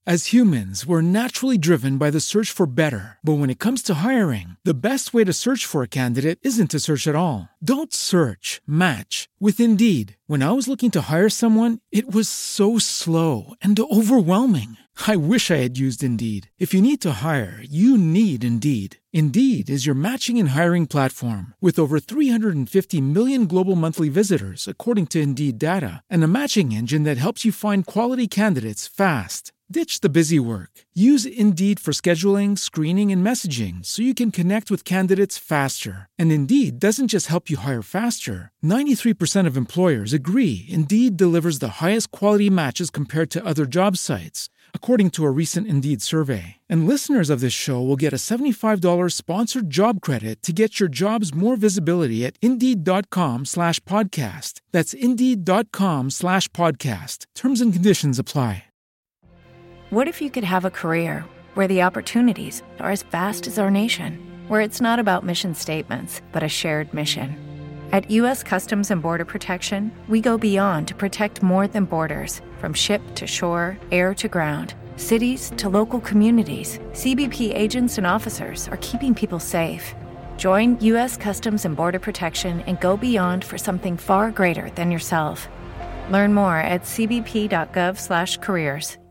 As humans, we're naturally driven by the search for better. But when it comes to hiring, the best way to search for a candidate isn't to search at all. Don't search, match with Indeed. When I was looking to hire someone, it was so slow and overwhelming. I wish I had used Indeed. If you need to hire, you need Indeed. Indeed is your matching and hiring platform with over 350 million global monthly visitors, according to Indeed data, and a matching engine that helps you find quality candidates fast. Ditch the busy work. Use Indeed for scheduling, screening, and messaging so you can connect with candidates faster. And Indeed doesn't just help you hire faster. 93% of employers agree Indeed delivers the highest quality matches compared to other job sites, according to a recent Indeed survey. And listeners of this show will get a $75 sponsored job credit to get your jobs more visibility at Indeed.com/podcast. That's Indeed.com/podcast. Terms and conditions apply. What if you could have a career where the opportunities are as vast as our nation, where it's not about mission statements, but a shared mission? At U.S. Customs and Border Protection, we go beyond to protect more than borders. From ship to shore, air to ground, cities to local communities, CBP agents and officers are keeping people safe. Join U.S. Customs and Border Protection and go beyond for something far greater than yourself. Learn more at cbp.gov/careers.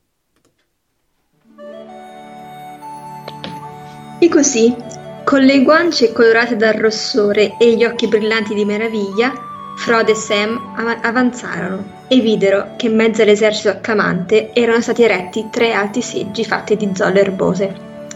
E così, con le guance colorate dal rossore e gli occhi brillanti di meraviglia, Frodo e Sam avanzarono e videro che in mezzo all'esercito acclamante erano stati eretti 3 alti seggi fatti di zolle erbose.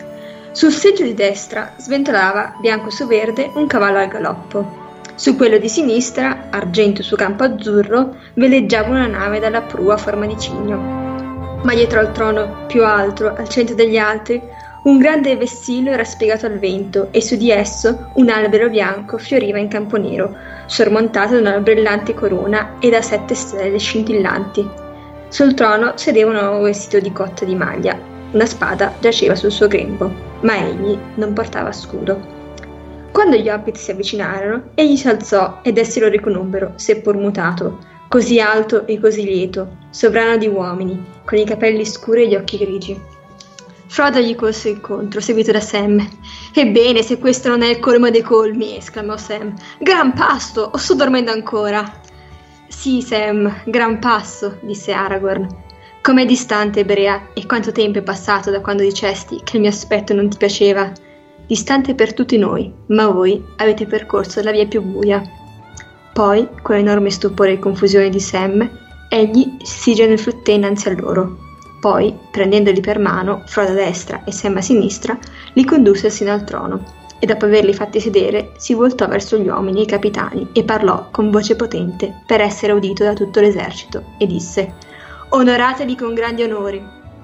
Sul seggio di destra sventolava, bianco su verde, un cavallo al galoppo. Su quello di sinistra, argento su campo azzurro, veleggiava una nave dalla prua a forma di cigno. Ma dietro al trono più alto, al centro degli altri, un grande vessillo era spiegato al vento e su di esso un albero bianco fioriva in campo nero, sormontato da una brillante corona e da 7 stelle scintillanti. Sul trono sedeva un uomo vestito di cotta di maglia. Una spada giaceva sul suo grembo, ma egli non portava scudo. Quando gli hobbit si avvicinarono, egli si alzò ed essi lo riconobbero, seppur mutato, così alto e così lieto, sovrano di uomini, con i capelli scuri e gli occhi grigi. Frodo gli corse incontro, seguito da Sam. «Ebbene, se questo non è il colmo dei colmi!» esclamò Sam. «Gran pasto! O sto dormendo ancora?» «Sì, Sam, gran passo», disse Aragorn. «Com'è distante, Brea, e quanto tempo è passato da quando dicesti che il mio aspetto non ti piaceva? Distante per tutti noi, ma voi avete percorso la via più buia». Poi, con enorme stupore e confusione di Sam, egli si genufletté innanzi a loro. Poi, prendendoli per mano, Frodo a destra e Sam a sinistra, li condusse sino al trono, e dopo averli fatti sedere, si voltò verso gli uomini e i capitani e parlò con voce potente, per essere udito da tutto l'esercito, e disse: «Onorateli con grandi onori!»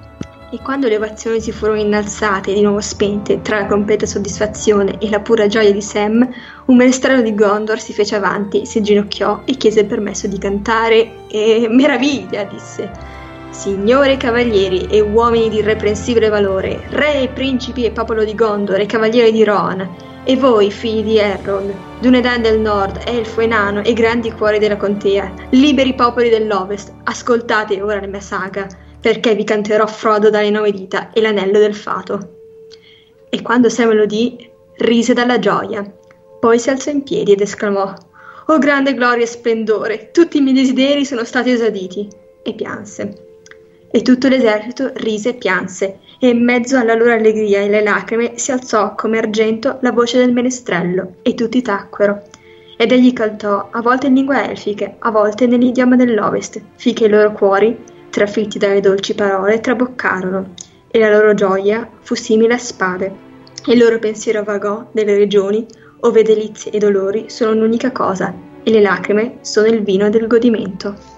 E quando le ovazioni si furono innalzate e di nuovo spente, tra la completa soddisfazione e la pura gioia di Sam, un menestrello di Gondor si fece avanti, si ginocchiò e chiese il permesso di cantare, e «Meraviglia!» disse. «Signori cavalieri e uomini di irreprensibile valore, re e principi e popolo di Gondor e cavalieri di Rohan, e voi, figli di Elrond, Dúnedain del Nord, elfo e nano e grandi cuori della contea, liberi popoli dell'Ovest, ascoltate ora la mia saga, perché vi canterò Frodo dalle 9 dita e l'anello del fato». E quando Sam lo udì, rise dalla gioia. Poi si alzò in piedi ed esclamò: «Oh grande gloria e splendore, tutti i miei desideri sono stati esauditi», e pianse. E tutto l'esercito rise e pianse, e in mezzo alla loro allegria e alle lacrime si alzò come argento la voce del menestrello, e tutti tacquero. Ed egli cantò, a volte in lingua elfiche, a volte nell'idioma dell'Ovest, finché i loro cuori, trafitti dalle dolci parole, traboccarono, e la loro gioia fu simile a spade, e il loro pensiero vagò nelle regioni ove delizie e dolori sono un'unica cosa, e le lacrime sono il vino del godimento.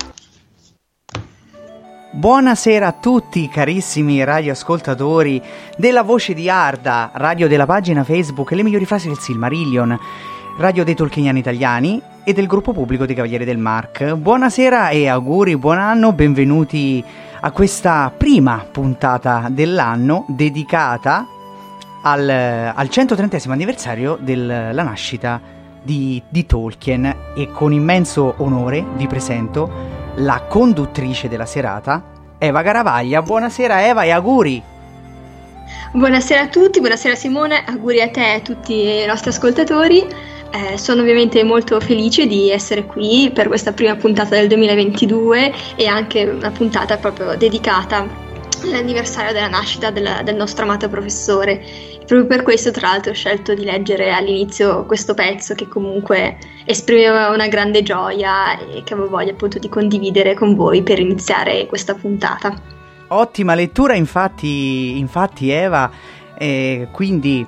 Buonasera a tutti carissimi radioascoltatori della Voce di Arda, radio della pagina Facebook Le migliori frasi del Silmarillion, radio dei Tolkieniani italiani e del gruppo pubblico dei Cavalieri del Mark. Buonasera e auguri, buon anno, benvenuti a questa prima puntata dell'anno dedicata al 130° anniversario della nascita di Tolkien, e con immenso onore vi presento la conduttrice della serata, Eva Garavaglia. Buonasera Eva e auguri! Buonasera a tutti, buonasera Simone, auguri a te e a tutti i nostri ascoltatori. Sono ovviamente molto felice di essere qui per questa prima puntata del 2022 e anche una puntata proprio dedicata all'anniversario della nascita del nostro amato professore. Proprio per questo, tra l'altro, ho scelto di leggere all'inizio questo pezzo che comunque esprimeva una grande gioia e che avevo voglia appunto di condividere con voi per iniziare questa puntata. Ottima lettura, infatti Eva, quindi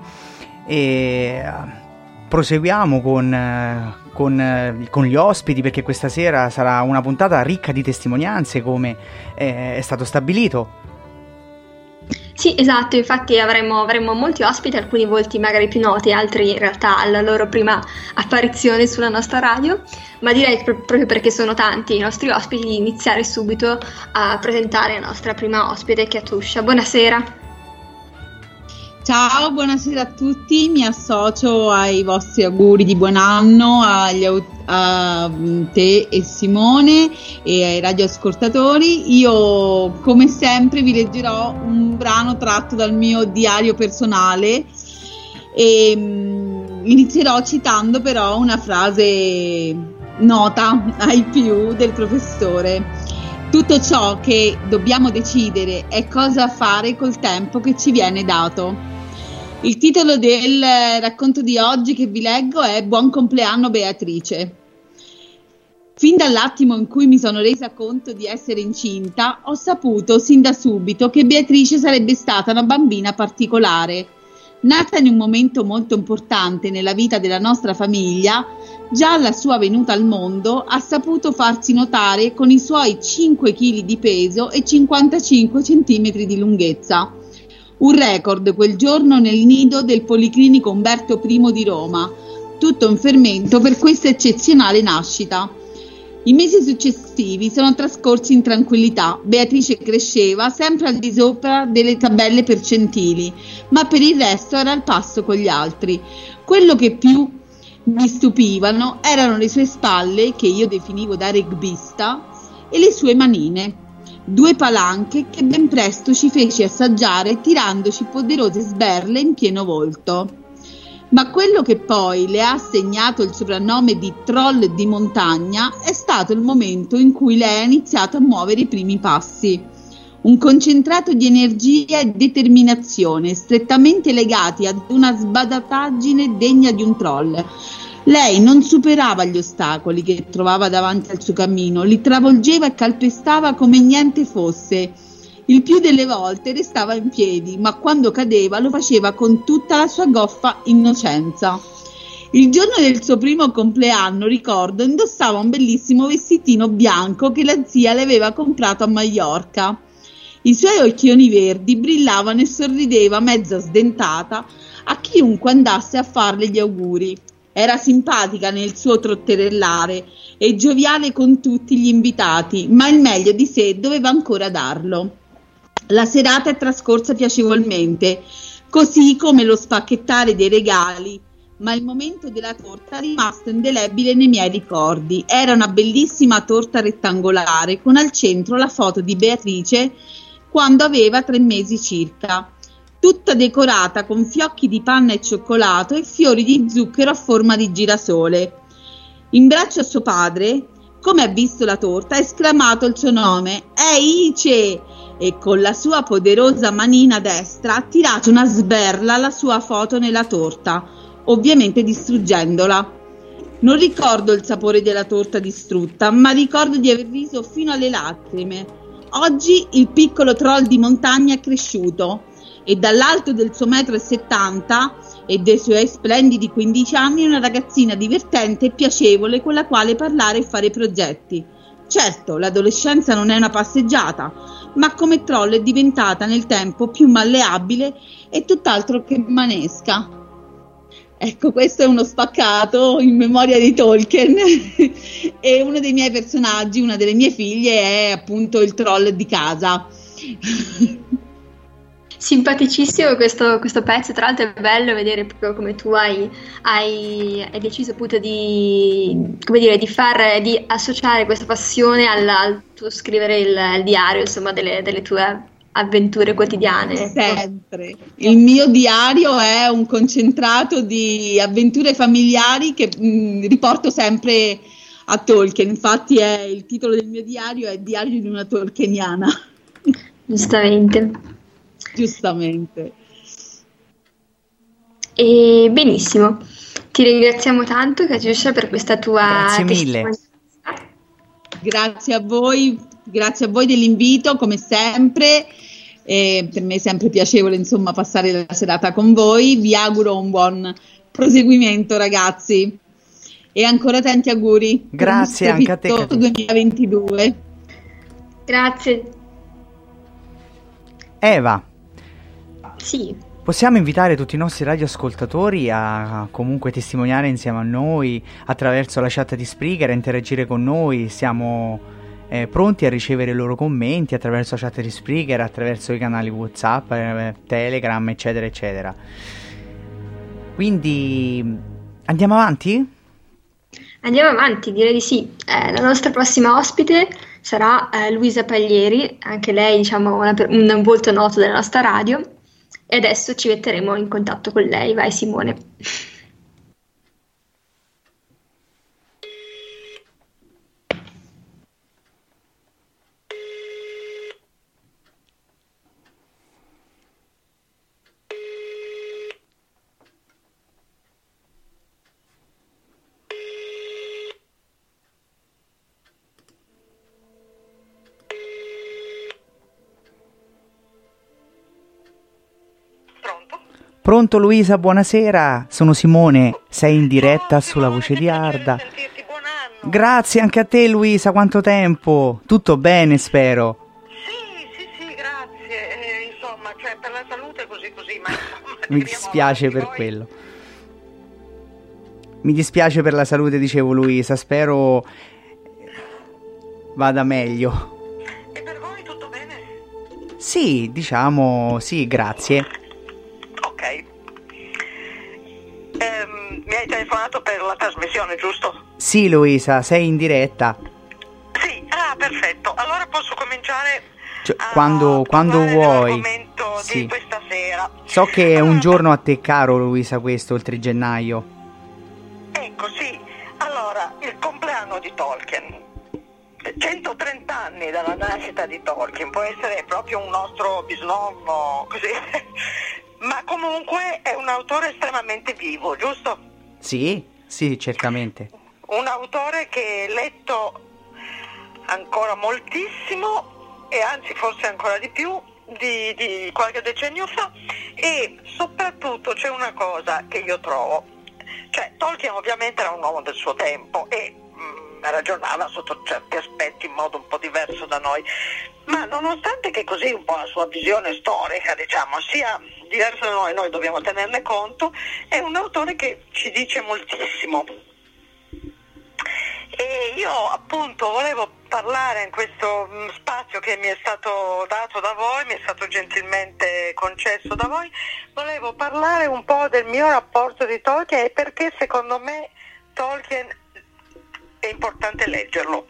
proseguiamo con gli ospiti, perché questa sera sarà una puntata ricca di testimonianze, come è stato stabilito. Sì, esatto, infatti avremo molti ospiti, alcuni volti magari più noti, altri in realtà alla loro prima apparizione sulla nostra radio, ma direi proprio perché sono tanti i nostri ospiti di iniziare subito a presentare la nostra prima ospite, Chiatuscia. Buonasera. Ciao, buonasera a tutti, mi associo ai vostri auguri di buon anno a te e Simone e ai radioascoltatori. Io come sempre vi leggerò un brano tratto dal mio diario personale e inizierò citando però una frase nota ai più del professore. Tutto ciò che dobbiamo decidere è cosa fare col tempo che ci viene dato. Il titolo del racconto di oggi che vi leggo è Buon compleanno Beatrice. Fin dall'attimo in cui mi sono resa conto di essere incinta, ho saputo sin da subito che Beatrice sarebbe stata una bambina particolare. Nata in un momento molto importante nella vita della nostra famiglia, già alla sua venuta al mondo ha saputo farsi notare con i suoi 5 kg di peso e 55 cm di lunghezza. Un record quel giorno nel nido del Policlinico Umberto I di Roma, tutto un fermento per questa eccezionale nascita. I mesi successivi sono trascorsi in tranquillità. Beatrice cresceva sempre al di sopra delle tabelle percentili, ma per il resto era al passo con gli altri. Quello che più mi stupivano erano le sue spalle, che io definivo da rugbista, e le sue manine. 2 palanche che ben presto ci fece assaggiare tirandoci poderose sberle in pieno volto. Ma quello che poi le ha assegnato il soprannome di troll di montagna è stato il momento in cui lei ha iniziato a muovere i primi passi. Un concentrato di energia e determinazione strettamente legati ad una sbadataggine degna di un troll. Lei non superava gli ostacoli che trovava davanti al suo cammino, li travolgeva e calpestava come niente fosse. Il più delle volte restava in piedi, ma quando cadeva lo faceva con tutta la sua goffa innocenza. Il giorno del suo primo compleanno, ricordo, indossava un bellissimo vestitino bianco che la zia le aveva comprato a Maiorca. I suoi occhioni verdi brillavano e sorrideva mezza sdentata a chiunque andasse a farle gli auguri. Era simpatica nel suo trotterellare e gioviale con tutti gli invitati, ma il meglio di sé doveva ancora darlo. La serata è trascorsa piacevolmente, così come lo spacchettare dei regali, ma il momento della torta è rimasto indelebile nei miei ricordi. Era una bellissima torta rettangolare con al centro la foto di Beatrice quando aveva 3 mesi circa, tutta decorata con fiocchi di panna e cioccolato e fiori di zucchero a forma di girasole. In braccio a suo padre, come ha visto la torta, ha esclamato il suo nome, Ice! E con la sua poderosa manina destra ha tirato una sberla alla sua foto nella torta, ovviamente distruggendola. Non ricordo il sapore della torta distrutta, ma ricordo di aver riso fino alle lacrime. Oggi il piccolo troll di montagna è cresciuto e dall'alto del suo 1,70 m e dei suoi splendidi 15 anni una ragazzina divertente e piacevole con la quale parlare e fare progetti. Certo, l'adolescenza non è una passeggiata, ma come troll è diventata nel tempo più malleabile e tutt'altro che manesca. Ecco, questo è uno spaccato in memoria di Tolkien e uno dei miei personaggi, una delle mie figlie, è appunto il troll di casa. Simpaticissimo questo pezzo, tra l'altro è bello vedere proprio come tu hai deciso appunto di, come dire, di associare questa passione al tuo scrivere il diario, insomma, delle tue avventure quotidiane. Sempre. Il mio diario è un concentrato di avventure familiari che riporto sempre a Tolkien. Infatti il titolo del mio diario è Diario di una Tolkieniana. Giustamente. E benissimo, ti ringraziamo tanto Katiuscia per questa tua testimonianza. Grazie a voi dell'invito, come sempre. Per me è sempre piacevole, insomma, passare la serata con voi. Vi auguro un buon proseguimento, ragazzi, e ancora tanti auguri. Grazie anche a te, 2022. Grazie. Eva, sì, possiamo invitare tutti i nostri radioascoltatori a comunque testimoniare insieme a noi attraverso la chat di Spreaker, a interagire con noi. Siamo pronti a ricevere i loro commenti attraverso la chat di Spreaker, attraverso i canali WhatsApp, Telegram, eccetera eccetera. Quindi andiamo avanti? Andiamo avanti, direi di sì. La nostra prossima ospite sarà Luisa Paglieri, anche lei, diciamo, un volto noto della nostra radio, e adesso ci metteremo in contatto con lei. Vai Simone. Pronto Luisa, buonasera, sono Simone, sei in diretta sulla Voce di Arda. Grazie anche a te Luisa, quanto tempo? Tutto bene, spero? Sì, grazie, insomma, cioè per la salute così, ma insomma, mi dispiace per quello. Mi dispiace per la salute, dicevo Luisa, spero vada meglio. E per voi tutto bene? Sì, diciamo, sì, grazie. Ok. Mi hai telefonato per la trasmissione, giusto? Sì, Luisa, sei in diretta. Sì, perfetto. Allora posso cominciare quando vuoi. L'argomento sì. Di questa sera. So che è un giorno a te caro, Luisa, questo, il 3 gennaio. Ecco, sì. Allora, il compleanno di Tolkien. 130 anni dalla nascita di Tolkien, può essere proprio un nostro bisnonno, così. Ma comunque è un autore estremamente vivo, giusto? Sì, certamente. Un autore che è letto ancora moltissimo, e anzi forse ancora di più di qualche decennio fa, e soprattutto c'è una cosa che io trovo, cioè Tolkien ovviamente era un uomo del suo tempo e ragionava sotto certi aspetti in modo un po' diverso da noi, ma nonostante che così un po' la sua visione storica, diciamo, sia diversa da noi dobbiamo tenerne conto, è un autore che ci dice moltissimo. E io appunto volevo parlare in questo spazio che mi è stato dato da voi, mi è stato gentilmente concesso da voi, volevo parlare un po' del mio rapporto di Tolkien e perché secondo me Tolkien è importante leggerlo.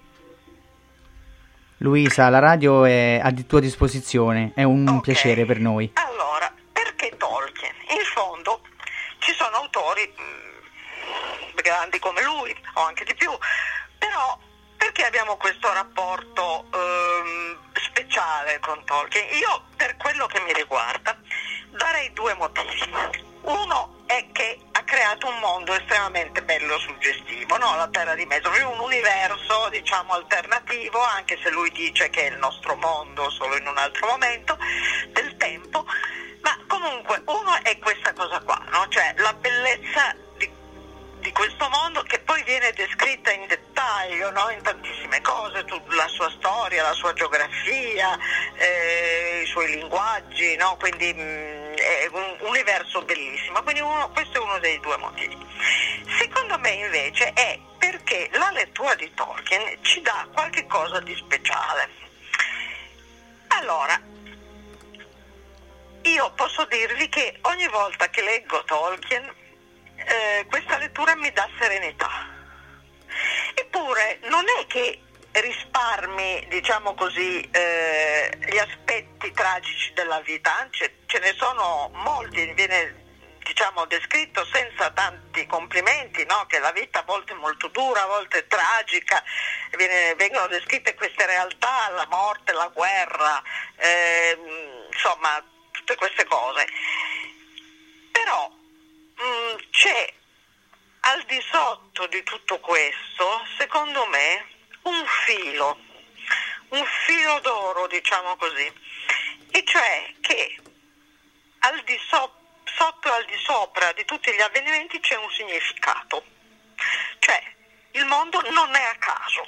Luisa, la radio è a tua disposizione, è un piacere per noi. Allora, perché Tolkien? In fondo ci sono autori grandi come lui, o anche di più, però perché abbiamo questo rapporto speciale con Tolkien? Io, per quello che mi riguarda, darei due motivi. Uno è che ha creato un mondo estremamente bello e suggestivo, no? La Terra di Mezzo, un universo, diciamo, alternativo, anche se lui dice che è il nostro mondo solo in un altro momento del tempo, ma comunque uno è questa cosa qua, no? Cioè la bellezza di questo mondo che poi viene descritta in dettaglio, no? In tantissime cose, la sua storia, la sua geografia, i suoi linguaggi, no? Quindi è un universo bellissimo, quindi questo è uno dei due motivi. Secondo me invece è perché la lettura di Tolkien ci dà qualche cosa di speciale. Allora, io io posso dirvi che ogni volta che leggo Tolkien questa lettura mi dà serenità. Eppure non è che risparmi, diciamo così, gli aspetti tragici della vita, anzi ce ne sono molti, viene diciamo descritto senza tanti complimenti, no? Che la vita a volte è molto dura, a volte è tragica, vengono descritte queste realtà, la morte, la guerra, insomma tutte queste cose. Però c'è al di sotto di tutto questo, secondo me, un filo d'oro, diciamo così, e cioè che al di sotto e al di sopra di tutti gli avvenimenti c'è un significato, cioè il mondo non è a caso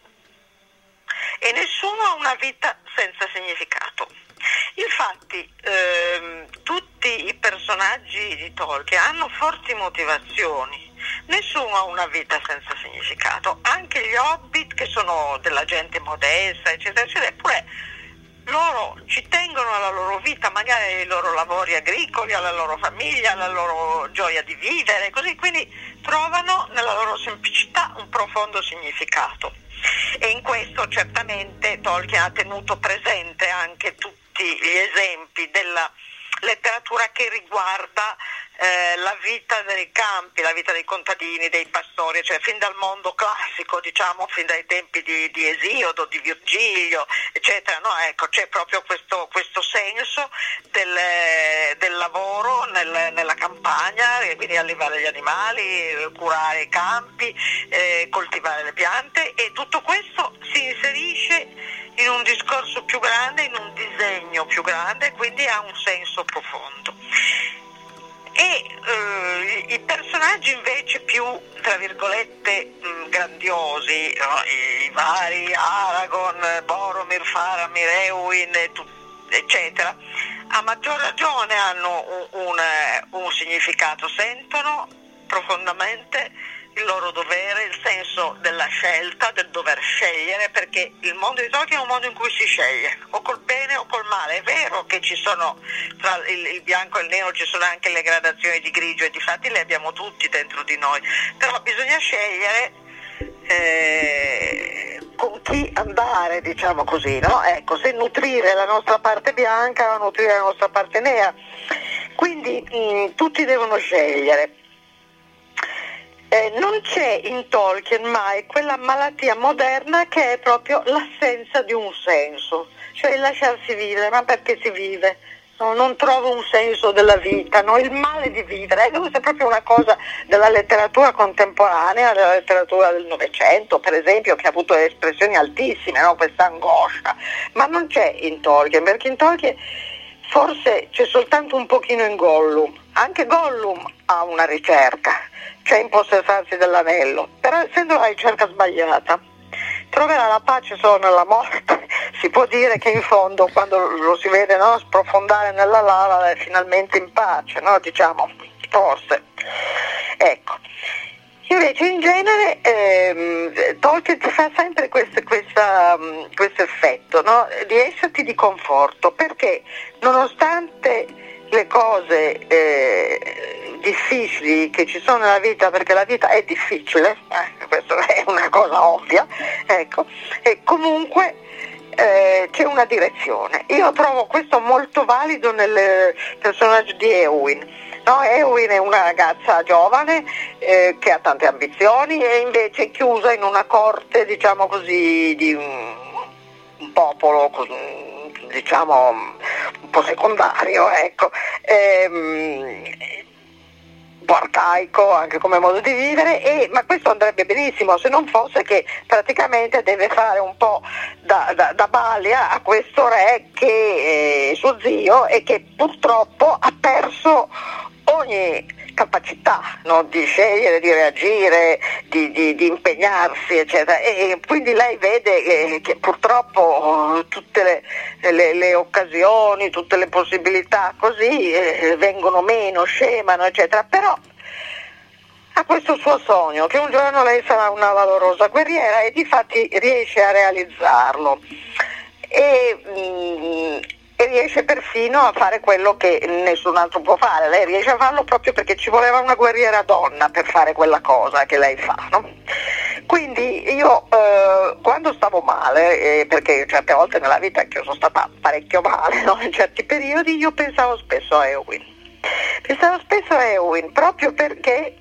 e nessuno ha una vita senza significato. Infatti tutti i personaggi di Tolkien hanno forti motivazioni, nessuno ha una vita senza significato, anche gli hobbit che sono della gente modesta eccetera eccetera, eppure loro ci tengono alla loro vita, magari ai loro lavori agricoli, alla loro famiglia, alla loro gioia di vivere, così, quindi trovano nella loro semplicità un profondo significato. E in questo certamente Tolkien ha tenuto presente anche tutti gli esempi della letteratura che riguarda la vita dei campi, la vita dei contadini, dei pastori, cioè fin dal mondo classico, diciamo, fin dai tempi di Esiodo, di Virgilio, eccetera, no? Ecco, c'è proprio questo senso del lavoro nella campagna, quindi allevare gli animali, curare i campi, coltivare le piante, e tutto questo si inserisce in un discorso più grande, in un disegno più grande, quindi ha un senso profondo. E i personaggi invece più, tra virgolette, grandiosi, no? I vari Aragorn, Boromir, Faramir, Éowyn, eccetera, a maggior ragione hanno un significato, sentono profondamente il loro dovere, il senso della scelta, del dover scegliere, perché il mondo di Tolkien è un mondo in cui si sceglie, o col bene o col male. È vero che ci sono, tra il bianco e il nero ci sono anche le gradazioni di grigio, e difatti le abbiamo tutti dentro di noi, però bisogna scegliere con chi andare, diciamo così, no? Ecco, se nutrire la nostra parte bianca o nutrire la nostra parte nera. Quindi tutti devono scegliere. Non c'è in Tolkien mai quella malattia moderna che è proprio l'assenza di un senso, cioè il lasciarsi vivere, ma perché si vive? No, non trovo un senso della vita, no? Il male di vivere, questa è proprio una cosa della letteratura contemporanea, della letteratura del Novecento, per esempio, che ha avuto espressioni altissime, no? Questa angoscia, ma non c'è in Tolkien, perché in Tolkien forse c'è soltanto un pochino in Gollum. Anche Gollum ha una ricerca, cioè impossessarsi dell'anello, però essendo la ricerca sbagliata, troverà la pace solo nella morte. Si può dire che in fondo, quando lo si vede, no, sprofondare nella lava, è finalmente in pace, no? Diciamo, forse. Ecco. Invece in genere Tolkien ti fa sempre questo effetto, no? Di esserti di conforto, perché nonostante le cose difficili che ci sono nella vita, perché la vita è difficile, questa è una cosa ovvia, ecco, e comunque c'è una direzione. Io trovo questo molto valido nel personaggio di Éowyn. No, Éowyn è una ragazza giovane che ha tante ambizioni e invece è chiusa in una corte, diciamo così, di un popolo, diciamo, un po' secondario, ecco, un po' arcaico anche come modo di vivere, ma questo andrebbe benissimo se non fosse che praticamente deve fare un po' da balia a questo re che è suo zio e che purtroppo ha perso ogni capacità, no, di scegliere, di reagire, di impegnarsi, eccetera, e quindi lei vede che purtroppo tutte le occasioni, tutte le possibilità così vengono meno, scemano, eccetera, però ha questo suo sogno, che un giorno lei sarà una valorosa guerriera, e difatti riesce a realizzarlo. E e riesce perfino a fare quello che nessun altro può fare. Lei riesce a farlo proprio perché ci voleva una guerriera donna per fare quella cosa che lei fa, no? Quindi io quando stavo male, perché certe volte nella vita anche io sono stata parecchio male, no? In certi periodi, io pensavo spesso a Eowyn. Proprio perché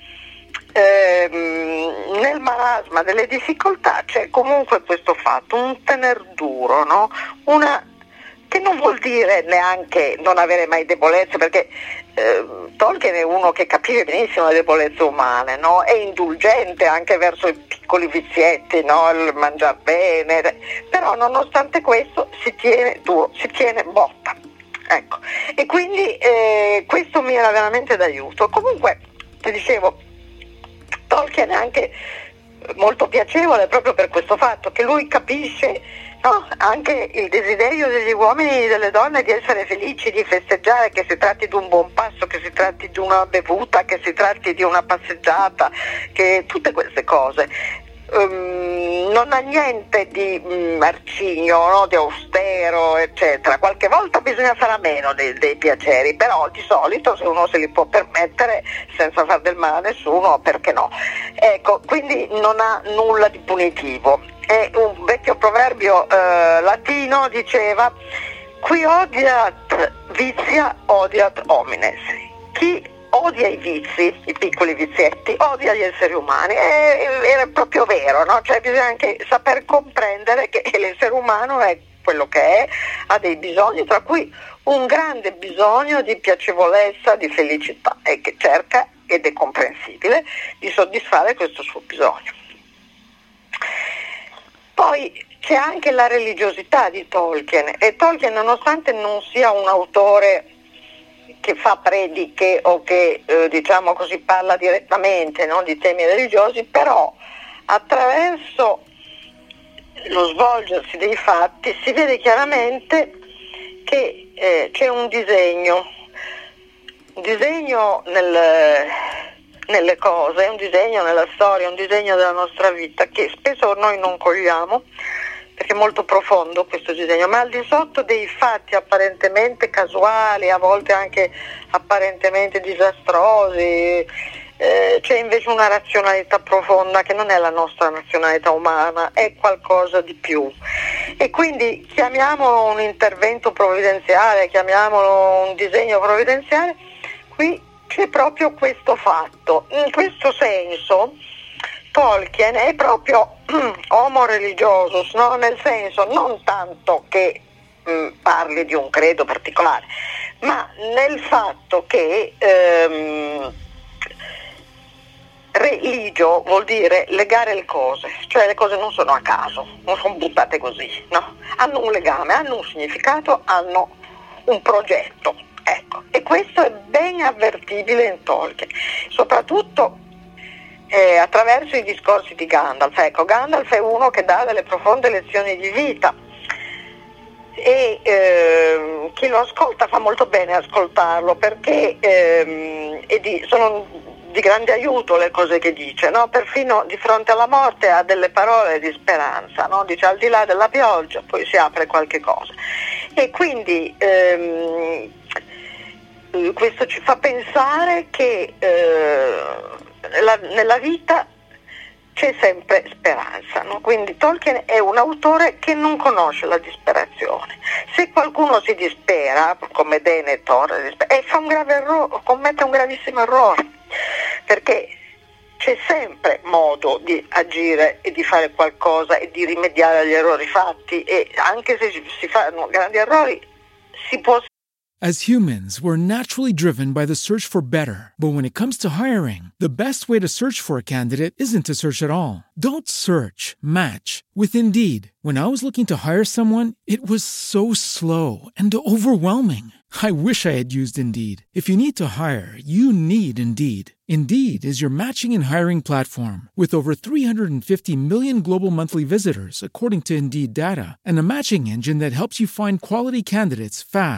nel marasma delle difficoltà c'è comunque questo fatto, un tener duro, no? Che non vuol dire neanche non avere mai debolezze, perché Tolkien è uno che capisce benissimo le debolezze umane, no? È indulgente anche verso i piccoli vizietti, no? Il mangiar bene, però nonostante questo si tiene duro, si tiene botta, ecco. E quindi questo mi era veramente d'aiuto. Comunque, ti dicevo, Tolkien è anche molto piacevole proprio per questo fatto che lui capisce, no, anche il desiderio degli uomini e delle donne di essere felici, di festeggiare, che si tratti di un buon pasto, che si tratti di una bevuta, che si tratti di una passeggiata, che tutte queste cose. Non ha niente di arcigno, no, di austero, eccetera. Qualche volta bisogna fare a meno dei piaceri, però di solito se uno se li può permettere senza far del male a nessuno, perché no? Ecco, quindi non ha nulla di punitivo. E un vecchio proverbio latino diceva: qui odiat vitia odiat homines. Chi odia i vizi, i piccoli vizietti, odia gli esseri umani. Era proprio vero, no? Cioè bisogna anche saper comprendere che l'essere umano è quello che è, ha dei bisogni, tra cui un grande bisogno di piacevolezza, di felicità, e che cerca, ed è comprensibile, di soddisfare questo suo bisogno. Poi c'è anche la religiosità di Tolkien, e Tolkien, nonostante non sia un autore che fa prediche o che diciamo così parla direttamente, no, di temi religiosi, però attraverso lo svolgersi dei fatti si vede chiaramente che c'è un disegno nelle cose, un disegno nella storia, un disegno della nostra vita che spesso noi non cogliamo, perché è molto profondo questo disegno, ma al di sotto dei fatti apparentemente casuali, a volte anche apparentemente disastrosi, c'è invece una razionalità profonda che non è la nostra razionalità umana, è qualcosa di più. E quindi chiamiamolo un intervento provvidenziale, chiamiamolo un disegno provvidenziale, qui c'è proprio questo fatto. In questo senso Tolkien è proprio homo religiosus, no? Nel senso non tanto che parli di un credo particolare, ma nel fatto che religio vuol dire legare le cose, cioè le cose non sono a caso, non sono buttate così, no? Hanno un legame, hanno un significato, hanno un progetto, ecco. E questo è ben avvertibile in Tolkien, soprattutto attraverso i discorsi di Gandalf. Ecco, Gandalf è uno che dà delle profonde lezioni di vita e chi lo ascolta fa molto bene ascoltarlo, perché sono di grande aiuto le cose che dice, no? Perfino di fronte alla morte ha delle parole di speranza, no? Dice: al di là della pioggia poi si apre qualche cosa. E quindi questo ci fa pensare che nella vita c'è sempre speranza, no? Quindi Tolkien è un autore che non conosce la disperazione. Se qualcuno si dispera, come Denethor, fa un grave errore, commette un gravissimo errore, perché c'è sempre modo di agire e di fare qualcosa e di rimediare agli errori fatti, e anche se si fanno grandi errori si può. As humans, we're naturally driven by the search for better. But when it comes to hiring, the best way to search for a candidate isn't to search at all. Don't search, match with Indeed. When I was looking to hire someone, it was so slow and overwhelming. I wish I had used Indeed. If you need to hire, you need Indeed. Indeed is your matching and hiring platform with over 350 million global monthly visitors, according to Indeed data, and a matching engine that helps you find quality candidates fast.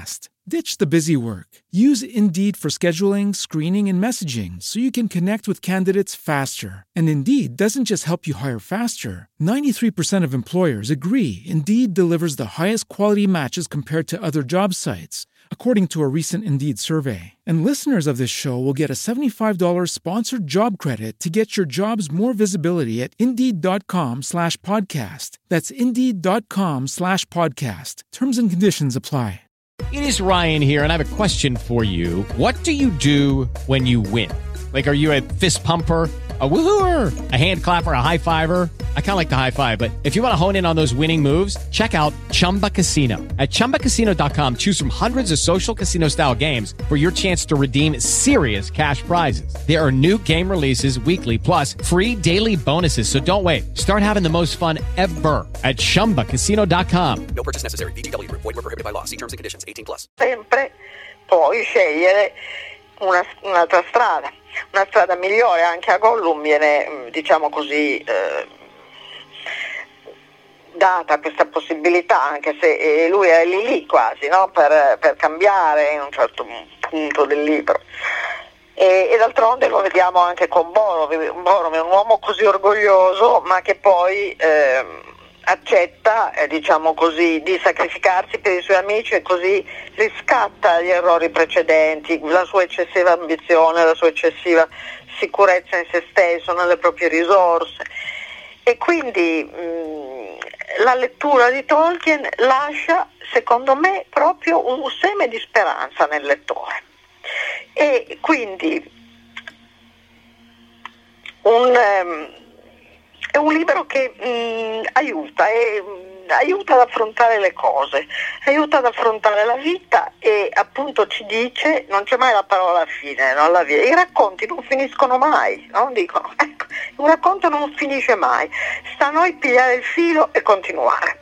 Ditch the busy work. Use Indeed for scheduling, screening, and messaging so you can connect with candidates faster. And Indeed doesn't just help you hire faster. 93% of employers agree Indeed delivers the highest quality matches compared to other job sites, according to a recent Indeed survey. And listeners of this show will get a $75 sponsored job credit to get your jobs more visibility at Indeed.com/podcast. That's Indeed.com/podcast. Terms and conditions apply. It is Ryan here, and I have a question for you. What do you do when you win? Like, are you a fist pumper, a woohooer, a hand clapper, a high fiver? I kind of like the high five, but if you want to hone in on those winning moves, check out Chumba Casino. At ChumbaCasino.com, choose from hundreds of social casino-style games for your chance to redeem serious cash prizes. There are new game releases weekly, plus free daily bonuses, so don't wait. Start having the most fun ever at ChumbaCasino.com. No purchase necessary. VGW Group. Void where prohibited by law. See terms and conditions. 18+. Sempre puoi scegliere un'altra strada. Una strada migliore. Anche a Gollum viene, diciamo così, data questa possibilità, anche se lui è lì quasi, no? per cambiare in un certo punto del libro. E d'altronde lo vediamo anche con Boromir. Boromir è un uomo così orgoglioso, ma che poi accetta, diciamo così, di sacrificarsi per i suoi amici e così riscatta gli errori precedenti, la sua eccessiva ambizione, la sua eccessiva sicurezza in se stesso, nelle proprie risorse. E quindi la lettura di Tolkien lascia, secondo me, proprio un seme di speranza nel lettore. E quindi è un libro che aiuta ad affrontare le cose, aiuta ad affrontare la vita e appunto ci dice, non c'è mai la parola fine, no? I racconti non finiscono mai, no? Dicono, ecco, un racconto non finisce mai, sta a noi pigliare il filo e continuare.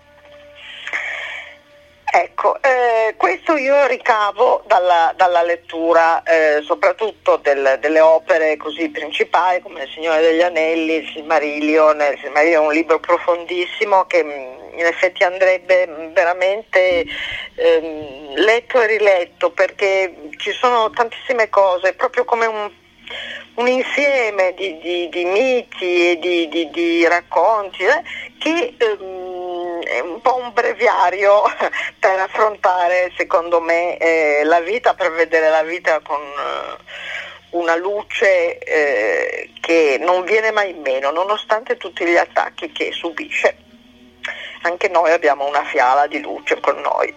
Ecco, questo io ricavo dalla lettura, soprattutto delle opere così principali come Il Signore degli Anelli, il Silmarillion. Il Silmarillion è un libro profondissimo che in effetti andrebbe veramente letto e riletto, perché ci sono tantissime cose, proprio come un insieme di miti e di racconti che è un po' un breviario per affrontare, secondo me, la vita, per vedere la vita con una luce che non viene mai meno, nonostante tutti gli attacchi che subisce. Anche noi abbiamo una fiala di luce con noi.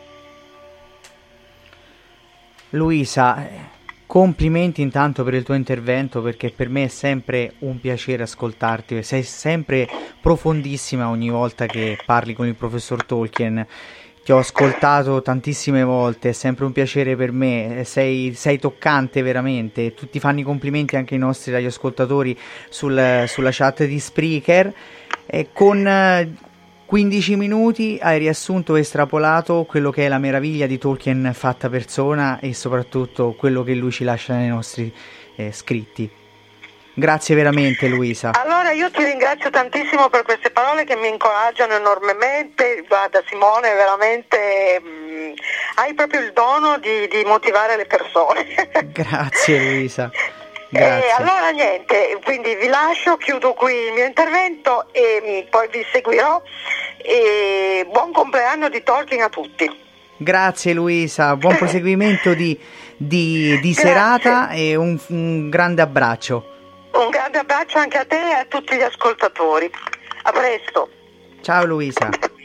Luisa, complimenti intanto per il tuo intervento, perché per me è sempre un piacere ascoltarti, sei sempre profondissima ogni volta che parli con il professor Tolkien. Ti ho ascoltato tantissime volte, è sempre un piacere per me, sei toccante veramente. Tutti fanno i complimenti, anche i nostri radioascoltatori sulla chat di Spreaker. Con 15 minuti hai riassunto e estrapolato quello che è la meraviglia di Tolkien fatta persona e soprattutto quello che lui ci lascia nei nostri scritti. Grazie veramente, Luisa. Allora io ti ringrazio tantissimo per queste parole che mi incoraggiano enormemente. Guarda Simone, veramente hai proprio il dono di motivare le persone. Grazie Luisa. Grazie. Allora niente, quindi vi lascio, chiudo qui il mio intervento e poi vi seguirò, e buon compleanno di Tolkien a tutti. Grazie Luisa, buon proseguimento di serata e un grande abbraccio. Un grande abbraccio anche a te e a tutti gli ascoltatori. A presto. Ciao Luisa.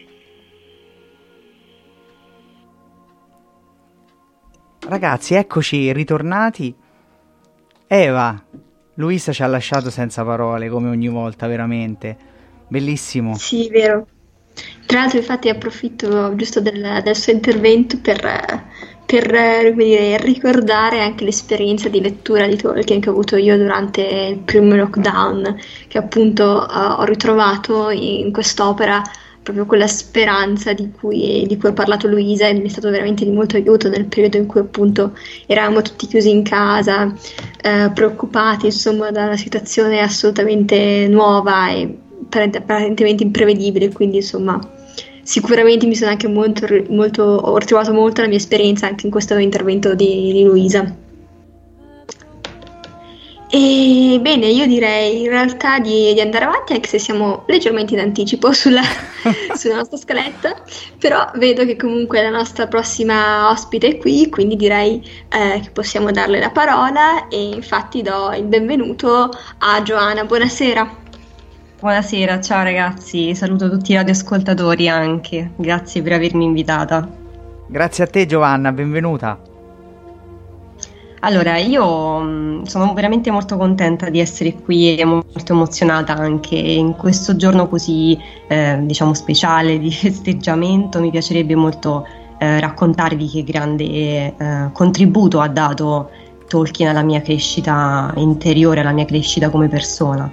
Ragazzi, eccoci ritornati. Eva, Luisa ci ha lasciato senza parole come ogni volta, veramente bellissimo. Sì, vero. Tra l'altro, infatti, approfitto giusto del suo intervento per come dire, ricordare anche l'esperienza di lettura di Tolkien che ho avuto io durante il primo lockdown, che appunto ho ritrovato in quest'opera proprio quella speranza di cui ha parlato Luisa, e mi è stato veramente di molto aiuto nel periodo in cui appunto eravamo tutti chiusi in casa, preoccupati insomma da una situazione assolutamente nuova e apparentemente imprevedibile, quindi insomma sicuramente mi sono anche ho ritrovato molto la mia esperienza anche in questo intervento di Luisa. E bene, io direi in realtà di andare avanti, anche se siamo leggermente in anticipo sulla nostra scaletta, però vedo che comunque la nostra prossima ospite è qui, quindi direi che possiamo darle la parola, e infatti do il benvenuto a Giovanna. Buonasera. Buonasera, ciao ragazzi, saluto tutti i radioascoltatori anche, grazie per avermi invitata. Grazie a te Giovanna, benvenuta. Allora, io sono veramente molto contenta di essere qui e molto emozionata anche in questo giorno così, diciamo, speciale di festeggiamento. Mi piacerebbe molto raccontarvi che grande contributo ha dato Tolkien alla mia crescita interiore, alla mia crescita come persona.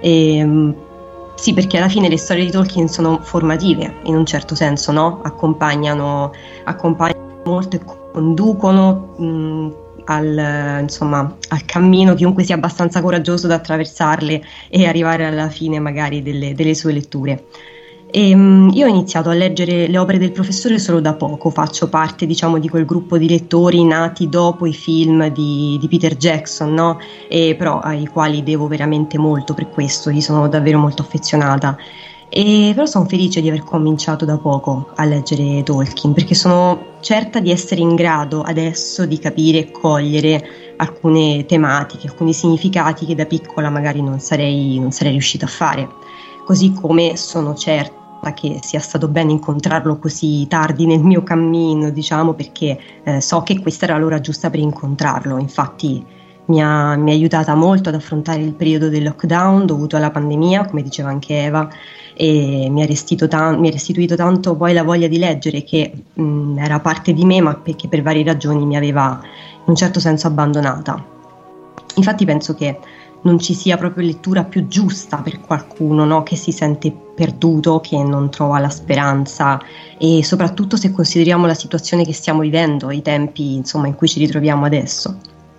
Sì, perché alla fine le storie di Tolkien sono formative, in un certo senso, no? Accompagnano molto e conducono al cammino chiunque sia abbastanza coraggioso da attraversarle e arrivare alla fine magari delle sue letture. Io ho iniziato a leggere le opere del professore solo da poco, faccio parte, diciamo, di quel gruppo di lettori nati dopo i film di Peter Jackson, no? Però ai quali devo veramente molto per questo, gli sono davvero molto affezionata. Però sono felice di aver cominciato da poco a leggere Tolkien, perché sono certa di essere in grado adesso di capire e cogliere alcune tematiche, alcuni significati che da piccola magari non sarei riuscita a fare, così come sono certa che sia stato bene incontrarlo così tardi nel mio cammino, diciamo, perché so che questa era l'ora giusta per incontrarlo. Infatti mi ha aiutata molto ad affrontare il periodo del lockdown dovuto alla pandemia, come diceva anche Eva, e mi ha restituito tanto poi la voglia di leggere, che era parte di me, ma perché per varie ragioni mi aveva in un certo senso abbandonata. Infatti penso che non ci sia proprio lettura più giusta per qualcuno, no, che si sente perduto, che non trova la speranza, e soprattutto se consideriamo la situazione che stiamo vivendo, i tempi, insomma, in cui ci ritroviamo adesso.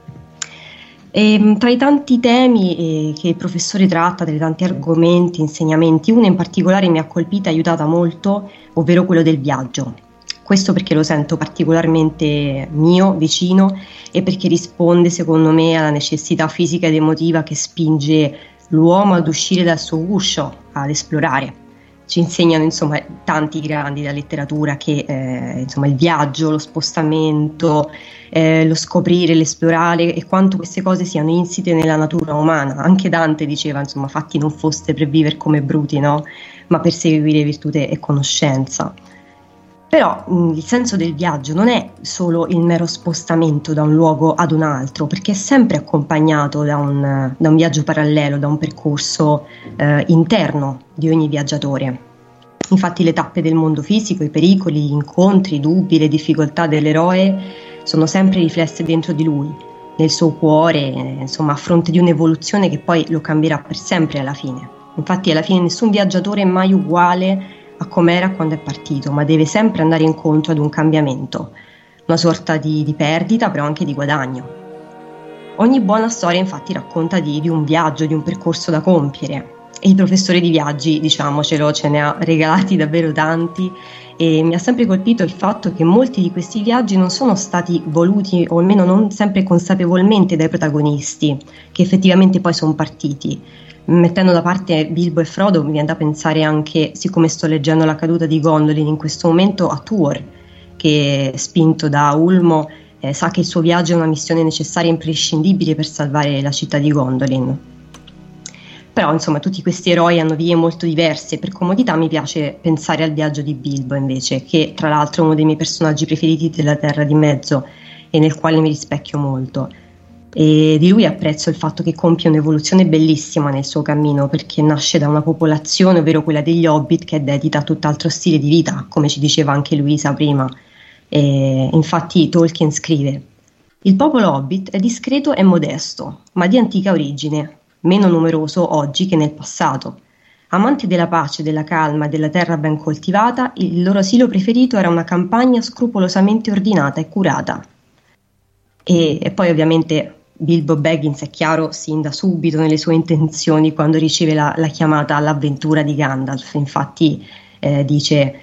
Tra i tanti temi che il professore tratta, tra i tanti argomenti, insegnamenti, uno in particolare mi ha colpita e aiutata molto, ovvero quello del viaggio. Questo perché lo sento particolarmente mio, vicino, e perché risponde, secondo me, alla necessità fisica ed emotiva che spinge l'uomo ad uscire dal suo guscio, ad esplorare. Ci insegnano, insomma, tanti grandi della letteratura che insomma, il viaggio, lo spostamento, lo scoprire, l'esplorare, e quanto queste cose siano insite nella natura umana. Anche Dante diceva, insomma, fatti non foste per vivere come bruti, no? Ma per seguire virtute e conoscenza. Però il senso del viaggio non è solo il mero spostamento da un luogo ad un altro, perché è sempre accompagnato da un viaggio parallelo, da un percorso interno di ogni viaggiatore. Infatti le tappe del mondo fisico, i pericoli, gli incontri, i dubbi, le difficoltà dell'eroe sono sempre riflesse dentro di lui, nel suo cuore, insomma, a fronte di un'evoluzione che poi lo cambierà per sempre alla fine. Infatti alla fine nessun viaggiatore è mai uguale a com'era quando è partito, ma deve sempre andare incontro ad un cambiamento, una sorta di perdita, però anche di guadagno. Ogni buona storia infatti racconta di un viaggio, di un percorso da compiere, e il professore di viaggi, diciamocelo, ce ne ha regalati davvero tanti, e mi ha sempre colpito il fatto che molti di questi viaggi non sono stati voluti, o almeno non sempre consapevolmente, dai protagonisti, che effettivamente poi sono partiti. Mettendo da parte Bilbo e Frodo, mi viene da pensare anche, siccome sto leggendo La caduta di Gondolin in questo momento, a Tuor, che spinto da Ulmo sa che il suo viaggio è una missione necessaria e imprescindibile per salvare la città di Gondolin. Però insomma tutti questi eroi hanno vie molto diverse. Per comodità mi piace pensare al viaggio di Bilbo invece, che tra l'altro è uno dei miei personaggi preferiti della Terra di Mezzo e nel quale mi rispecchio molto. E di lui apprezzo il fatto che compie un'evoluzione bellissima nel suo cammino, perché nasce da una popolazione, ovvero quella degli Hobbit, che è dedita a tutt'altro stile di vita, come ci diceva anche Luisa prima. E infatti Tolkien scrive: il popolo Hobbit è discreto e modesto, ma di antica origine, meno numeroso oggi che nel passato. Amanti della pace, della calma e della terra ben coltivata, il loro asilo preferito era una campagna scrupolosamente ordinata e curata. E poi ovviamente Bilbo Baggins è chiaro sin da subito nelle sue intenzioni quando riceve la chiamata all'avventura di Gandalf. Infatti dice: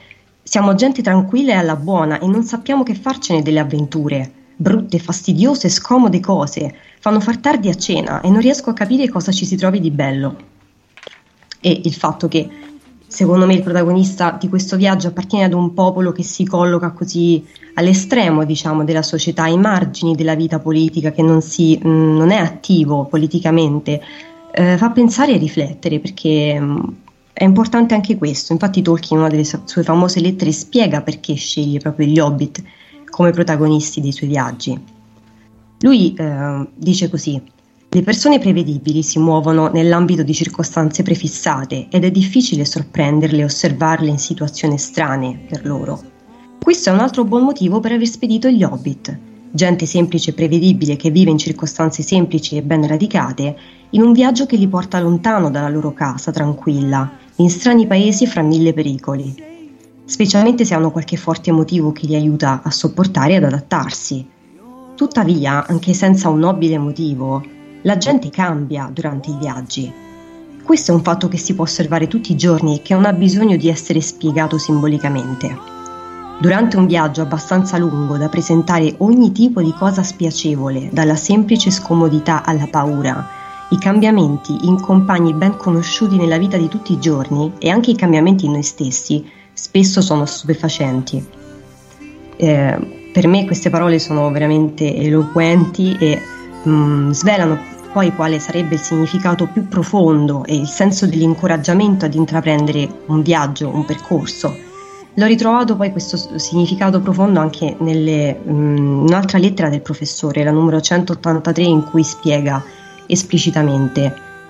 Siamo gente tranquilla e alla buona e non sappiamo che farcene delle avventure. Brutte, fastidiose, scomode cose. Fanno far tardi a cena e non riesco a capire cosa ci si trovi di bello. E il fatto che, secondo me, il protagonista di questo viaggio appartiene ad un popolo che si colloca così all'estremo, diciamo, della società, ai margini della vita politica, che non è attivo politicamente, fa pensare e riflettere, perché è importante anche questo. Infatti Tolkien, in una delle sue famose lettere, spiega perché sceglie proprio gli Hobbit come protagonisti dei suoi viaggi. Lui dice così: le persone prevedibili si muovono nell'ambito di circostanze prefissate ed è difficile sorprenderle e osservarle in situazioni strane per loro. Questo è un altro buon motivo per aver spedito gli Hobbit, gente semplice e prevedibile che vive in circostanze semplici e ben radicate, in un viaggio che li porta lontano dalla loro casa tranquilla, in strani paesi fra mille pericoli, specialmente se hanno qualche forte motivo che li aiuta a sopportare e ad adattarsi. Tuttavia, anche senza un nobile motivo, la gente cambia durante i viaggi. Questo è un fatto che si può osservare tutti i giorni e che non ha bisogno di essere spiegato simbolicamente. Durante un viaggio abbastanza lungo da presentare ogni tipo di cosa spiacevole, dalla semplice scomodità alla paura, i cambiamenti in compagni ben conosciuti nella vita di tutti i giorni e anche i cambiamenti in noi stessi spesso sono stupefacenti. Per me queste parole sono veramente eloquenti e svelano poi quale sarebbe il significato più profondo e il senso dell'incoraggiamento ad intraprendere un viaggio, un percorso. L'ho ritrovato poi questo significato profondo anche un'altra lettera del professore, la numero 183, in cui spiega esplicitamente: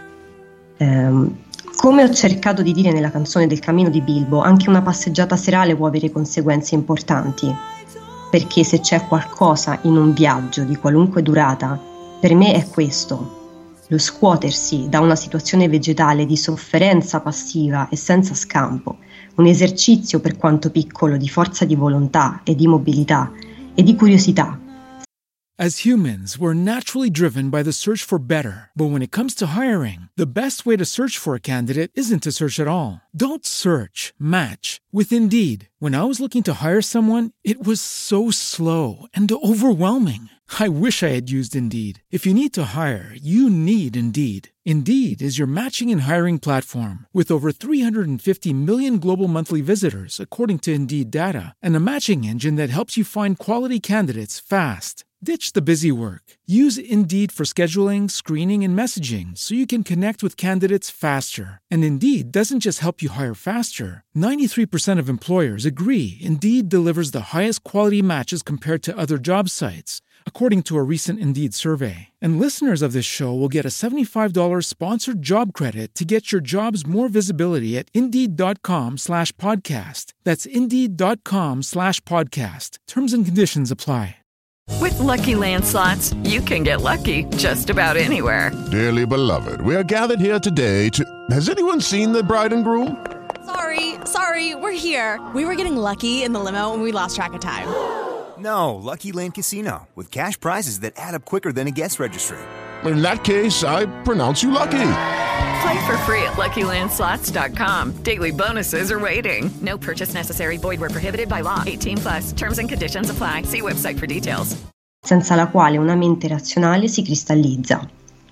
come ho cercato di dire nella canzone del cammino di Bilbo, anche una passeggiata serale può avere conseguenze importanti, perché se c'è qualcosa in un viaggio di qualunque durata, per me è questo: lo scuotersi da una situazione vegetale di sofferenza passiva e senza scampo, un esercizio per quanto piccolo di forza di volontà e di mobilità e di curiosità. As humans, we're naturally driven by the search for better. But when it comes to hiring, the best way to search for a candidate isn't to search at all. Don't search, match with Indeed. When I was looking to hire someone, it was so slow and overwhelming. I wish I had used Indeed. If you need to hire, you need Indeed. Indeed is your matching and hiring platform with over 350 million global monthly visitors, according to Indeed data, and a matching engine that helps you find quality candidates fast. Ditch the busy work. Use Indeed for scheduling, screening, and messaging so you can connect with candidates faster. And Indeed doesn't just help you hire faster. 93% of employers agree Indeed delivers the highest quality matches compared to other job sites, according to a recent Indeed survey. And listeners of this show will get a $75 sponsored job credit to get your jobs more visibility at Indeed.com/podcast. That's Indeed.com/podcast. Terms and conditions apply. With Lucky Land Slots, you can get lucky just about anywhere. Dearly beloved, we are gathered here today to... Has anyone seen the bride and groom? Sorry, we're here. We were getting lucky in the limo and we lost track of time. No, Lucky Land Casino, with cash prizes that add up quicker than a guest registry. In that case, I pronounce you lucky. Play for free at LuckyLandSlots.com. Daily bonuses are waiting. No purchase necessary. Void where prohibited by law. 18+. Terms and conditions apply. See website for details. Senza la quale una mente razionale si cristallizza.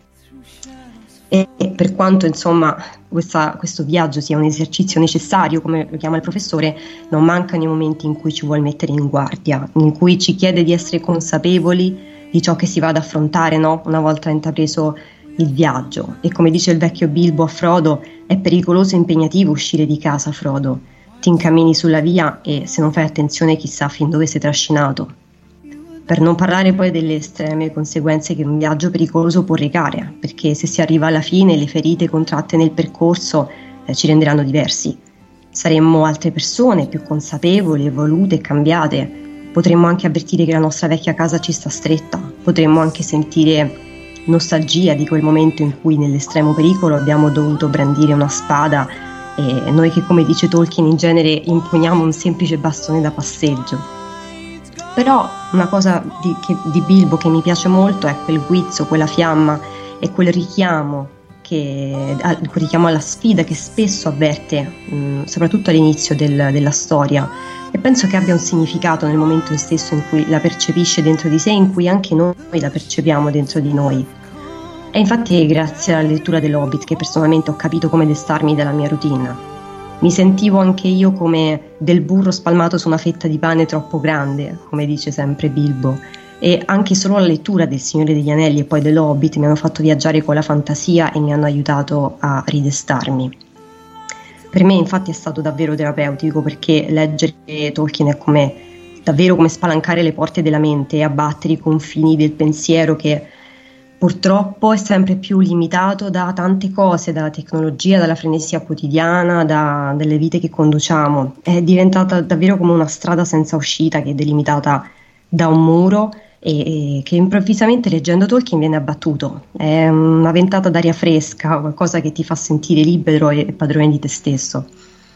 E per quanto insomma questo viaggio sia un esercizio necessario, come lo chiama il professore, non mancano i momenti in cui ci vuole mettere in guardia, in cui ci chiede di essere consapevoli di ciò che si va ad affrontare, no? Una volta intrapreso il viaggio. E come dice il vecchio Bilbo a Frodo: è pericoloso e impegnativo uscire di casa, Frodo. Ti incammini sulla via e se non fai attenzione chissà fin dove sei trascinato. Per non parlare poi delle estreme conseguenze che un viaggio pericoloso può recare, perché se si arriva alla fine le ferite contratte nel percorso ci renderanno diversi. Saremmo altre persone, più consapevoli, evolute e cambiate. Potremmo anche avvertire che la nostra vecchia casa ci sta stretta. Potremmo anche sentire nostalgia di quel momento in cui nell'estremo pericolo abbiamo dovuto brandire una spada e noi che, come dice Tolkien, in genere imponiamo un semplice bastone da passeggio. Però una cosa di Bilbo che mi piace molto è quel guizzo, quella fiamma e quel richiamo che richiamo alla sfida che spesso avverte, soprattutto all'inizio della storia, e penso che abbia un significato nel momento stesso in cui la percepisce dentro di sé, in cui anche noi la percepiamo dentro di noi. E infatti è grazie alla lettura dell'Hobbit che personalmente ho capito come destarmi dalla mia routine. Mi sentivo anche io come del burro spalmato su una fetta di pane troppo grande, come dice sempre Bilbo, e anche solo la lettura del Signore degli Anelli e poi dell'Hobbit mi hanno fatto viaggiare con la fantasia e mi hanno aiutato a ridestarmi. Per me infatti è stato davvero terapeutico, perché leggere Tolkien è davvero come spalancare le porte della mente e abbattere i confini del pensiero che purtroppo è sempre più limitato da tante cose, dalla tecnologia, dalla frenesia quotidiana, dalle vite che conduciamo. È diventata davvero come una strada senza uscita che è delimitata da un muro e che improvvisamente leggendo Tolkien viene abbattuto. È una ventata d'aria fresca, qualcosa che ti fa sentire libero e padrone di te stesso.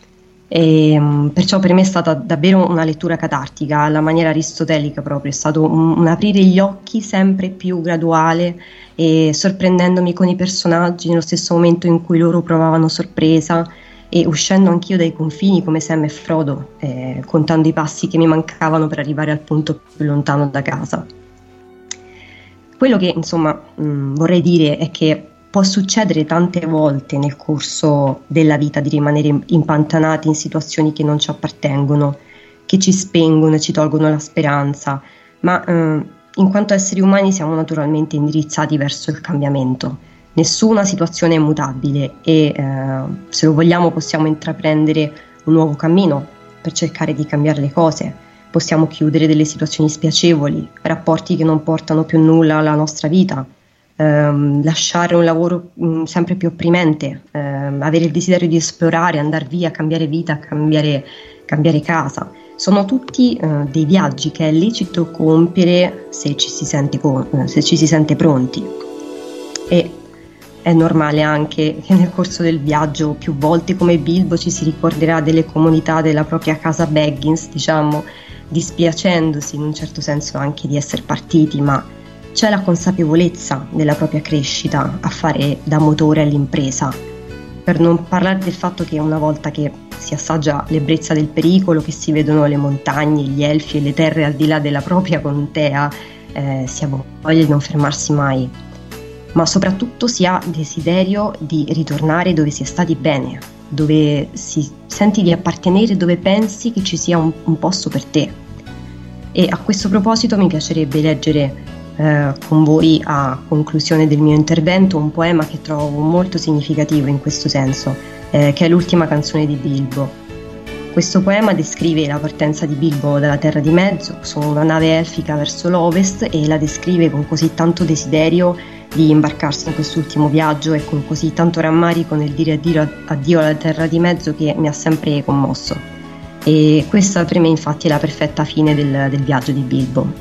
E perciò per me è stata davvero una lettura catartica, alla maniera aristotelica proprio, è stato un aprire gli occhi sempre più graduale e sorprendendomi con i personaggi nello stesso momento in cui loro provavano sorpresa e uscendo anch'io dai confini come Sam e Frodo, contando i passi che mi mancavano per arrivare al punto più lontano da casa. Quello che insomma vorrei dire è che può succedere tante volte nel corso della vita di rimanere impantanati in situazioni che non ci appartengono, che ci spengono e ci tolgono la speranza, ma in quanto esseri umani siamo naturalmente indirizzati verso il cambiamento. Nessuna situazione è immutabile e se lo vogliamo possiamo intraprendere un nuovo cammino per cercare di cambiare le cose. Possiamo chiudere delle situazioni spiacevoli, rapporti che non portano più nulla alla nostra vita, lasciare un lavoro sempre più opprimente, avere il desiderio di esplorare, andare via, cambiare vita, cambiare casa. Sono tutti dei viaggi che è lecito compiere se ci si sente pronti. E è normale anche che nel corso del viaggio più volte come Bilbo ci si ricorderà delle comunità della propria casa Baggins, diciamo, dispiacendosi in un certo senso anche di essere partiti, ma c'è la consapevolezza della propria crescita a fare da motore all'impresa. Per non parlare del fatto che una volta che si assaggia l'ebbrezza del pericolo, che si vedono le montagne, gli elfi e le terre al di là della propria contea, si ha voglia di non fermarsi mai. Ma soprattutto si ha desiderio di ritornare dove si è stati bene, dove si senti di appartenere, dove pensi che ci sia un posto per te. E a questo proposito mi piacerebbe leggere con voi, a conclusione del mio intervento, un poema che trovo molto significativo in questo senso, che è l'ultima canzone di Bilbo. Questo poema descrive la partenza di Bilbo dalla Terra di Mezzo su una nave elfica verso l'ovest e la descrive con così tanto desiderio di imbarcarsi in quest'ultimo viaggio e con così tanto rammarico nel dire addio alla Terra di Mezzo che mi ha sempre commosso. E questa per me infatti è la perfetta fine del viaggio di Bilbo.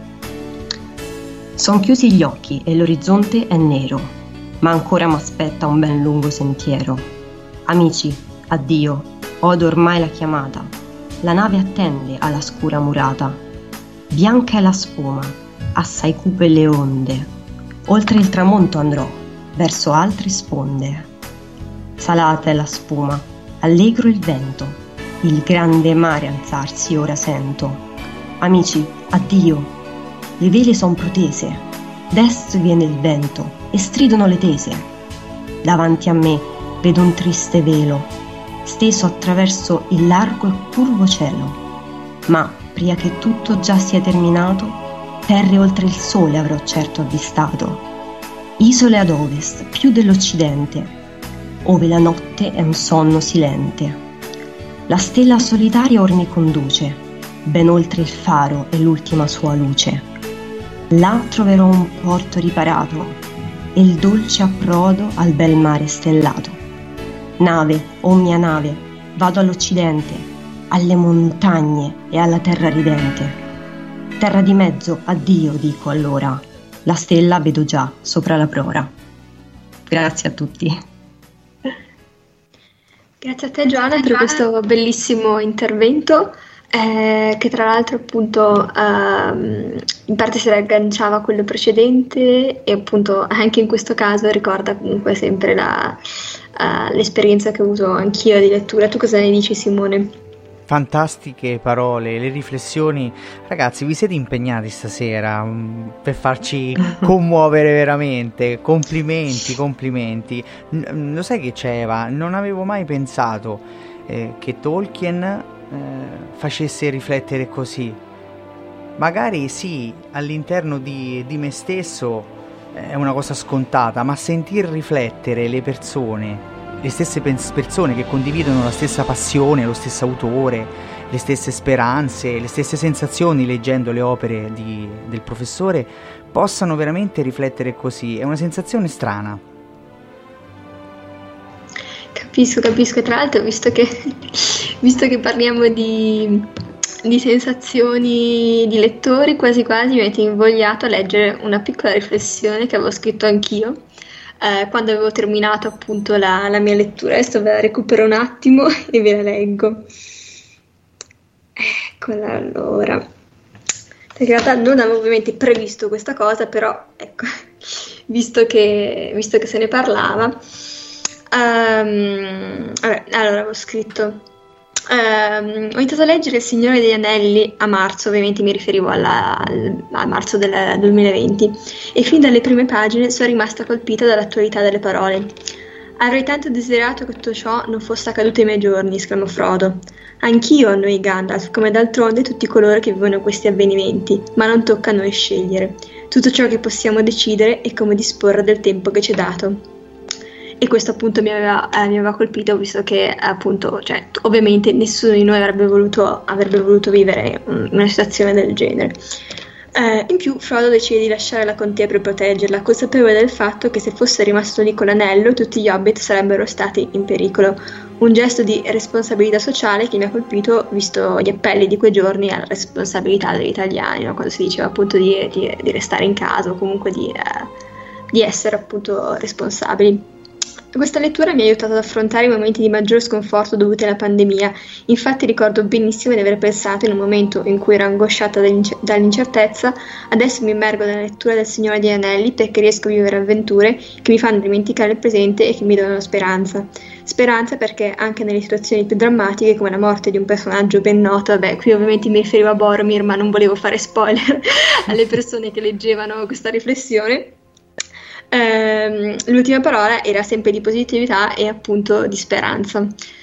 Son chiusi gli occhi e l'orizzonte è nero, ma ancora m'aspetta un ben lungo sentiero. Amici, addio, odo ormai la chiamata, la nave attende alla scura murata. Bianca è la spuma, assai cupe le onde, oltre il tramonto andrò, verso altre sponde. Salata è la spuma, allegro il vento, il grande mare alzarsi ora sento. Amici, addio, le vele son protese, d'est viene il vento e stridono le tese. Davanti a me vedo un triste velo, steso attraverso il largo e curvo cielo. Ma, prima che tutto già sia terminato, terre oltre il sole avrò certo avvistato. Isole ad ovest, più dell'occidente, ove la notte è un sonno silente. La stella solitaria or mi conduce, ben oltre il faro e l'ultima sua luce. Là troverò un porto riparato e il dolce approdo al bel mare stellato. Nave, o mia nave, vado all'occidente, alle montagne e alla terra ridente. Terra di mezzo, addio, dico allora, la stella vedo già sopra la prora. Grazie a tutti. Grazie a te Giovanna per questo bellissimo intervento. che tra l'altro appunto in parte si riagganciava a quello precedente e appunto anche in questo caso ricorda comunque sempre l'esperienza che ho avuto anch'io di lettura. Tu cosa ne dici, Simone? Fantastiche parole, le riflessioni. Ragazzi, vi siete impegnati stasera per farci commuovere veramente. Complimenti. Lo sai che c'è, Eva? Non avevo mai pensato che Tolkien facesse riflettere così. Magari sì, all'interno di me stesso è una cosa scontata, ma sentir riflettere le persone, le stesse persone che condividono la stessa passione, lo stesso autore, le stesse speranze, le stesse sensazioni leggendo le opere del professore, possano veramente riflettere così, è una sensazione strana. Capisco, tra l'altro visto che parliamo di sensazioni di lettori, quasi mi avete invogliato a leggere una piccola riflessione che avevo scritto anch'io quando avevo terminato appunto la mia lettura. Adesso ve la recupero un attimo e ve la leggo. Eccola, allora, perché in realtà non avevo ovviamente previsto questa cosa, però ecco, visto che se ne parlava, allora avevo scritto ho iniziato a leggere Il Signore degli Anelli a marzo, ovviamente mi riferivo a marzo del 2020, e fin dalle prime pagine sono rimasta colpita dall'attualità delle parole. Avrei tanto desiderato che tutto ciò non fosse accaduto ai miei giorni, esclamò Frodo. Anch'io annui Gandalf, come d'altronde tutti coloro che vivono questi avvenimenti, ma non tocca a noi scegliere. Tutto ciò che possiamo decidere è come disporre del tempo che ci è dato. E questo appunto mi aveva colpito, visto che appunto, cioè, ovviamente nessuno di noi avrebbe voluto vivere una situazione del genere. In più Frodo decide di lasciare la contea per proteggerla, consapevole del fatto che se fosse rimasto lì con l'anello tutti gli Hobbit sarebbero stati in pericolo. Un gesto di responsabilità sociale che mi ha colpito, visto gli appelli di quei giorni alla responsabilità degli italiani, no? Quando si diceva appunto di restare in casa o comunque di essere appunto responsabili. Questa lettura mi ha aiutato ad affrontare i momenti di maggior sconforto dovuti alla pandemia. Infatti ricordo benissimo di aver pensato, in un momento in cui ero angosciata dall'incertezza, adesso mi immergo nella lettura del Signore degli Anelli perché riesco a vivere avventure che mi fanno dimenticare il presente e che mi danno speranza. Speranza perché anche nelle situazioni più drammatiche, come la morte di un personaggio ben noto, qui ovviamente mi riferivo a Boromir, ma non volevo fare spoiler alle persone che leggevano questa riflessione, l'ultima parola era sempre di positività e appunto di speranza.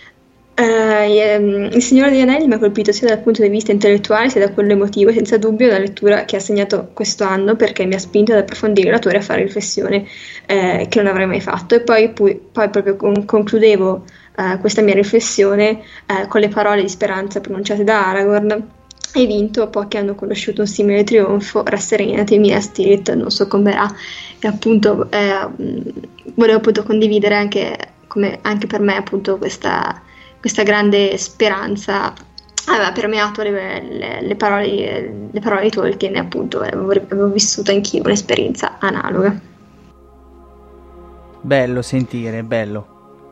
Il Signore degli Anelli mi ha colpito sia dal punto di vista intellettuale sia da quello emotivo, senza dubbio una lettura che ha segnato questo anno perché mi ha spinto ad approfondire l'autore e a fare riflessione che non avrei mai fatto. E poi proprio concludevo questa mia riflessione con le parole di speranza pronunciate da Aragorn: hai vinto, pochi hanno conosciuto un simile trionfo, rasserenati, Minas Tirith non soccomberà. E appunto volevo appunto condividere anche per me appunto questa grande speranza aveva permeato le parole di Tolkien, e appunto avevo vissuto anch'io un'esperienza analoga. Bello sentire, bello.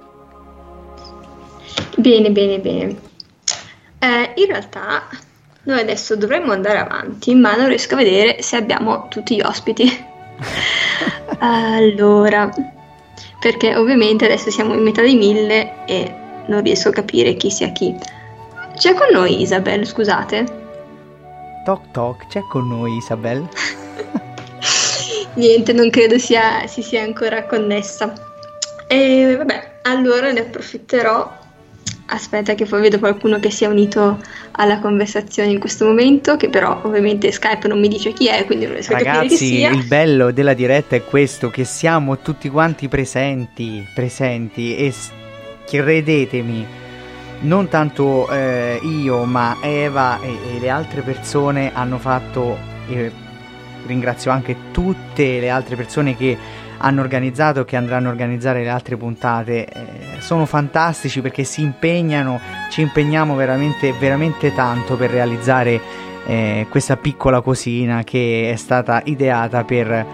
Bene. In realtà noi adesso dovremmo andare avanti, ma non riesco a vedere se abbiamo tutti gli ospiti. Allora, perché ovviamente adesso siamo in metà dei 1000 e non riesco a capire chi sia chi. C'è con noi Isabel, scusate? Toc toc, c'è con noi Isabel? Niente, non credo si sia ancora connessa. E vabbè, allora ne approfitterò. Aspetta che poi vedo qualcuno che si è unito alla conversazione in questo momento, che però ovviamente Skype non mi dice chi è, quindi non riesco a capire chi sia. Ragazzi, il bello della diretta è questo, che siamo tutti quanti presenti e credetemi, non tanto io, ma Eva e le altre persone hanno fatto, ringrazio anche tutte le altre persone che hanno organizzato, che andranno a organizzare le altre puntate, sono fantastici perché ci impegniamo veramente tanto per realizzare questa piccola cosina che è stata ideata per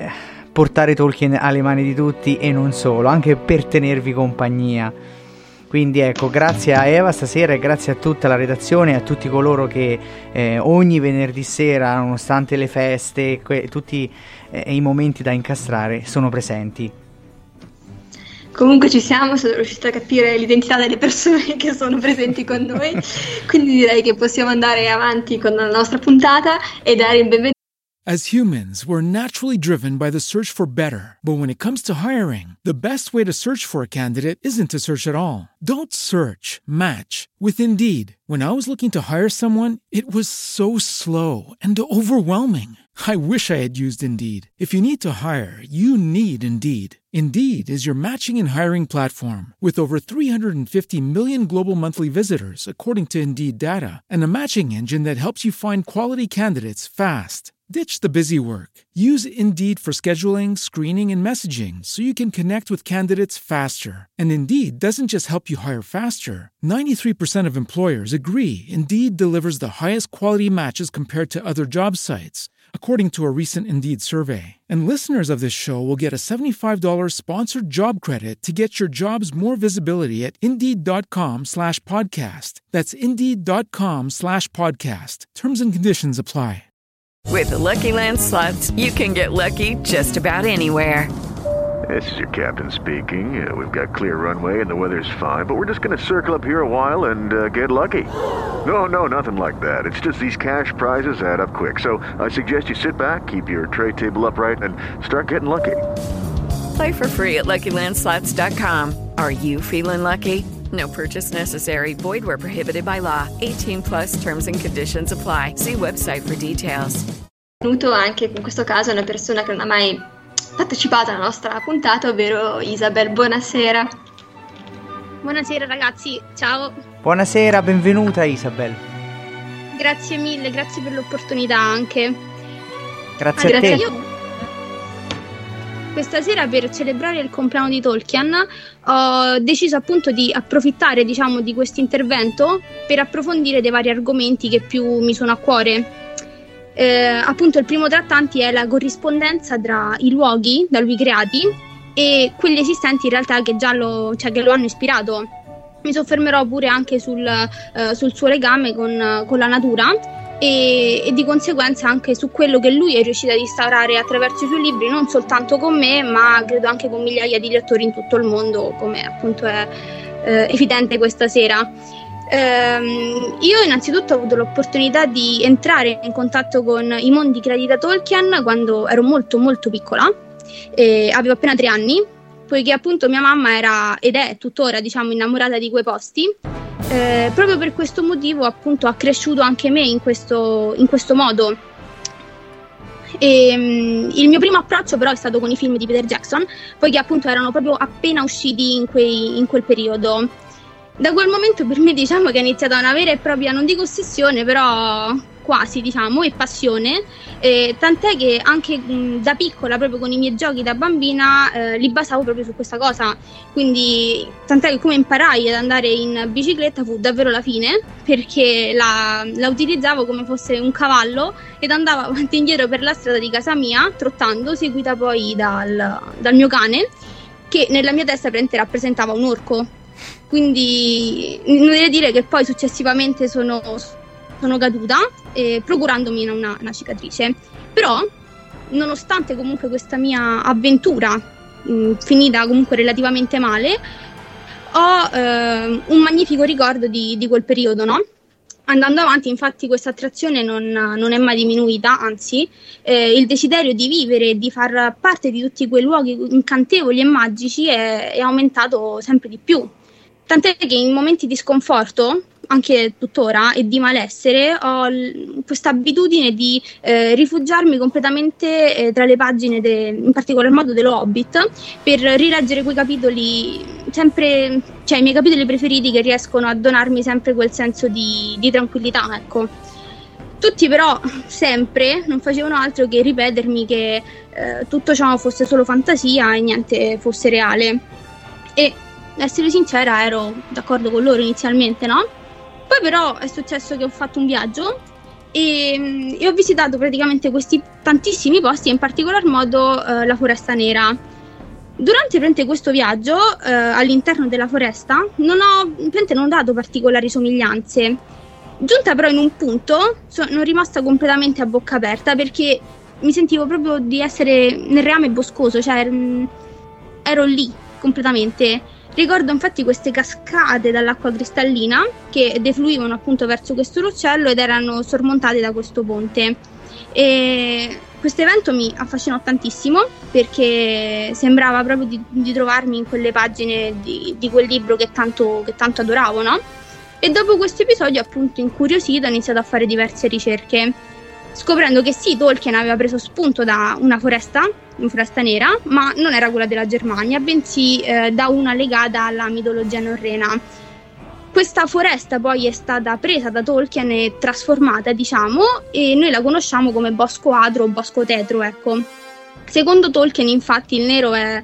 portare Tolkien alle mani di tutti e non solo, anche per tenervi compagnia. Quindi ecco, grazie a Eva stasera e grazie a tutta la redazione e a tutti coloro che ogni venerdì sera, nonostante le feste, tutti i momenti da incastrare, sono presenti. Comunque ci siamo, sono riuscita a capire l'identità delle persone che sono presenti con noi, quindi direi che possiamo andare avanti con la nostra puntata e dare il benvenuto. As humans, we're naturally driven by the search for better. But when it comes to hiring, the best way to search for a candidate isn't to search at all. Don't search, match with Indeed. When I was looking to hire someone, it was so slow and overwhelming. I wish I had used Indeed. If you need to hire, you need Indeed. Indeed is your matching and hiring platform with over 350 million global monthly visitors, according to Indeed data, and a matching engine that helps you find quality candidates fast. Ditch the busy work. Use Indeed for scheduling, screening, and messaging so you can connect with candidates faster. And Indeed doesn't just help you hire faster. 93% of employers agree Indeed delivers the highest quality matches compared to other job sites, according to a recent Indeed survey. And listeners of this show will get a $75 sponsored job credit to get your jobs more visibility at Indeed.com/podcast. That's Indeed.com/podcast. Terms and conditions apply. With the Lucky Land Slots, you can get lucky just about anywhere. This is your captain speaking. We've got clear runway and the weather's fine, but we're just going to circle up here a while and get lucky. No, nothing like that. It's just these cash prizes add up quick. So I suggest you sit back, keep your tray table upright, and start getting lucky. Play for free at LuckyLandSlots.com. Are you feeling lucky? No purchase necessary. Void where prohibited by law. 18+ terms and conditions apply. See website for details. Venuto anche in questo caso una persona che non ha mai partecipato alla nostra puntata, ovvero Isabel. Buonasera. Buonasera ragazzi, ciao. Buonasera, benvenuta Isabel. Grazie mille, grazie per l'opportunità anche. Grazie a te. Io questa sera, per celebrare il compleanno di Tolkien, ho deciso appunto di approfittare, diciamo, di questo intervento per approfondire dei vari argomenti che più mi sono a cuore. Appunto il primo tra tanti è la corrispondenza tra i luoghi da lui creati e quelli esistenti in realtà che già lo hanno ispirato. Mi soffermerò pure anche sul suo legame con la natura e di conseguenza anche su quello che lui è riuscito ad instaurare attraverso i suoi libri, non soltanto con me, ma credo anche con migliaia di lettori in tutto il mondo, come appunto è evidente questa sera. Io innanzitutto ho avuto l'opportunità di entrare in contatto con i mondi creati da Tolkien quando ero molto molto piccola, avevo appena 3 anni, poiché appunto mia mamma era ed è tuttora, diciamo, innamorata di quei posti. Proprio per questo motivo appunto ha cresciuto anche me in questo modo. Il mio primo approccio però è stato con i film di Peter Jackson, poiché appunto erano proprio appena usciti in quel periodo. Da quel momento per me, diciamo, che è iniziata una vera e propria, non dico ossessione, però quasi, diciamo, e passione, tant'è che anche da piccola, proprio con i miei giochi da bambina, li basavo proprio su questa cosa. Quindi tant'è che come imparai ad andare in bicicletta fu davvero la fine, perché la utilizzavo come fosse un cavallo ed andavo avanti e indietro per la strada di casa mia trottando, seguita poi dal mio cane, che nella mia testa praticamente rappresentava un orco. Quindi non devo dire che poi successivamente sono caduta, procurandomi una cicatrice. Però, nonostante comunque questa mia avventura finita comunque relativamente male, ho un magnifico ricordo di quel periodo, no? Andando avanti, infatti, questa attrazione non è mai diminuita, anzi, il desiderio di vivere e di far parte di tutti quei luoghi incantevoli e magici è aumentato sempre di più. Tant'è che in momenti di sconforto, anche tuttora, e di malessere, ho questa abitudine di rifugiarmi completamente tra le pagine, in particolar modo dello Hobbit, per rileggere quei capitoli sempre, cioè i miei capitoli preferiti, che riescono a donarmi sempre quel senso di tranquillità, ecco. Tutti però sempre non facevano altro che ripetermi che tutto ciò fosse solo fantasia e niente fosse reale. E essere sincera, ero d'accordo con loro inizialmente, no? Poi però è successo che ho fatto un viaggio e ho visitato praticamente questi tantissimi posti, e in particolar modo la Foresta Nera. Durante questo viaggio all'interno della foresta non ho dato particolari somiglianze. Giunta però in un punto sono rimasta completamente a bocca aperta, perché mi sentivo proprio di essere nel reame boscoso, cioè ero lì completamente. Ricordo infatti queste cascate dall'acqua cristallina che defluivano appunto verso questo ruscello ed erano sormontate da questo ponte. E questo evento mi affascinò tantissimo, perché sembrava proprio di trovarmi in quelle pagine di quel libro che tanto adoravo, no? E dopo questo episodio, appunto incuriosita, ho iniziato a fare diverse ricerche, scoprendo che sì, Tolkien aveva preso spunto da una foresta nera, ma non era quella della Germania, bensì da una legata alla mitologia norrena. Questa foresta poi è stata presa da Tolkien e trasformata, diciamo, e noi la conosciamo come Bosco Adro o Bosco Tetro, ecco. Secondo Tolkien, infatti, il nero è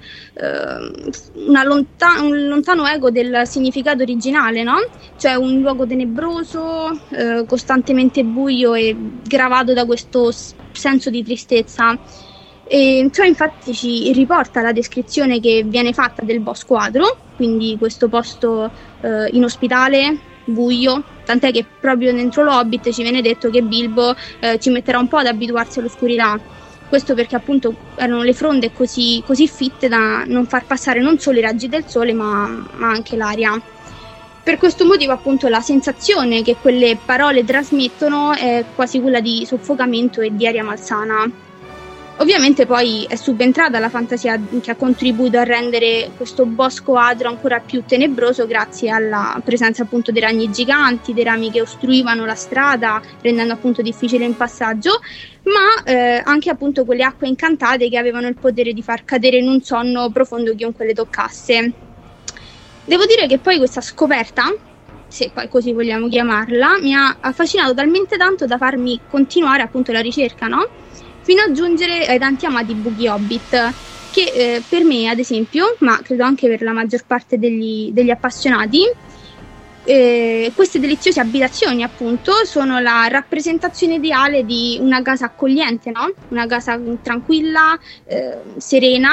un lontano eco del significato originale, no? Cioè un luogo tenebroso, costantemente buio e gravato da questo senso di tristezza. E ciò infatti ci riporta alla descrizione che viene fatta del Bosco Adro, quindi questo posto inospitale, buio, tant'è che proprio dentro l'Hobbit ci viene detto che Bilbo ci metterà un po' ad abituarsi all'oscurità. Questo perché appunto erano le fronde così fitte da non far passare non solo i raggi del sole ma anche l'aria. Per questo motivo appunto la sensazione che quelle parole trasmettono è quasi quella di soffocamento e di aria malsana. Ovviamente poi è subentrata la fantasia che ha contribuito a rendere questo Bosco Adro ancora più tenebroso, grazie alla presenza appunto dei ragni giganti, dei rami che ostruivano la strada, rendendo appunto difficile il passaggio, ma anche appunto quelle acque incantate che avevano il potere di far cadere in un sonno profondo chiunque le toccasse. Devo dire che poi questa scoperta, se poi così vogliamo chiamarla, mi ha affascinato talmente tanto da farmi continuare appunto la ricerca, no? Fino a giungere ai tanti amati buchi Hobbit, che per me, ad esempio, ma credo anche per la maggior parte degli appassionati, queste deliziose abitazioni appunto sono la rappresentazione ideale di una casa accogliente, no? Una casa tranquilla, serena,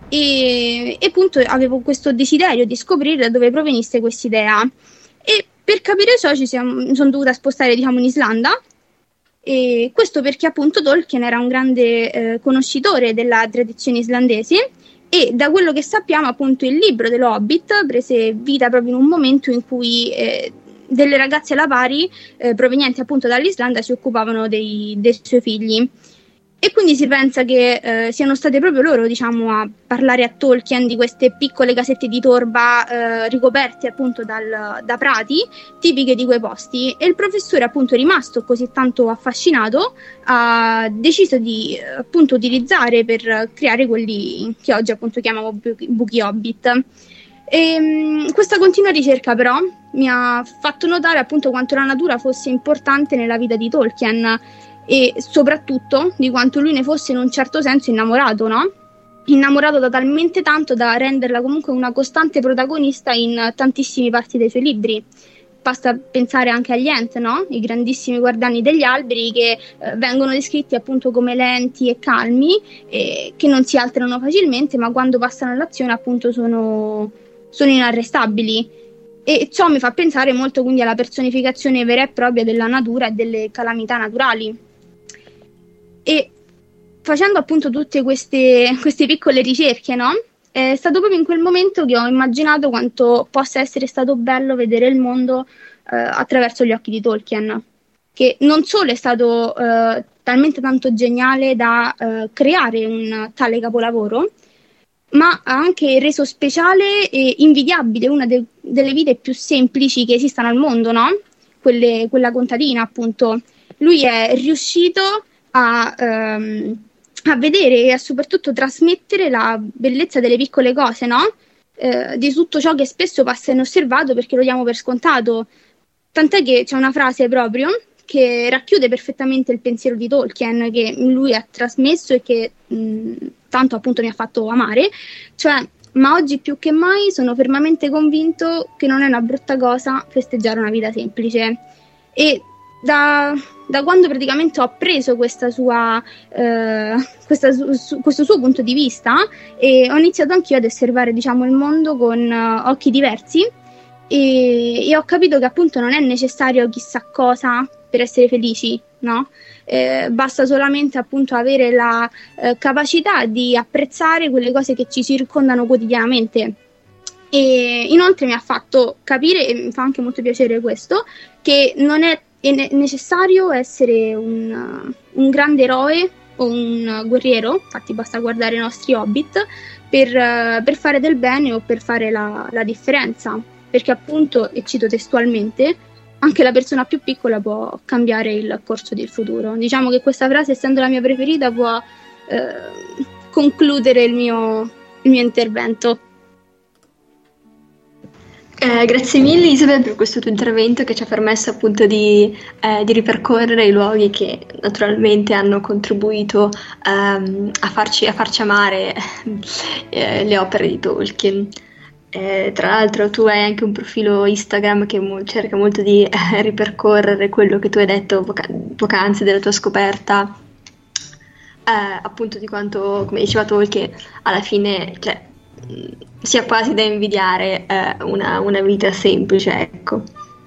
e appunto avevo questo desiderio di scoprire da dove provenisse quest'idea. E per capire ciò mi sono dovuta spostare, diciamo, in Islanda. E questo perché appunto Tolkien era un grande conoscitore della tradizione islandese, e da quello che sappiamo appunto il libro dello Hobbit prese vita proprio in un momento in cui delle ragazze alla pari provenienti appunto dall'Islanda si occupavano dei suoi figli. E quindi si pensa che siano state proprio loro, diciamo, a parlare a Tolkien di queste piccole casette di torba ricoperte appunto da prati tipiche di quei posti, e il professore, appunto rimasto così tanto affascinato, ha deciso di appunto utilizzare per creare quelli che oggi appunto chiamiamo buchi Hobbit. E questa continua ricerca però mi ha fatto notare appunto quanto la natura fosse importante nella vita di Tolkien, e soprattutto di quanto lui ne fosse in un certo senso innamorato, no? Innamorato da talmente tanto da renderla comunque una costante protagonista in tantissime parti dei suoi libri. Basta pensare anche agli Ent, no? I grandissimi guardiani degli alberi che vengono descritti appunto come lenti e calmi, che non si alterano facilmente, ma quando passano all'azione appunto sono inarrestabili. E ciò mi fa pensare molto quindi alla personificazione vera e propria della natura e delle calamità naturali. E facendo appunto tutte queste piccole ricerche, no? È stato proprio in quel momento che ho immaginato quanto possa essere stato bello vedere il mondo attraverso gli occhi di Tolkien, che non solo è stato talmente tanto geniale da creare un tale capolavoro, ma ha anche reso speciale e invidiabile una delle vite più semplici che esistano al mondo, no? Quella contadina, appunto. Lui è riuscito a vedere e a soprattutto trasmettere la bellezza delle piccole cose, no? Di tutto ciò che spesso passa inosservato perché lo diamo per scontato. Tant'è che c'è una frase proprio che racchiude perfettamente il pensiero di Tolkien, che lui ha trasmesso e che tanto appunto mi ha fatto amare, cioè: ma oggi più che mai sono fermamente convinto che non è una brutta cosa festeggiare una vita semplice. E da quando praticamente ho appreso questo suo punto di vista, e ho iniziato anch'io ad osservare, diciamo, il mondo con occhi diversi, e ho capito che appunto non è necessario chissà cosa per essere felici, no? Basta solamente appunto avere la capacità di apprezzare quelle cose che ci circondano quotidianamente. E inoltre mi ha fatto capire, e mi fa anche molto piacere questo, che non è necessario essere un grande eroe o un guerriero, infatti basta guardare i nostri Hobbit per fare del bene o per fare la differenza, perché appunto, e cito testualmente, anche la persona più piccola può cambiare il corso del futuro. Diciamo che questa frase, essendo la mia preferita, può concludere il mio intervento. Grazie mille Isabel per questo tuo intervento che ci ha permesso appunto di ripercorrere i luoghi che naturalmente hanno contribuito a farci amare le opere di Tolkien. Tra l'altro tu hai anche un profilo Instagram che cerca molto di ripercorrere quello che tu hai detto poc'anzi della tua scoperta, appunto di quanto, come diceva Tolkien, alla fine sia quasi da invidiare una vita semplice, ecco.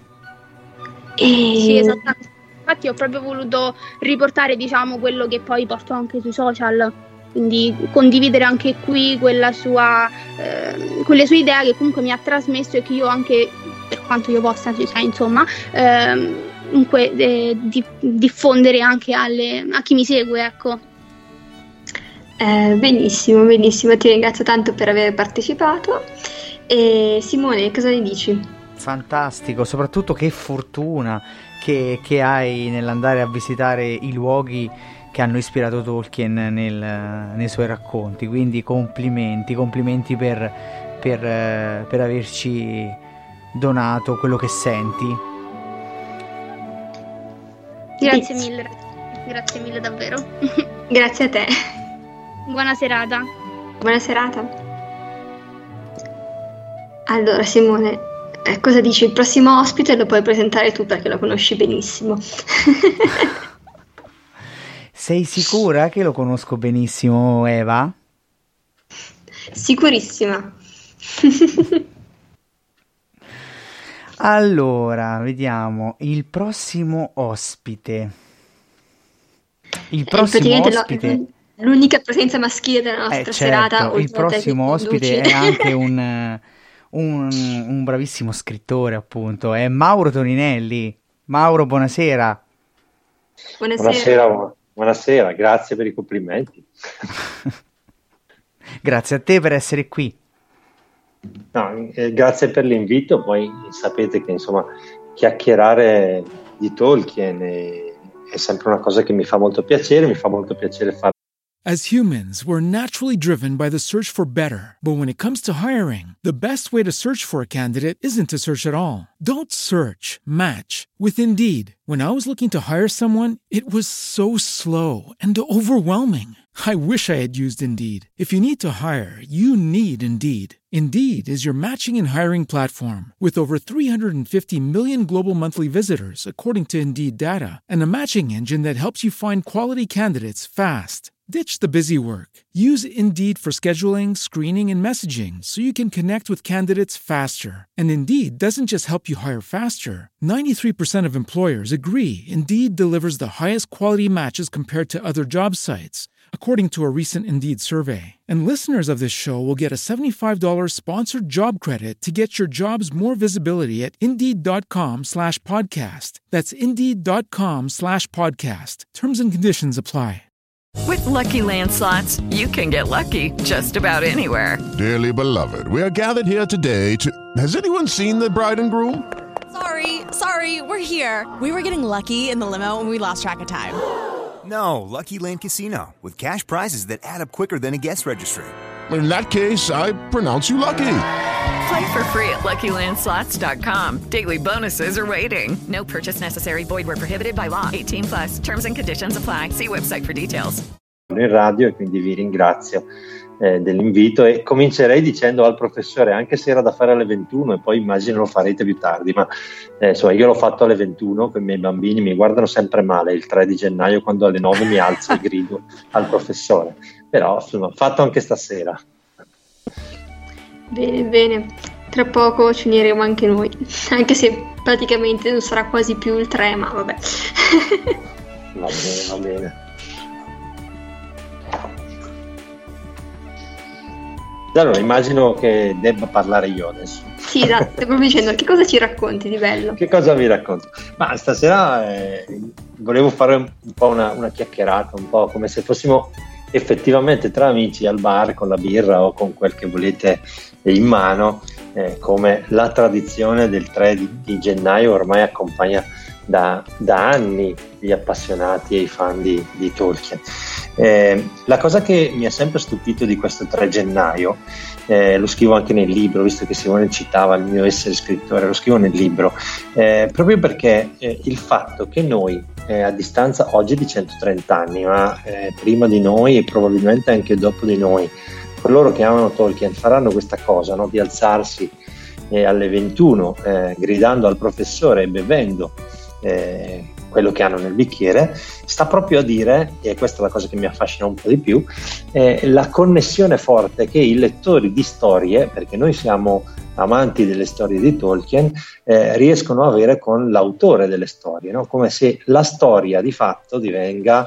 Sì, esattamente. Infatti ho proprio voluto riportare, diciamo, quello che poi porto anche sui social, quindi condividere anche qui quelle sue idee che comunque mi ha trasmesso, e che io anche, per quanto io possa, insomma, comunque diffondere anche a chi mi segue, ecco. Benissimo, ti ringrazio tanto per aver partecipato. E Simone, cosa ne dici? Fantastico, soprattutto che fortuna che hai nell'andare a visitare i luoghi che hanno ispirato Tolkien nei suoi racconti, quindi complimenti per averci donato quello che senti. Grazie mille davvero. Grazie a te. Buona serata. Allora Simone, cosa dici? Il prossimo ospite lo puoi presentare tu perché lo conosci benissimo. Sei sicura che lo conosco benissimo, Eva? Sicurissima. Allora, vediamo, il prossimo ospite. L'unica presenza maschile della nostra serata. Il prossimo ospite è anche un bravissimo scrittore, appunto, è Mauro Toninelli. Mauro, buonasera. Buonasera, grazie per i complimenti. Grazie a te per essere qui. No, grazie per l'invito. Poi sapete che insomma chiacchierare di Tolkien è sempre una cosa che mi fa molto piacere fare. As humans, we're naturally driven by the search for better. But when it comes to hiring, the best way to search for a candidate isn't to search at all. Don't search, match with Indeed. When I was looking to hire someone, it was so slow and overwhelming. I wish I had used Indeed. If you need to hire, you need Indeed. Indeed is your matching and hiring platform with over 350 million global monthly visitors, according to Indeed data, and a matching engine that helps you find quality candidates fast. Ditch the busy work. Use Indeed for scheduling, screening, and messaging so you can connect with candidates faster. And Indeed doesn't just help you hire faster. 93% of employers agree Indeed delivers the highest quality matches compared to other job sites, according to a recent Indeed survey. And listeners of this show will get a $75 sponsored job credit to get your jobs more visibility at Indeed.com/podcast. That's Indeed.com/podcast. Terms and conditions apply. With Lucky Land Slots, you can get lucky just about anywhere. Dearly beloved, we are gathered here today to... Has anyone seen the bride and groom? Sorry, we're here. We were getting lucky in the limo and we lost track of time. No, Lucky Land Casino, with cash prizes that add up quicker than a guest registry. In that case, I pronounce you lucky. Play for free at LuckyLandSlots.com. Daily bonuses are waiting. No purchase necessary. Void where prohibited by law. 18+. Terms and conditions apply. See website for details. in radio, e quindi vi ringrazio dell'invito, e comincerei dicendo al professore, anche se era da fare alle 21 e poi immagino lo farete più tardi, ma insomma io l'ho fatto alle 21 con i miei bambini, mi guardano sempre male il 3 di gennaio quando alle 9 mi alzo e grido al professore, però insomma fatto anche stasera. Bene, tra poco ci uniremo anche noi, anche se praticamente non sarà quasi più il 3, ma vabbè. Va bene. Allora, immagino che debba parlare io adesso. Sì, esatto, stavo proprio dicendo, che cosa ci racconti di bello? Che cosa vi racconto? Ma stasera volevo fare un po' una chiacchierata, un po' come se fossimo effettivamente tra amici al bar con la birra o con quel che volete in mano, come la tradizione del 3 di gennaio ormai accompagna da anni gli appassionati e i fan di Tolkien. La cosa che mi ha sempre stupito di questo 3 gennaio, lo scrivo anche nel libro, visto che Simone citava il mio essere scrittore, lo scrivo nel libro, proprio perché il fatto che noi a distanza oggi di 130 anni, ma prima di noi e probabilmente anche dopo di noi, coloro che amano Tolkien faranno questa cosa, no? Di alzarsi alle 21 gridando al professore e bevendo quello che hanno nel bicchiere, sta proprio a dire, e questa è la cosa che mi affascina un po' di più, la connessione forte che i lettori di storie, perché noi siamo amanti delle storie di Tolkien, riescono a avere con l'autore delle storie, no? Come se la storia di fatto divenga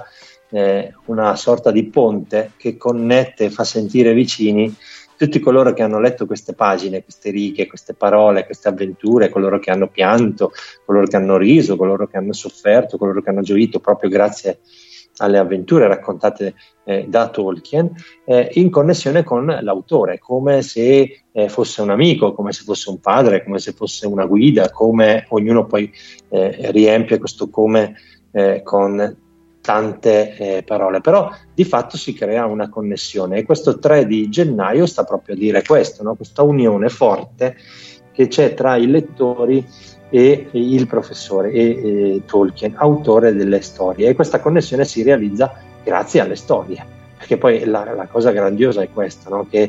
una sorta di ponte che connette e fa sentire vicini tutti coloro che hanno letto queste pagine, queste righe, queste parole, queste avventure, coloro che hanno pianto, coloro che hanno riso, coloro che hanno sofferto, coloro che hanno gioito proprio grazie alle avventure raccontate da Tolkien, in connessione con l'autore, come se fosse un amico, come se fosse un padre, come se fosse una guida, come ognuno poi riempie questo come con tante parole, però di fatto si crea una connessione, e questo 3 di gennaio sta proprio a dire questo, no? Questa unione forte che c'è tra i lettori e il professore e Tolkien, autore delle storie, e questa connessione si realizza grazie alle storie, perché poi la cosa grandiosa è questa, no? Che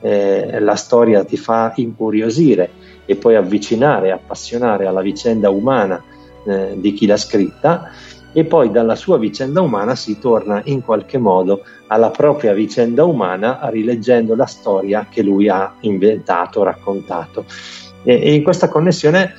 la storia ti fa incuriosire e poi avvicinare, appassionare alla vicenda umana di chi l'ha scritta, e poi dalla sua vicenda umana si torna in qualche modo alla propria vicenda umana, rileggendo la storia che lui ha inventato, raccontato, e in questa connessione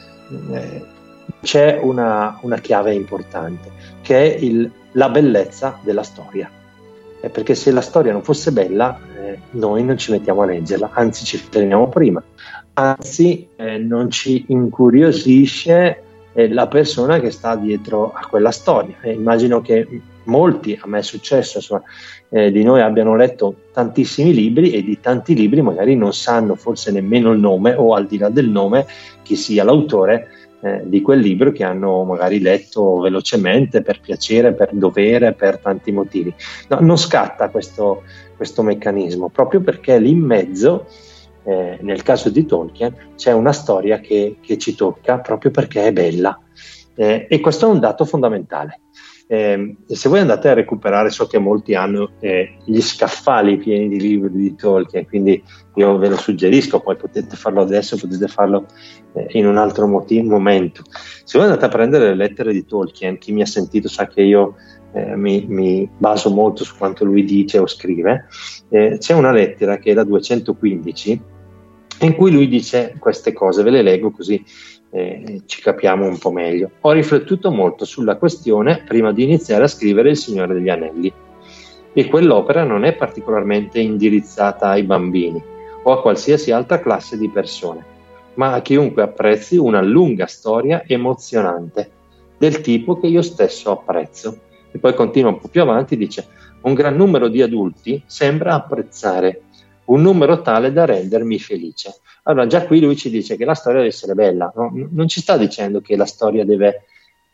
c'è una chiave importante, che è la bellezza della storia, perché se la storia non fosse bella noi non ci mettiamo a leggerla, anzi ci fermiamo prima, anzi non ci incuriosisce la persona che sta dietro a quella storia. Immagino che molti, a me è successo, insomma, di noi abbiano letto tantissimi libri, e di tanti libri magari non sanno forse nemmeno il nome, o al di là del nome chi sia l'autore di quel libro, che hanno magari letto velocemente, per piacere, per dovere, per tanti motivi. No, non scatta questo meccanismo, proprio perché lì in mezzo, nel caso di Tolkien, c'è una storia che ci tocca proprio perché è bella, e questo è un dato fondamentale. E se voi andate a recuperare, so che molti hanno gli scaffali pieni di libri di Tolkien, quindi io ve lo suggerisco, poi potete farlo adesso, potete farlo in un altro momento. Se voi andate a prendere le lettere di Tolkien, chi mi ha sentito sa che io mi baso molto su quanto lui dice o scrive, c'è una lettera che è la 215 in cui lui dice queste cose, ve le leggo così ci capiamo un po' meglio. Ho riflettuto molto sulla questione prima di iniziare a scrivere Il Signore degli Anelli, e quell'opera non è particolarmente indirizzata ai bambini o a qualsiasi altra classe di persone, ma a chiunque apprezzi una lunga storia emozionante del tipo che io stesso apprezzo. E poi continua un po' più avanti, dice: un gran numero di adulti sembra apprezzare, un numero tale da rendermi felice. Allora già qui lui ci dice che la storia deve essere bella, no? Non ci sta dicendo che la storia deve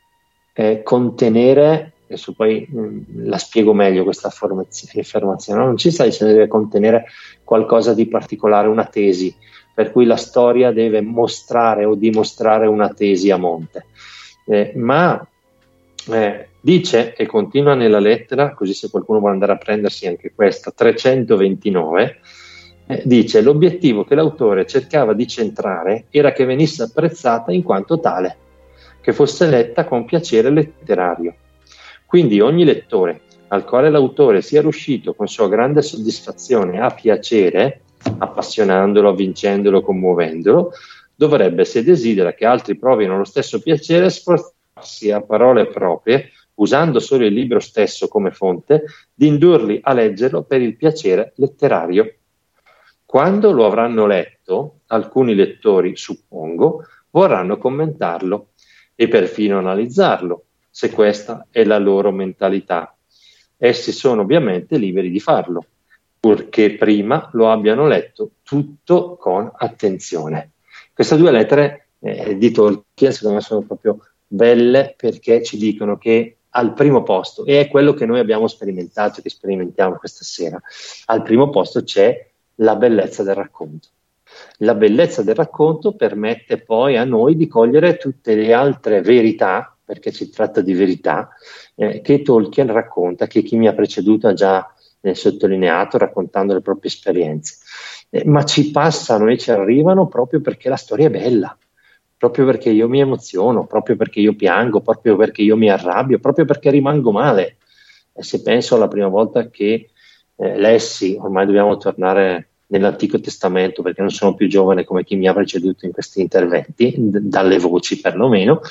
contenere, adesso poi la spiego meglio questa affermazione, no? Non ci sta dicendo che deve contenere qualcosa di particolare, una tesi, per cui la storia deve mostrare o dimostrare una tesi a monte, ma Dice, e continua nella lettera, così se qualcuno vuole andare a prendersi anche questa, 329, dice: l'obiettivo che l'autore cercava di centrare era che venisse apprezzata in quanto tale, che fosse letta con piacere letterario. Quindi ogni lettore al quale l'autore sia riuscito con sua grande soddisfazione a piacere, appassionandolo, avvincendolo, commuovendolo, dovrebbe, se desidera che altri provino lo stesso piacere, sforzarsi a parole proprie, usando solo il libro stesso come fonte, di indurli a leggerlo per il piacere letterario. Quando lo avranno letto, alcuni lettori, suppongo, vorranno commentarlo e perfino analizzarlo, se questa è la loro mentalità. Essi sono ovviamente liberi di farlo, purché prima lo abbiano letto tutto con attenzione. Queste due lettere di Tolkien secondo me sono proprio belle, perché ci dicono che al primo posto, e è quello che noi abbiamo sperimentato e che sperimentiamo questa sera, al primo posto c'è la bellezza del racconto. La bellezza del racconto permette poi a noi di cogliere tutte le altre verità, perché si tratta di verità, che Tolkien racconta, che chi mi ha preceduto ha già sottolineato raccontando le proprie esperienze. Ma ci passano e ci arrivano proprio perché la storia è bella, proprio perché io mi emoziono, proprio perché io piango, proprio perché io mi arrabbio, proprio perché rimango male. E se penso alla prima volta che lessi, ormai dobbiamo tornare nell'Antico Testamento perché non sono più giovane come chi mi ha preceduto in questi interventi, dalle voci perlomeno,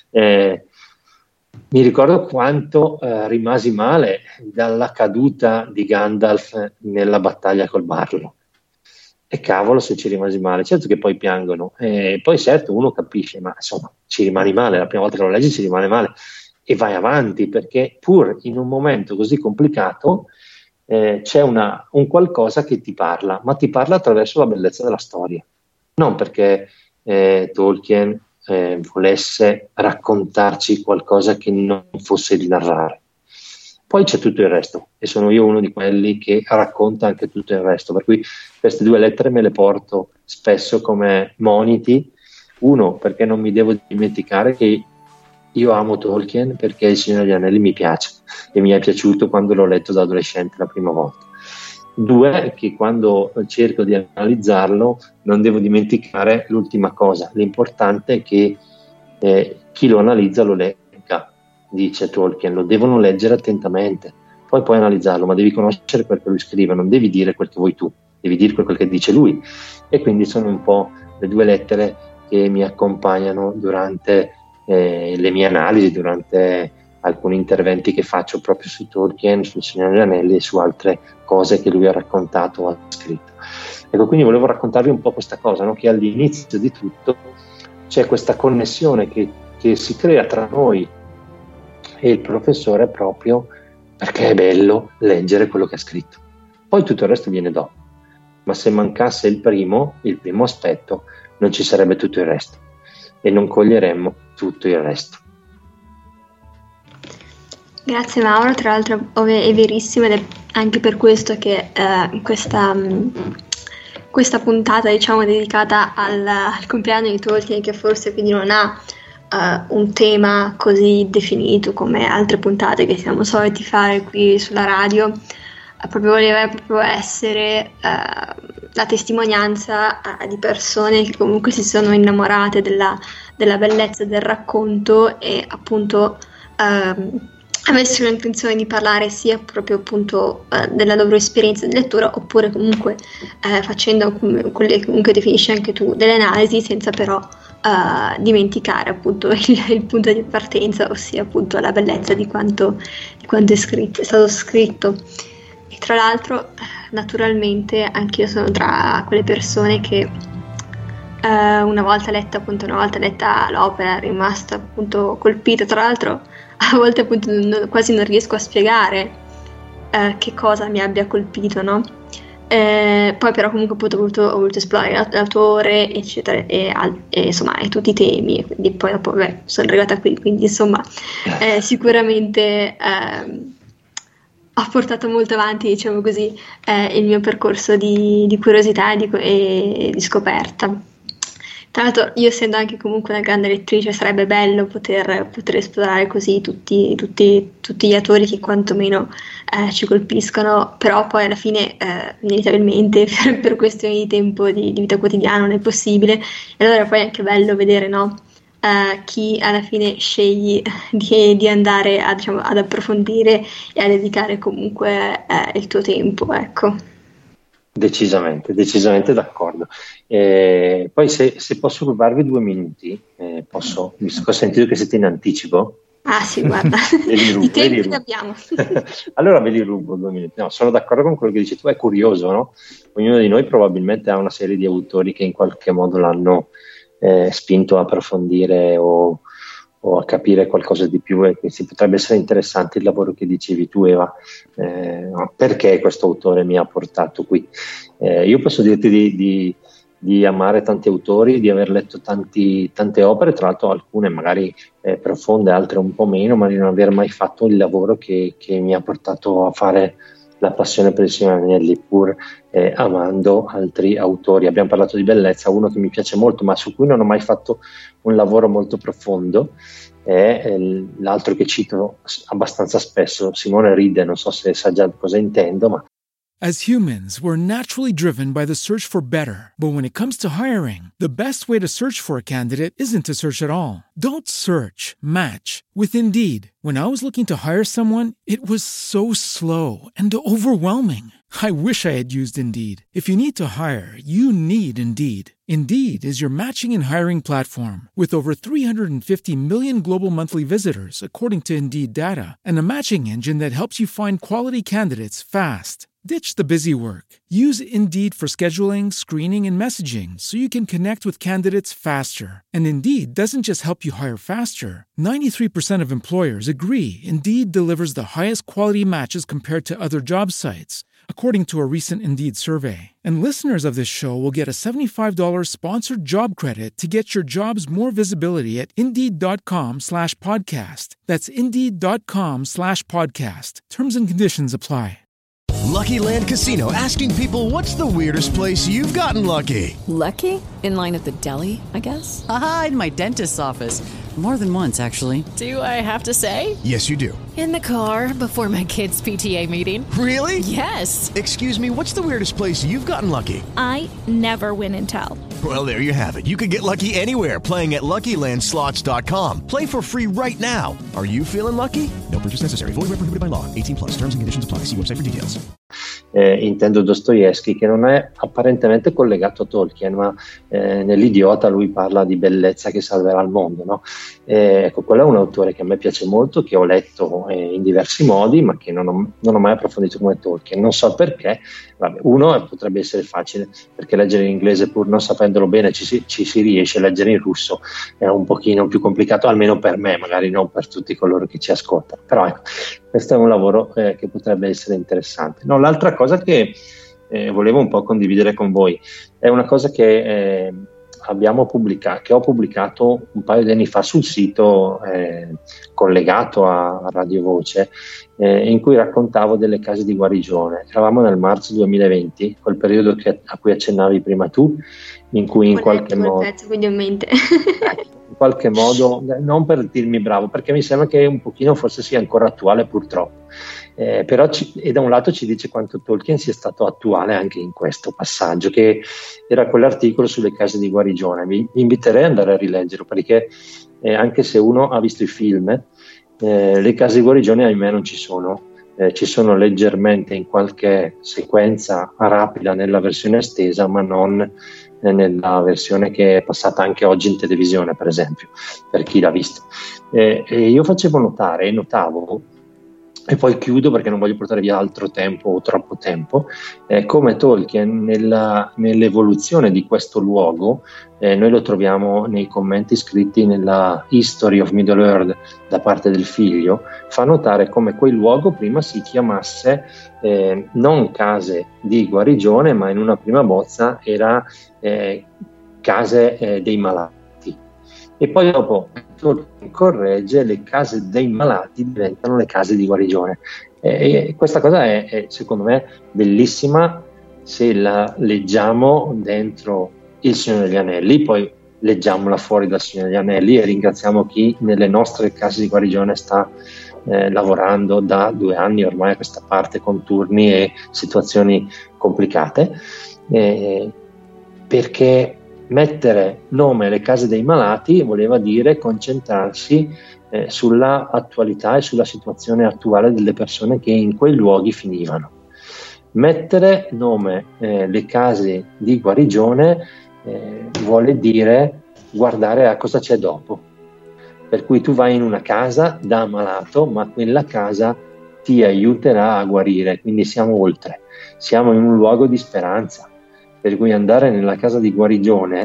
mi ricordo quanto rimasi male dalla caduta di Gandalf nella battaglia col Barlo. E cavolo se ci rimasi male, certo che poi piangono, poi certo uno capisce, ma insomma ci rimani male, la prima volta che lo leggi ci rimane male e vai avanti, perché pur in un momento così complicato c'è un qualcosa che ti parla, ma ti parla attraverso la bellezza della storia, non perché Tolkien volesse raccontarci qualcosa che non fosse di narrare. Poi c'è tutto il resto, e sono io uno di quelli che racconta anche tutto il resto, per cui queste due lettere me le porto spesso come moniti. Uno, perché non mi devo dimenticare che io amo Tolkien, perché Il Signore degli Anelli mi piace e mi è piaciuto quando l'ho letto da adolescente la prima volta. Due, che quando cerco di analizzarlo non devo dimenticare l'ultima cosa, l'importante è che chi lo analizza lo legga, dice Tolkien, lo devono leggere attentamente, poi puoi analizzarlo, ma devi conoscere quel che lui scrive, non devi dire quel che vuoi tu, devi dire quel che dice lui. E quindi sono un po' le due lettere che mi accompagnano durante le mie analisi, durante alcuni interventi che faccio proprio su Tolkien, sul Signore degli Anelli e su altre cose che lui ha raccontato o ha scritto. Ecco, quindi volevo raccontarvi un po' questa cosa, no? Che all'inizio di tutto c'è questa connessione che si crea tra noi e il professore, proprio perché è bello leggere quello che ha scritto. Poi tutto il resto viene dopo, ma se mancasse il primo aspetto non ci sarebbe tutto il resto e non coglieremmo tutto il resto. Grazie Mauro, tra l'altro è verissimo, ed è anche per questo che questa puntata, diciamo, dedicata al compleanno di Tolkien, che forse quindi non ha un tema così definito come altre puntate che siamo soliti fare qui sulla radio, voleva proprio essere la testimonianza di persone che comunque si sono innamorate della bellezza del racconto e appunto avessero l'intenzione di parlare sia proprio appunto della loro esperienza di lettura, oppure comunque facendo quelle che comunque definisci anche tu, delle analisi, senza però dimenticare appunto il punto di partenza, ossia appunto la bellezza di quanto è stato scritto. E tra l'altro naturalmente anche io sono tra quelle persone che una volta letta l'opera è rimasta appunto colpita. Tra l'altro a volte appunto quasi non riesco a spiegare che cosa mi abbia colpito, no? Poi però comunque appunto ho voluto esplorare l'autore, eccetera, e insomma, e tutti i temi, e quindi poi dopo sono arrivata qui, quindi insomma sicuramente ho portato molto avanti, diciamo così, il mio percorso di curiosità e di scoperta. Tra l'altro, io essendo anche comunque una grande lettrice, sarebbe bello poter esplorare così tutti gli autori che quantomeno ci colpiscono, però poi alla fine inevitabilmente per questioni di tempo di vita quotidiana non è possibile, e allora poi è anche bello vedere, no? Chi alla fine scegli di andare ad approfondire e a dedicare comunque il tuo tempo, ecco. Decisamente d'accordo. Poi se posso rubarvi 2 minuti, posso, visto che ho sentito che siete in anticipo. Ah sì, guarda, i tempi li abbiamo. Allora ve li rubo 2 minuti. No, sono d'accordo con quello che dici tu, è curioso, no? Ognuno di noi probabilmente ha una serie di autori che in qualche modo l'hanno spinto a approfondire o a capire qualcosa di più, e quindi potrebbe essere interessante il lavoro che dicevi tu, Eva, perché questo autore mi ha portato qui. Io posso dirti di amare tanti autori, di aver letto tante opere, tra l'altro alcune magari profonde, altre un po' meno, ma di non aver mai fatto il lavoro che mi ha portato a fare la passione per il Signore degli Anelli, pur amando altri autori. Abbiamo parlato di bellezza, uno che mi piace molto ma su cui non ho mai fatto un lavoro molto profondo è l'altro che cito abbastanza spesso. Simone ride, non so se sa già cosa intendo, ma As humans, we're naturally driven by the search for better. But when it comes to hiring, the best way to search for a candidate isn't to search at all. Don't search, match with Indeed. When I was looking to hire someone, it was so slow and overwhelming. I wish I had used Indeed. If you need to hire, you need Indeed. Indeed is your matching and hiring platform with over 350 million global monthly visitors, according to Indeed data, and a matching engine that helps you find quality candidates fast. Ditch the busy work. Use Indeed for scheduling, screening, and messaging so you can connect with candidates faster. And Indeed doesn't just help you hire faster. 93% of employers agree Indeed delivers the highest quality matches compared to other job sites, according to a recent Indeed survey. And listeners of this show will get a $75 sponsored job credit to get your jobs more visibility at Indeed.com/podcast. That's Indeed.com/podcast. Terms and conditions apply. Lucky Land Casino, asking people, what's the weirdest place you've gotten lucky? Lucky? In line at the deli, I guess? Aha, in my dentist's office. More than once, actually. Do I have to say? Yes, you do. In the car before my kids' PTA meeting. Really? Yes. Excuse me, what's the weirdest place you've gotten lucky? I never win and tell. Well, there you have it. You can get lucky anywhere, playing at LuckyLandSlots.com. Play for free right now. Are you feeling lucky? No purchase necessary. Void where prohibited by law. 18+. Terms and conditions apply. See website for details. Intendo Dostoevsky, che non è apparentemente collegato a Tolkien, ma nell'Idiota lui parla di bellezza che salverà il mondo, no? Ecco, quello è un autore che a me piace molto, che ho letto in diversi modi, ma che non ho mai approfondito come Tolkien. Non so perché. Vabbè, uno potrebbe essere facile, perché leggere in inglese, pur non sapendolo bene, ci si riesce. Leggere in russo è un pochino più complicato, almeno per me, magari non per tutti coloro che ci ascoltano, però ecco, questo è un lavoro che potrebbe essere interessante. No, l'altra cosa che volevo un po' condividere con voi è una cosa che ho pubblicato un paio di anni fa sul sito collegato a Radio Voce, in cui raccontavo delle case di guarigione. Eravamo nel marzo 2020, quel periodo a cui accennavi prima tu, in cui in qualche modo, non per dirmi bravo, perché mi sembra che un pochino forse sia ancora attuale, purtroppo, però e da un lato ci dice quanto Tolkien sia stato attuale anche in questo passaggio, che era quell'articolo sulle case di guarigione. Vi inviterei ad andare a rileggerlo, perché anche se uno ha visto i film, le case di guarigione ahimè non ci sono. Ci sono leggermente in qualche sequenza rapida nella versione estesa, ma non nella versione che è passata anche oggi in televisione, per esempio, per chi l'ha visto. E io notavo, e poi chiudo perché non voglio portare via altro tempo o troppo tempo, come Tolkien nell'evoluzione di questo luogo, noi lo troviamo nei commenti scritti nella History of Middle Earth da parte del figlio, fa notare come quel luogo prima si chiamasse non case di guarigione, ma in una prima bozza era case dei malati. E poi dopo corregge, le case dei malati diventano le case di guarigione. E questa cosa è secondo me bellissima se la leggiamo dentro Il Signore degli Anelli. Poi leggiamola fuori dal Signore degli Anelli, e ringraziamo chi nelle nostre case di guarigione sta lavorando da 2 anni ormai a questa parte, con turni e situazioni complicate, perché mettere nome alle case dei malati voleva dire concentrarsi sulla attualità e sulla situazione attuale delle persone che in quei luoghi finivano. Mettere nome alle case di guarigione vuole dire guardare a cosa c'è dopo. Per cui tu vai in una casa da malato, ma quella casa ti aiuterà a guarire, quindi siamo oltre, siamo in un luogo di speranza. Per cui andare nella casa di guarigione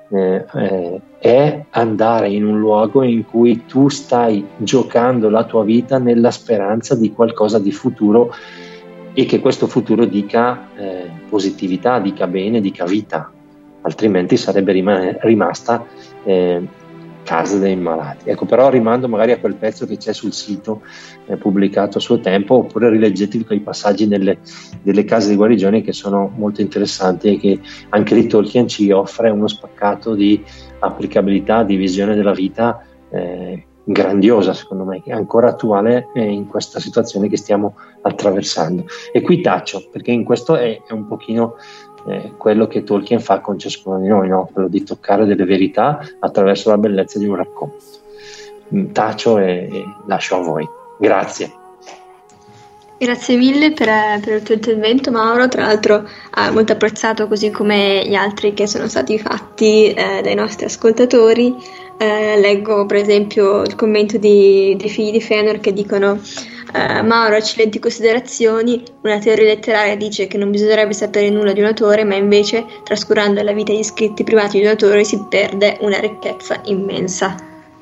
è andare in un luogo in cui tu stai giocando la tua vita nella speranza di qualcosa di futuro, e che questo futuro dica positività, dica bene, dica vita, altrimenti sarebbe rimasta casa dei malati. Ecco, però rimando magari a quel pezzo che c'è sul sito pubblicato a suo tempo, oppure rileggetevi quei passaggi delle case di guarigione, che sono molto interessanti, e che anche lì Tolkien ci offre uno spaccato di applicabilità, di visione della vita grandiosa, secondo me, che è ancora attuale in questa situazione che stiamo attraversando. E qui taccio, perché in questo è un pochino quello che Tolkien fa con ciascuno di noi, no? Quello di toccare delle verità attraverso la bellezza di un racconto. Taccio e lascio a voi. Grazie. Grazie mille per il tuo intervento, Mauro. Tra l'altro molto apprezzato, così come gli altri che sono stati fatti dai nostri ascoltatori. Leggo per esempio il commento dei figli di Fëanor, che dicono: Mauro, eccellenti considerazioni. Una teoria letteraria dice che non bisognerebbe sapere nulla di un autore, ma invece, trascurando la vita e gli scritti privati di un autore, si perde una ricchezza immensa.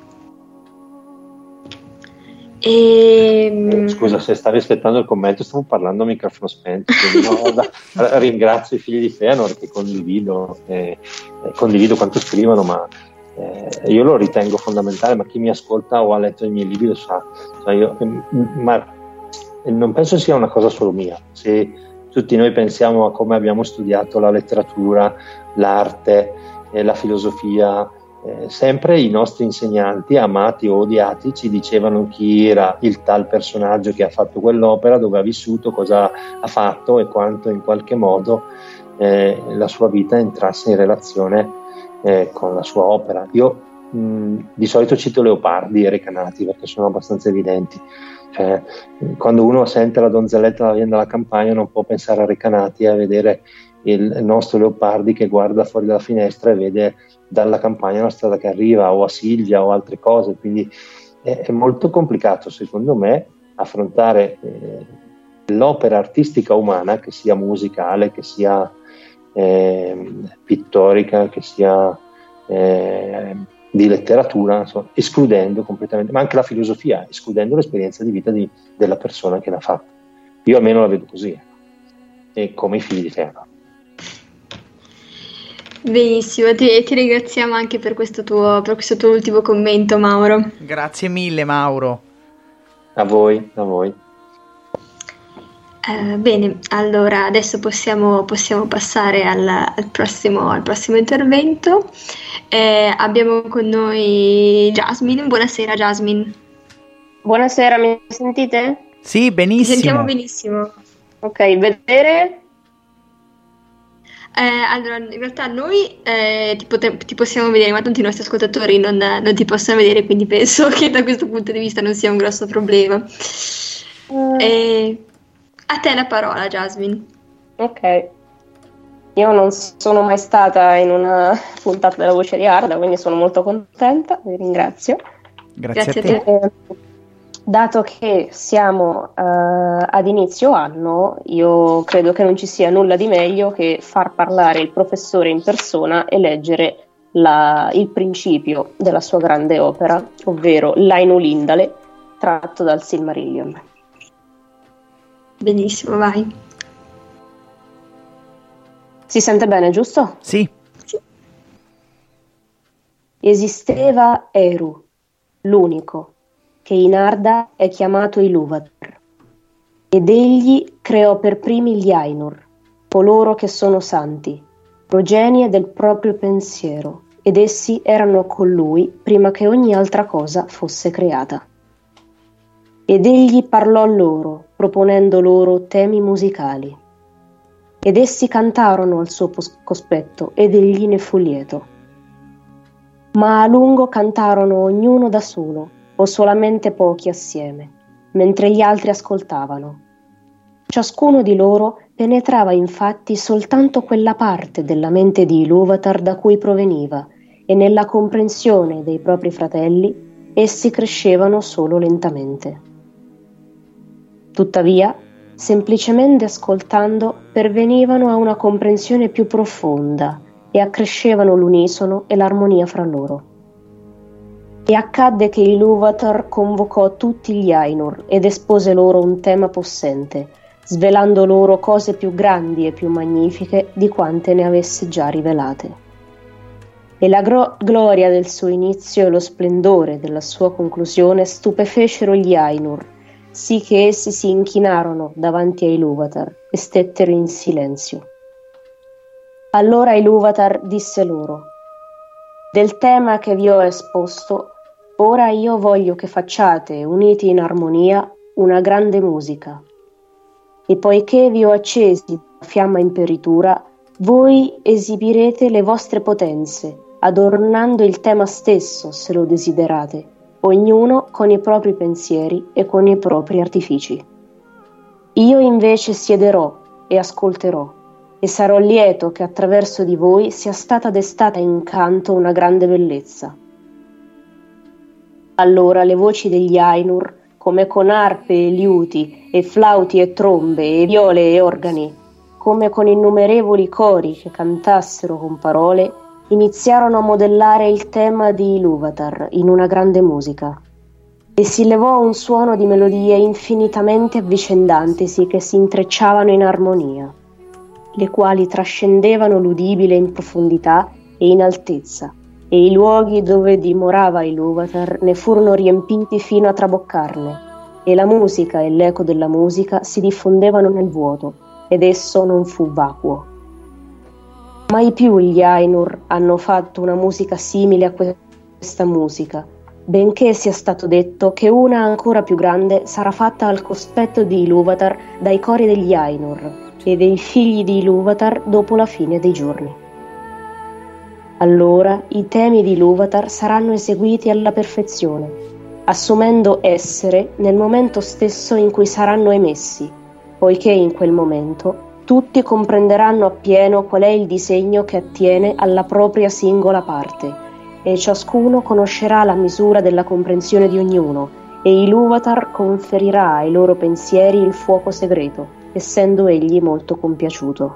Scusa, se stavi aspettando il commento, stavo parlando a microfono spento, ringrazio i figli di Fëanor, che condivido quanto scrivono, ma io lo ritengo fondamentale, ma chi mi ascolta o ha letto i miei libri lo sa. Ma non penso sia una cosa solo mia. Se tutti noi pensiamo a come abbiamo studiato la letteratura, l'arte, la filosofia, sempre i nostri insegnanti, amati o odiati, ci dicevano chi era il tal personaggio che ha fatto quell'opera, dove ha vissuto, cosa ha fatto e quanto in qualche modo la sua vita entrasse in relazione con la sua opera. Io di solito cito Leopardi e Recanati, perché sono abbastanza evidenti. Quando uno sente la donzelletta che viene dalla campagna, non può pensare a Recanati e a vedere il nostro Leopardi che guarda fuori dalla finestra e vede dalla campagna la strada che arriva, o a Silvia o altre cose. Quindi è molto complicato, secondo me, affrontare l'opera artistica umana, che sia musicale, che sia pittorica, che sia di letteratura, insomma, escludendo completamente, ma anche la filosofia, escludendo l'esperienza di vita della persona che l'ha fatta. Io almeno la vedo così, e come i figli di Fëanor. Benissimo, ti ringraziamo anche per questo tuo ultimo commento, Mauro. Grazie mille, Mauro. A voi. Bene, allora adesso possiamo passare al prossimo intervento. Abbiamo con noi Jasmine. Buonasera, Jasmine. Buonasera, mi sentite? Sì, benissimo. Ti sentiamo benissimo. Ok, vedere? Allora, in realtà noi ti possiamo vedere, ma tanti i nostri ascoltatori non ti possono vedere, quindi penso che da questo punto di vista non sia un grosso problema. A te la parola, Jasmine. Ok. Io non sono mai stata in una puntata della Voce di Arda, quindi sono molto contenta, vi ringrazio. Grazie a te. Dato che siamo ad inizio anno, io credo che non ci sia nulla di meglio che far parlare il professore in persona e leggere il principio della sua grande opera, ovvero l'Ainulindale, tratto dal Silmarillion. Benissimo, vai. Si sente bene, giusto? Sì. Esisteva Eru, l'unico, che in Arda è chiamato Ilúvatar, ed egli creò per primi gli Ainur, coloro che sono santi, progenie del proprio pensiero, ed essi erano con lui prima che ogni altra cosa fosse creata. Ed egli parlò loro, proponendo loro temi musicali. Ed essi cantarono al suo cospetto, ed egli ne fu lieto. Ma a lungo cantarono ognuno da solo, o solamente pochi assieme, mentre gli altri ascoltavano. Ciascuno di loro penetrava infatti soltanto quella parte della mente di Ilúvatar da cui proveniva, e nella comprensione dei propri fratelli essi crescevano solo lentamente. Tuttavia, semplicemente ascoltando, pervenivano a una comprensione più profonda e accrescevano l'unisono e l'armonia fra loro. E accadde che Ilúvatar convocò tutti gli Ainur ed espose loro un tema possente, svelando loro cose più grandi e più magnifiche di quante ne avesse già rivelate. E la gloria del suo inizio e lo splendore della sua conclusione stupefecero gli Ainur, sì che essi si inchinarono davanti a Ilúvatar e stettero in silenzio. Allora Ilúvatar disse loro: «Del tema che vi ho esposto, ora io voglio che facciate, uniti in armonia, una grande musica. E poiché vi ho accesi la fiamma imperitura, voi esibirete le vostre potenze, adornando il tema stesso, se lo desiderate, ognuno con i propri pensieri e con i propri artifici. Io invece siederò e ascolterò, e sarò lieto che attraverso di voi sia stata destata in canto una grande bellezza». Allora le voci degli Ainur, come con arpe e liuti, e flauti e trombe, e viole e organi, come con innumerevoli cori che cantassero con parole, iniziarono a modellare il tema di Ilúvatar in una grande musica. E si levò un suono di melodie infinitamente avvicendantesi che si intrecciavano in armonia, le quali trascendevano l'udibile in profondità e in altezza, e i luoghi dove dimorava Ilúvatar ne furono riempiti fino a traboccarne, e la musica e l'eco della musica si diffondevano nel vuoto, ed esso non fu vacuo. Mai più gli Ainur hanno fatto una musica simile a questa musica, benché sia stato detto che una ancora più grande sarà fatta al cospetto di Ilúvatar dai cori degli Ainur e dei figli di Ilúvatar dopo la fine dei giorni. Allora i temi di Ilúvatar saranno eseguiti alla perfezione, assumendo essere nel momento stesso in cui saranno emessi, poiché in quel momento tutti comprenderanno appieno qual è il disegno che attiene alla propria singola parte, e ciascuno conoscerà la misura della comprensione di ognuno, e Ilúvatar conferirà ai loro pensieri il fuoco segreto, essendo egli molto compiaciuto.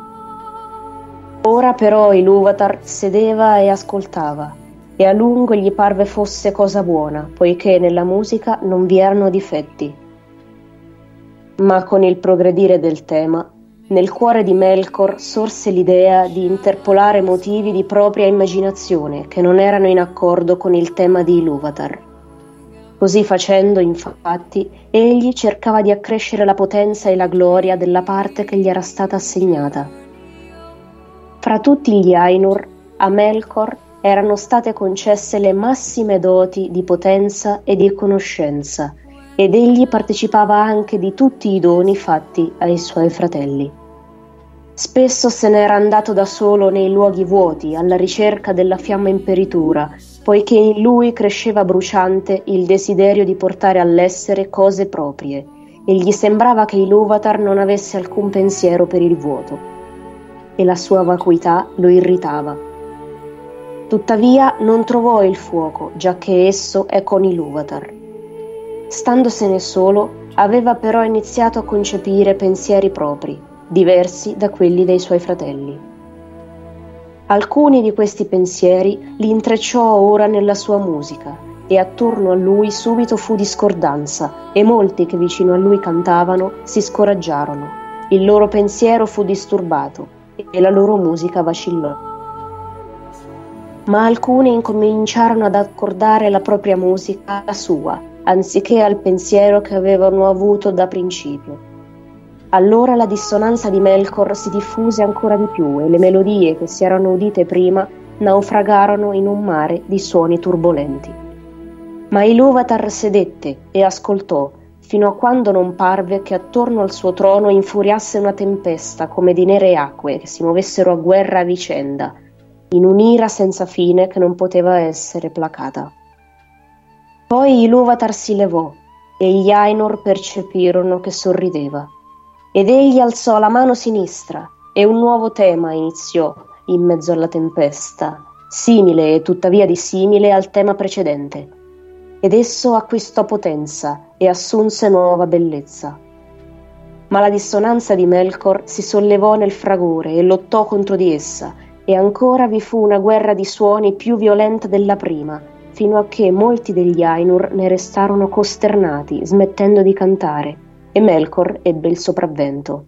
Ora però Ilúvatar sedeva e ascoltava, e a lungo gli parve fosse cosa buona, poiché nella musica non vi erano difetti. Ma con il progredire del tema, nel cuore di Melkor sorse l'idea di interpolare motivi di propria immaginazione che non erano in accordo con il tema di Ilúvatar. Così facendo, infatti, egli cercava di accrescere la potenza e la gloria della parte che gli era stata assegnata. Fra tutti gli Ainur, a Melkor erano state concesse le massime doti di potenza e di conoscenza, ed egli partecipava anche di tutti i doni fatti ai suoi fratelli. Spesso se n'era andato da solo nei luoghi vuoti alla ricerca della fiamma imperitura, poiché in lui cresceva bruciante il desiderio di portare all'essere cose proprie, e gli sembrava che Ilúvatar non avesse alcun pensiero per il vuoto, e la sua vacuità lo irritava. Tuttavia non trovò il fuoco, giacché esso è con Ilúvatar. Standosene solo, aveva però iniziato a concepire pensieri propri, diversi da quelli dei suoi fratelli. Alcuni di questi pensieri li intrecciò ora nella sua musica, e attorno a lui subito fu discordanza, e molti che vicino a lui cantavano si scoraggiarono. Il loro pensiero fu disturbato, e la loro musica vacillò. Ma alcuni incominciarono ad accordare la propria musica alla sua, anziché al pensiero che avevano avuto da principio. Allora la dissonanza di Melkor si diffuse ancora di più, e le melodie che si erano udite prima naufragarono in un mare di suoni turbolenti. Ma Ilúvatar sedette e ascoltò fino a quando non parve che attorno al suo trono infuriasse una tempesta come di nere acque che si muovessero a guerra a vicenda, in un'ira senza fine che non poteva essere placata. Poi Ilúvatar si levò e gli Ainur percepirono che sorrideva. Ed egli alzò la mano sinistra e un nuovo tema iniziò in mezzo alla tempesta, simile e tuttavia dissimile al tema precedente. Ed esso acquistò potenza e assunse nuova bellezza. Ma la dissonanza di Melkor si sollevò nel fragore e lottò contro di essa, e ancora vi fu una guerra di suoni più violenta della prima, fino a che molti degli Ainur ne restarono costernati, smettendo di cantare, e Melkor ebbe il sopravvento.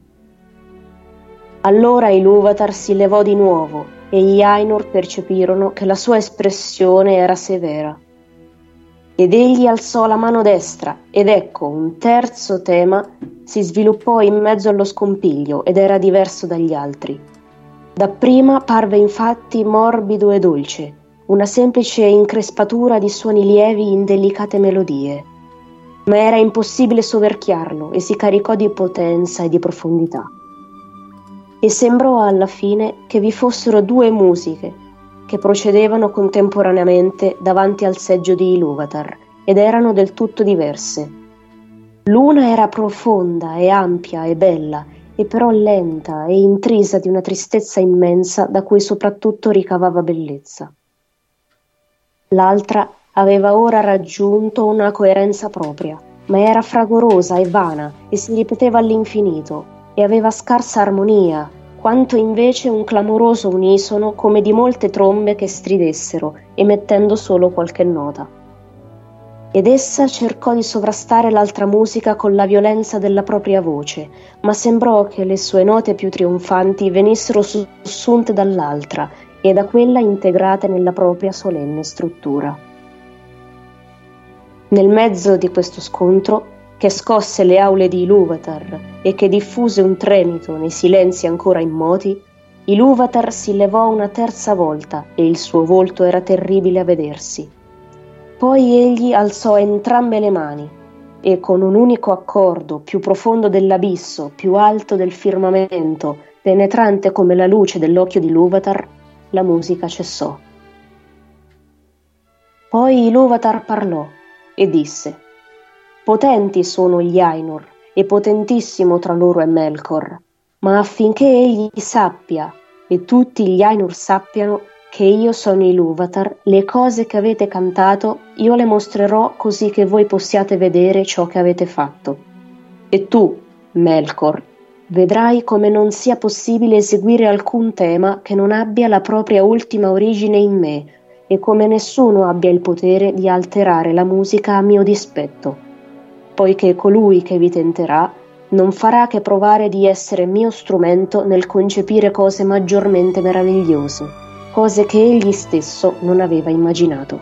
Allora Ilúvatar si levò di nuovo, e gli Ainur percepirono che la sua espressione era severa. Ed egli alzò la mano destra, ed ecco un terzo tema si sviluppò in mezzo allo scompiglio ed era diverso dagli altri. Dapprima parve infatti morbido e dolce, una semplice increspatura di suoni lievi in delicate melodie, ma era impossibile soverchiarlo e si caricò di potenza e di profondità. E sembrò alla fine che vi fossero due musiche che procedevano contemporaneamente davanti al seggio di Ilúvatar ed erano del tutto diverse. L'una era profonda e ampia e bella, e però lenta e intrisa di una tristezza immensa da cui soprattutto ricavava bellezza. L'altra aveva ora raggiunto una coerenza propria, ma era fragorosa e vana e si ripeteva all'infinito e aveva scarsa armonia, quanto invece un clamoroso unisono come di molte trombe che stridessero, emettendo solo qualche nota. Ed essa cercò di sovrastare l'altra musica con la violenza della propria voce, ma sembrò che le sue note più trionfanti venissero sussunte dall'altra e da quella integrate nella propria solenne struttura. Nel mezzo di questo scontro, che scosse le aule di Ilúvatar e che diffuse un tremito nei silenzi ancora immoti, Ilúvatar si levò una terza volta e il suo volto era terribile a vedersi. Poi egli alzò entrambe le mani e con un unico accordo, più profondo dell'abisso, più alto del firmamento, penetrante come la luce dell'occhio di Ilúvatar, la musica cessò. Poi Ilúvatar parlò e disse: «Potenti sono gli Ainur, e potentissimo tra loro è Melkor, ma affinché egli sappia, e tutti gli Ainur sappiano, che io sono Ilúvatar, le cose che avete cantato io le mostrerò così che voi possiate vedere ciò che avete fatto. E tu, Melkor, vedrai come non sia possibile eseguire alcun tema che non abbia la propria ultima origine in me, e come nessuno abbia il potere di alterare la musica a mio dispetto, poiché colui che vi tenterà non farà che provare di essere mio strumento nel concepire cose maggiormente meravigliose, cose che egli stesso non aveva immaginato».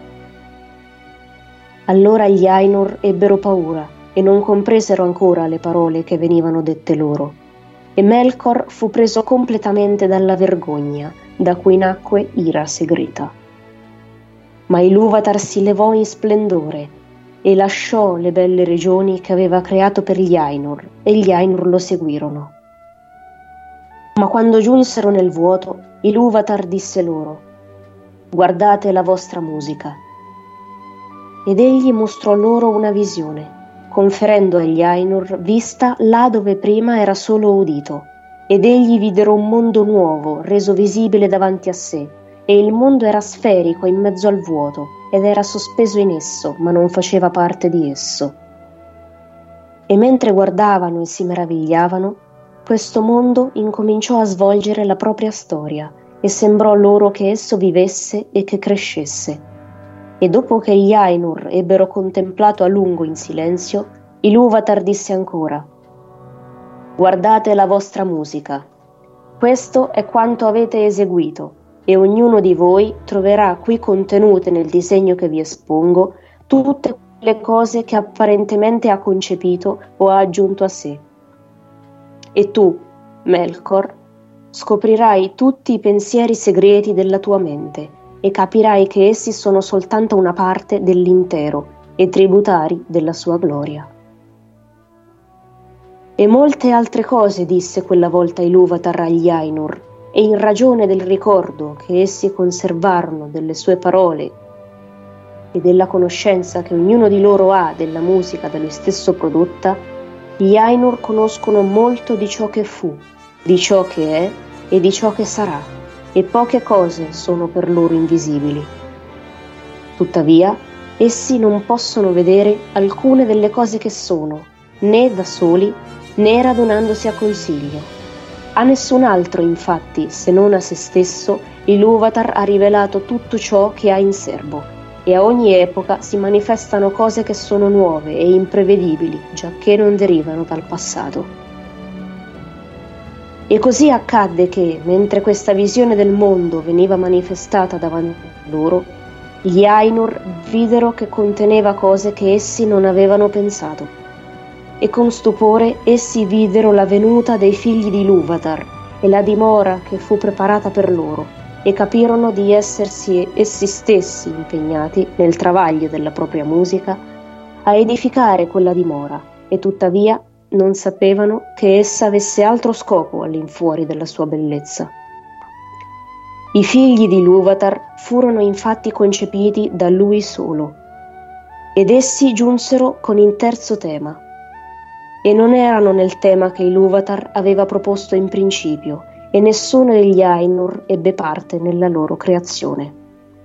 Allora gli Ainur ebbero paura e non compresero ancora le parole che venivano dette loro, e Melkor fu preso completamente dalla vergogna, da cui nacque ira segreta. Ma Ilúvatar si levò in splendore e lasciò le belle regioni che aveva creato per gli Ainur, e gli Ainur lo seguirono. Ma quando giunsero nel vuoto, Ilúvatar disse loro: «Guardate la vostra musica». Ed egli mostrò loro una visione, conferendo agli Ainur vista là dove prima era solo udito, ed egli videro un mondo nuovo reso visibile davanti a sé, e il mondo era sferico in mezzo al vuoto, ed era sospeso in esso, ma non faceva parte di esso. E mentre guardavano e si meravigliavano, questo mondo incominciò a svolgere la propria storia, e sembrò loro che esso vivesse e che crescesse. E dopo che gli Ainur ebbero contemplato a lungo in silenzio, Ilúvatar disse ancora: «Guardate la vostra musica. Questo è quanto avete eseguito, e ognuno di voi troverà qui contenute nel disegno che vi espongo tutte le cose che apparentemente ha concepito o ha aggiunto a sé. E tu, Melkor, scoprirai tutti i pensieri segreti della tua mente e capirai che essi sono soltanto una parte dell'intero e tributari della sua gloria. E molte altre cose disse quella volta Ilúvatar agli Ainur, e in ragione del ricordo che essi conservarono delle sue parole e della conoscenza che ognuno di loro ha della musica da lui stesso prodotta, gli Ainur conoscono molto di ciò che fu, di ciò che è e di ciò che sarà, e poche cose sono per loro invisibili. Tuttavia, essi non possono vedere alcune delle cose che sono, né da soli, né radunandosi a consiglio. A nessun altro, infatti, se non a se stesso, Ilúvatar ha rivelato tutto ciò che ha in serbo, e a ogni epoca si manifestano cose che sono nuove e imprevedibili, giacché non derivano dal passato. E così accadde che, mentre questa visione del mondo veniva manifestata davanti a loro, gli Ainur videro che conteneva cose che essi non avevano pensato. E con stupore essi videro la venuta dei figli di Ilúvatar e la dimora che fu preparata per loro, e capirono di essersi essi stessi impegnati nel travaglio della propria musica a edificare quella dimora, e tuttavia non sapevano che essa avesse altro scopo all'infuori della sua bellezza. I figli di Ilúvatar furono infatti concepiti da lui solo, ed essi giunsero con il terzo tema, e non erano nel tema che Ilúvatar aveva proposto in principio, e nessuno degli Ainur ebbe parte nella loro creazione.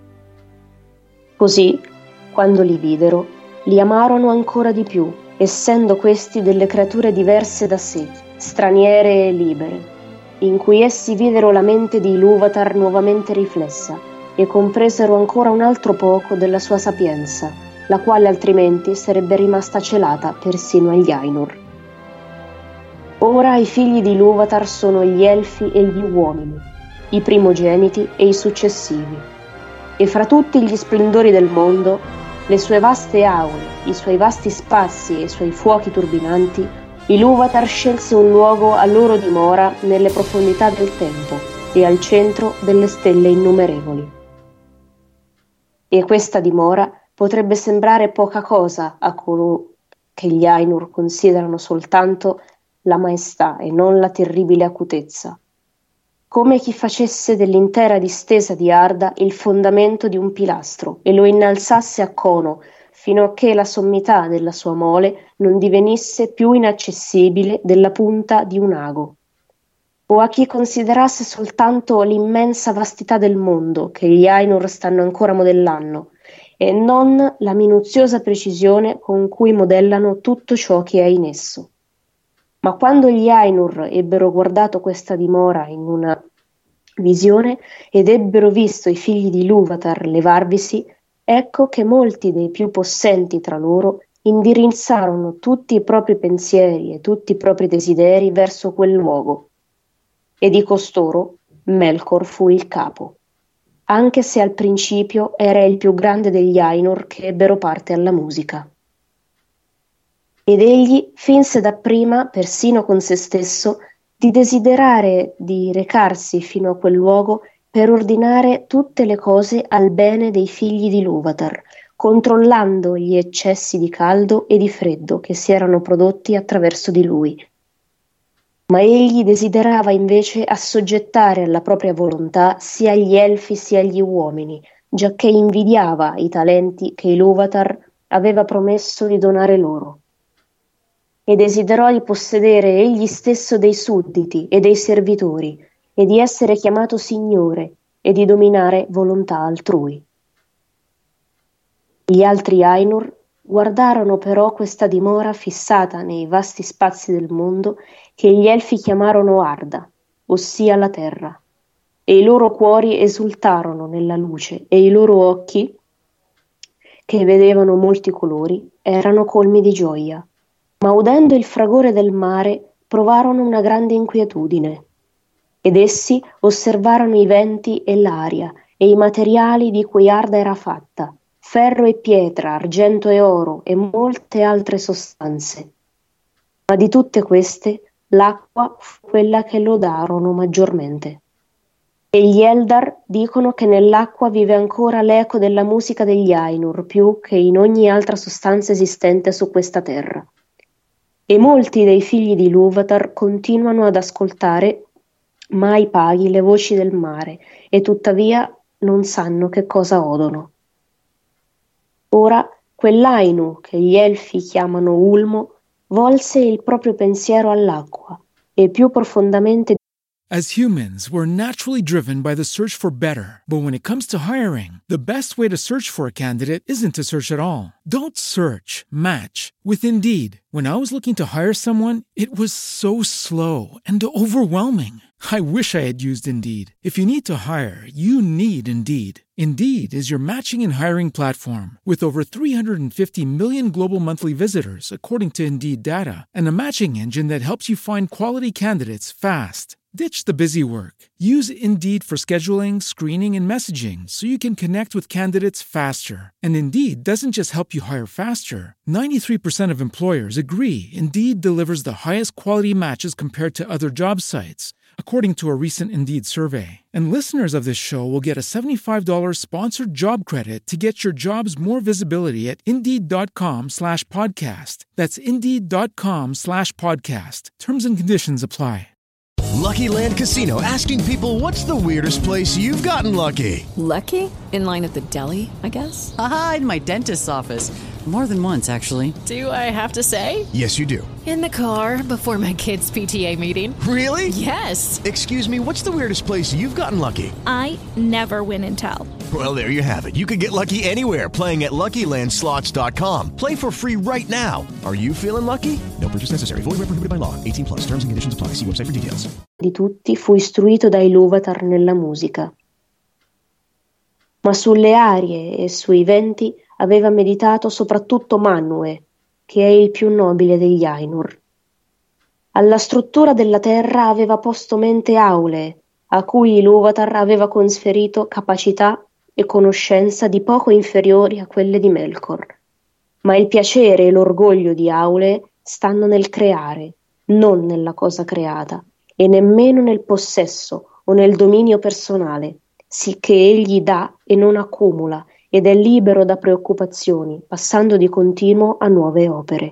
Così, quando li videro, li amarono ancora di più, essendo questi delle creature diverse da sé, straniere e libere, in cui essi videro la mente di Ilúvatar nuovamente riflessa, e compresero ancora un altro poco della sua sapienza, la quale altrimenti sarebbe rimasta celata persino agli Ainur. Ora i figli di Ilúvatar sono gli Elfi e gli uomini, i primogeniti e i successivi, e fra tutti gli splendori del mondo, le sue vaste aule, i suoi vasti spazi e i suoi fuochi turbinanti, Ilúvatar scelse un luogo a loro dimora nelle profondità del tempo e al centro delle stelle innumerevoli. E questa dimora potrebbe sembrare poca cosa a coloro che gli Ainur considerano soltanto la maestà e non la terribile acutezza, come chi facesse dell'intera distesa di Arda il fondamento di un pilastro e lo innalzasse a cono fino a che la sommità della sua mole non divenisse più inaccessibile della punta di un ago, o a chi considerasse soltanto l'immensa vastità del mondo che gli Ainur stanno ancora modellando, e non la minuziosa precisione con cui modellano tutto ciò che è in esso. Ma quando gli Ainur ebbero guardato questa dimora in una visione ed ebbero visto i figli di Ilúvatar levarvisi, ecco che molti dei più possenti tra loro indirizzarono tutti i propri pensieri e tutti i propri desideri verso quel luogo. E di costoro Melkor fu il capo, anche se al principio era il più grande degli Ainur che ebbero parte alla musica. Ed egli finse dapprima, persino con se stesso, di desiderare di recarsi fino a quel luogo per ordinare tutte le cose al bene dei figli di Ilúvatar, controllando gli eccessi di caldo e di freddo che si erano prodotti attraverso di lui. Ma egli desiderava invece assoggettare alla propria volontà sia gli Elfi sia gli uomini, giacché invidiava i talenti che Ilúvatar aveva promesso di donare loro. E desiderò di possedere egli stesso dei sudditi e dei servitori, e di essere chiamato Signore, e di dominare volontà altrui. Gli altri Ainur guardarono però questa dimora fissata nei vasti spazi del mondo che gli Elfi chiamarono Arda, ossia la terra, e i loro cuori esultarono nella luce, e i loro occhi, che vedevano molti colori, erano colmi di gioia. Ma udendo il fragore del mare provarono una grande inquietudine, ed essi osservarono i venti e l'aria e i materiali di cui Arda era fatta, ferro e pietra, argento e oro e molte altre sostanze. Ma di tutte queste l'acqua fu quella che lodarono maggiormente. E gli Eldar dicono che nell'acqua vive ancora l'eco della musica degli Ainur più che in ogni altra sostanza esistente su questa terra. E molti dei figli di Ilúvatar continuano ad ascoltare mai paghi le voci del mare e tuttavia non sanno che cosa odono. Ora quell'Ainu che gli Elfi chiamano Ulmo volse il proprio pensiero all'acqua e più profondamente. As humans, we're naturally driven by the search for better. But when it comes to hiring, the best way to search for a candidate isn't to search at all. Don't search, match with Indeed. When I was looking to hire someone, it was so slow and overwhelming. I wish I had used Indeed. If you need to hire, you need Indeed. Indeed is your matching and hiring platform with over 350 million global monthly visitors, according to Indeed data, and a matching engine that helps you find quality candidates fast. Ditch the busy work. Use Indeed for scheduling, screening, and messaging so you can connect with candidates faster. And Indeed doesn't just help you hire faster. 93% of employers agree Indeed delivers the highest quality matches compared to other job sites, according to a recent Indeed survey. And listeners of this show will get a $75 sponsored job credit to get your jobs more visibility at Indeed.com/podcast. That's Indeed.com/podcast. Terms and conditions apply. Lucky Land Casino, asking people, what's the weirdest place you've gotten lucky? Lucky? In line at the deli, I guess? Aha, in my dentist's office. More than once, actually. Do I have to say? Yes, you do. In the car before my kids' PTA meeting. Really? Yes. Excuse me, what's the weirdest place you've gotten lucky? I never win and tell. Well, there you have it. You can get lucky anywhere, playing at LuckyLandSlots.com. Play for free right now. Are you feeling lucky? No purchase necessary. Void where prohibited by law. 18+. Terms and conditions apply. See website for details. Di tutti fu istruito da Ilúvatar nella musica. Ma sulle arie e sui venti aveva meditato soprattutto Manwë, che è il più nobile degli Ainur. Alla struttura della terra aveva posto mente Aule, a cui Ilúvatar aveva conferito capacità e conoscenza di poco inferiori a quelle di Melkor. Ma il piacere e l'orgoglio di Aule stanno nel creare, non nella cosa creata, e nemmeno nel possesso o nel dominio personale, sicché egli dà e non accumula, ed è libero da preoccupazioni, passando di continuo a nuove opere.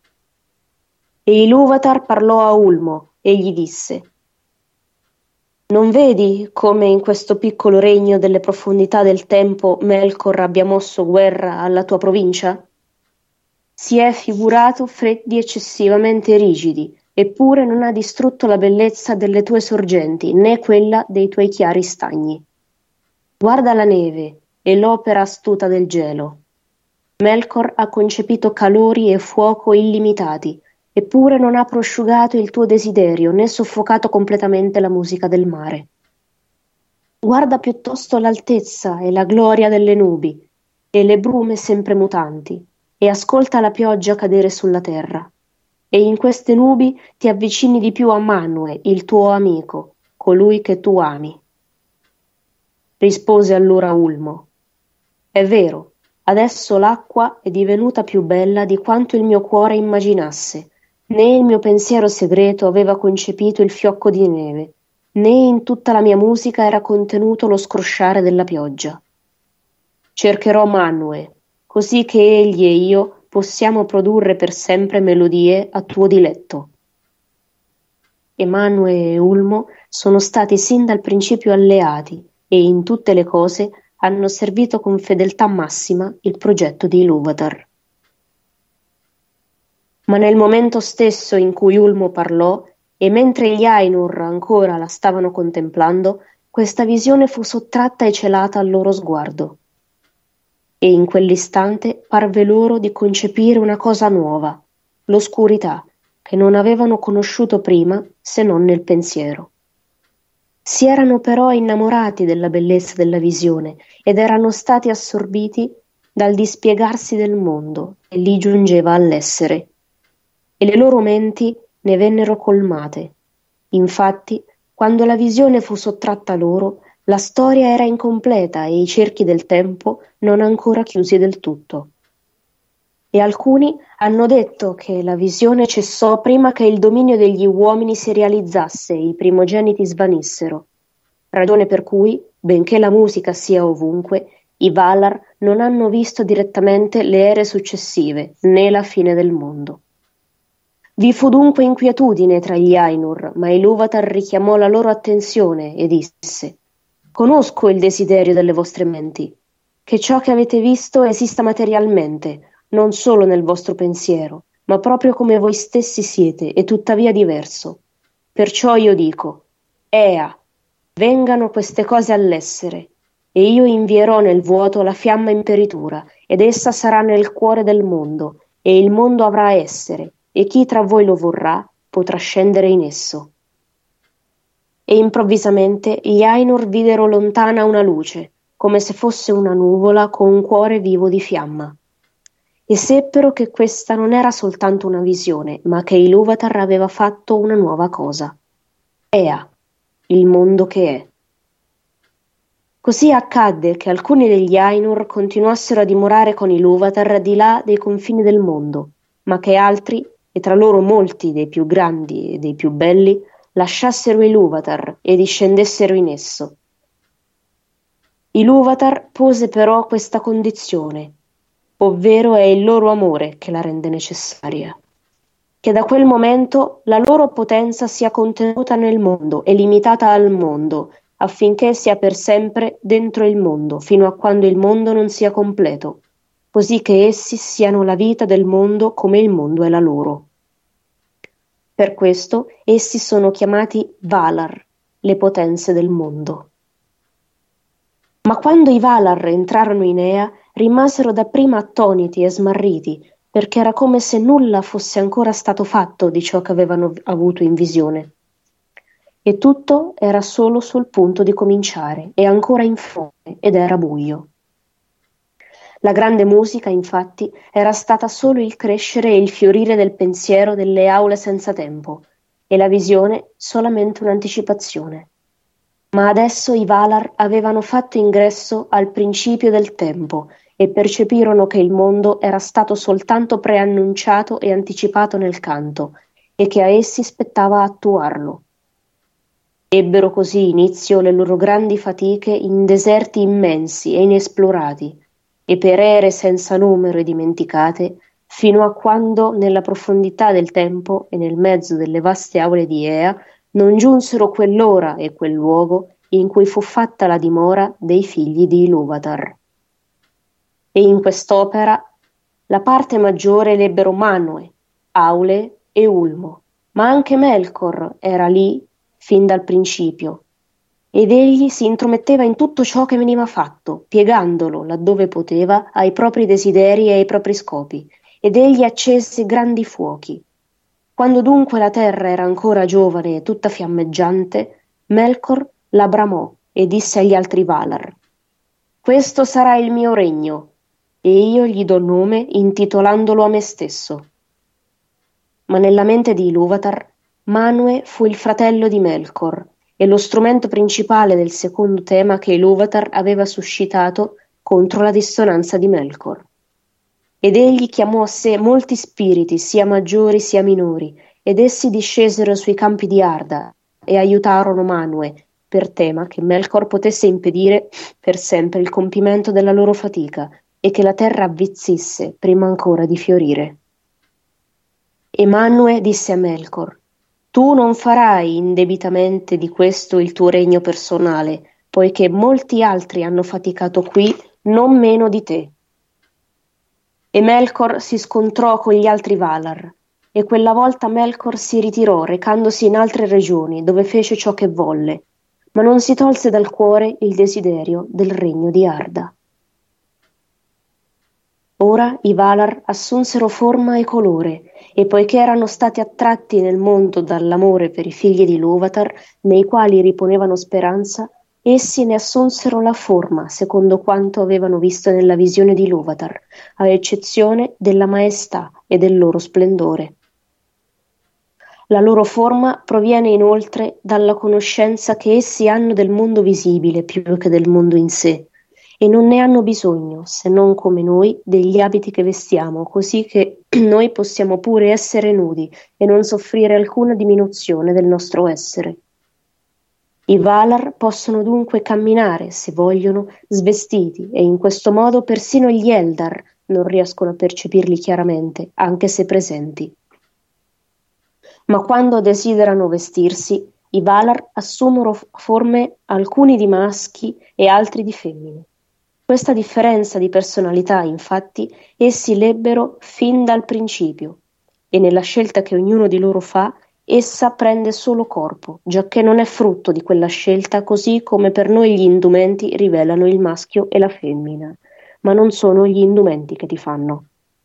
E Ilúvatar parlò a Ulmo e gli disse: «Non vedi come in questo piccolo regno delle profondità del tempo Melkor abbia mosso guerra alla tua provincia? Si è figurato freddi eccessivamente rigidi, eppure non ha distrutto la bellezza delle tue sorgenti, né quella dei tuoi chiari stagni. Guarda la neve e l'opera astuta del gelo. Melkor ha concepito calori e fuoco illimitati, eppure non ha prosciugato il tuo desiderio né soffocato completamente la musica del mare. Guarda piuttosto l'altezza e la gloria delle nubi e le brume sempre mutanti, e ascolta la pioggia cadere sulla terra. E in queste nubi ti avvicini di più a Manwë, il tuo amico, colui che tu ami». Rispose allora Ulmo: «È vero, adesso l'acqua è divenuta più bella di quanto il mio cuore immaginasse, né il mio pensiero segreto aveva concepito il fiocco di neve, né in tutta la mia musica era contenuto lo scrosciare della pioggia. Cercherò Manwë, così che egli e io possiamo produrre per sempre melodie a tuo diletto». E Manwë e Ulmo sono stati sin dal principio alleati e in tutte le cose hanno servito con fedeltà massima il progetto di Ilúvatar. Ma nel momento stesso in cui Ulmo parlò, e mentre gli Ainur ancora la stavano contemplando, questa visione fu sottratta e celata al loro sguardo. E in quell'istante parve loro di concepire una cosa nuova, l'oscurità, che non avevano conosciuto prima se non nel pensiero. Si erano però innamorati della bellezza della visione ed erano stati assorbiti dal dispiegarsi del mondo che lì giungeva all'essere, e le loro menti ne vennero colmate. Infatti, quando la visione fu sottratta loro, la storia era incompleta e i cerchi del tempo non ancora chiusi del tutto. e alcuni hanno detto che la visione cessò prima che il dominio degli uomini si realizzasse e i primogeniti svanissero, ragione per cui, benché la musica sia ovunque, i Valar non hanno visto direttamente le ere successive, né la fine del mondo. Vi fu dunque inquietudine tra gli Ainur, ma Ilúvatar richiamò la loro attenzione e disse: «Conosco il desiderio delle vostre menti, che ciò che avete visto esista materialmente, non solo nel vostro pensiero, ma proprio come voi stessi siete, e tuttavia diverso. Perciò io dico: Ea, vengano queste cose all'essere, e io invierò nel vuoto la fiamma imperitura, ed essa sarà nel cuore del mondo, e il mondo avrà essere, e chi tra voi lo vorrà potrà scendere in esso». E improvvisamente gli Ainur videro lontana una luce, come se fosse una nuvola con un cuore vivo di fiamma. E seppero che questa non era soltanto una visione, ma che Ilúvatar aveva fatto una nuova cosa. Ea, il mondo che è. Così accadde che alcuni degli Ainur continuassero a dimorare con Ilúvatar di là dei confini del mondo, ma che altri, e tra loro molti dei più grandi e dei più belli, lasciassero Ilúvatar e discendessero in esso. Ilúvatar pose però questa condizione, ovvero è il loro amore che la rende necessaria, che da quel momento la loro potenza sia contenuta nel mondo e limitata al mondo, affinché sia per sempre dentro il mondo, fino a quando il mondo non sia completo, così che essi siano la vita del mondo come il mondo è la loro. Per questo essi sono chiamati Valar, le potenze del mondo. Ma quando i Valar entrarono in Ea, rimasero dapprima attoniti e smarriti, perché era come se nulla fosse ancora stato fatto di ciò che avevano avuto in visione. E tutto era solo sul punto di cominciare, e ancora in fome, ed era buio. La grande musica, infatti, era stata solo il crescere e il fiorire del pensiero delle aule senza tempo, e la visione solamente un'anticipazione. Ma adesso i Valar avevano fatto ingresso al principio del tempo e percepirono che il mondo era stato soltanto preannunciato e anticipato nel canto, e che a essi spettava attuarlo. Ebbero così inizio le loro grandi fatiche in deserti immensi e inesplorati, e per ere senza numero e dimenticate, fino a quando nella profondità del tempo e nel mezzo delle vaste aule di Ea non giunsero quell'ora e quel luogo in cui fu fatta la dimora dei figli di Ilúvatar. E in quest'opera la parte maggiore l'ebbero Manwë, Aule e Ulmo, ma anche Melkor era lì fin dal principio, ed egli si intrometteva in tutto ciò che veniva fatto, piegandolo laddove poteva ai propri desideri e ai propri scopi, ed egli accese grandi fuochi. Quando dunque la terra era ancora giovane e tutta fiammeggiante, Melkor la bramò e disse agli altri Valar: «Questo sarà il mio regno, e io gli do nome intitolandolo a me stesso». Ma nella mente di Ilúvatar, Manwë fu il fratello di Melkor, e lo strumento principale del secondo tema che Ilúvatar aveva suscitato contro la dissonanza di Melkor. Ed egli chiamò a sé molti spiriti, sia maggiori sia minori, ed essi discesero sui campi di Arda e aiutarono Manwë, per tema che Melkor potesse impedire per sempre il compimento della loro fatica e che la terra avvizzisse prima ancora di fiorire. E Manwë disse a Melkor: «Tu non farai indebitamente di questo il tuo regno personale, poiché molti altri hanno faticato qui non meno di te». E Melkor si scontrò con gli altri Valar, e quella volta Melkor si ritirò recandosi in altre regioni, dove fece ciò che volle, ma non si tolse dal cuore il desiderio del regno di Arda. Ora i Valar assunsero forma e colore, e poiché erano stati attratti nel mondo dall'amore per i figli di Ilúvatar, nei quali riponevano speranza, essi ne assunsero la forma secondo quanto avevano visto nella visione di Ilúvatar, a eccezione della maestà e del loro splendore. La loro forma proviene inoltre dalla conoscenza che essi hanno del mondo visibile più che del mondo in sé, e non ne hanno bisogno, se non come noi, degli abiti che vestiamo, così che noi possiamo pure essere nudi e non soffrire alcuna diminuzione del nostro essere. I Valar possono dunque camminare, se vogliono, svestiti, e in questo modo persino gli Eldar non riescono a percepirli chiaramente, anche se presenti. Ma quando desiderano vestirsi, i Valar assumono forme alcuni di maschi e altri di femmine. Questa differenza di personalità, infatti, essi l'ebbero fin dal principio, e nella scelta che ognuno di loro fa, essa prende solo corpo, giacché non è frutto di quella scelta, così come per noi gli indumenti rivelano il maschio e la femmina, ma non sono gli indumenti che ti fanno.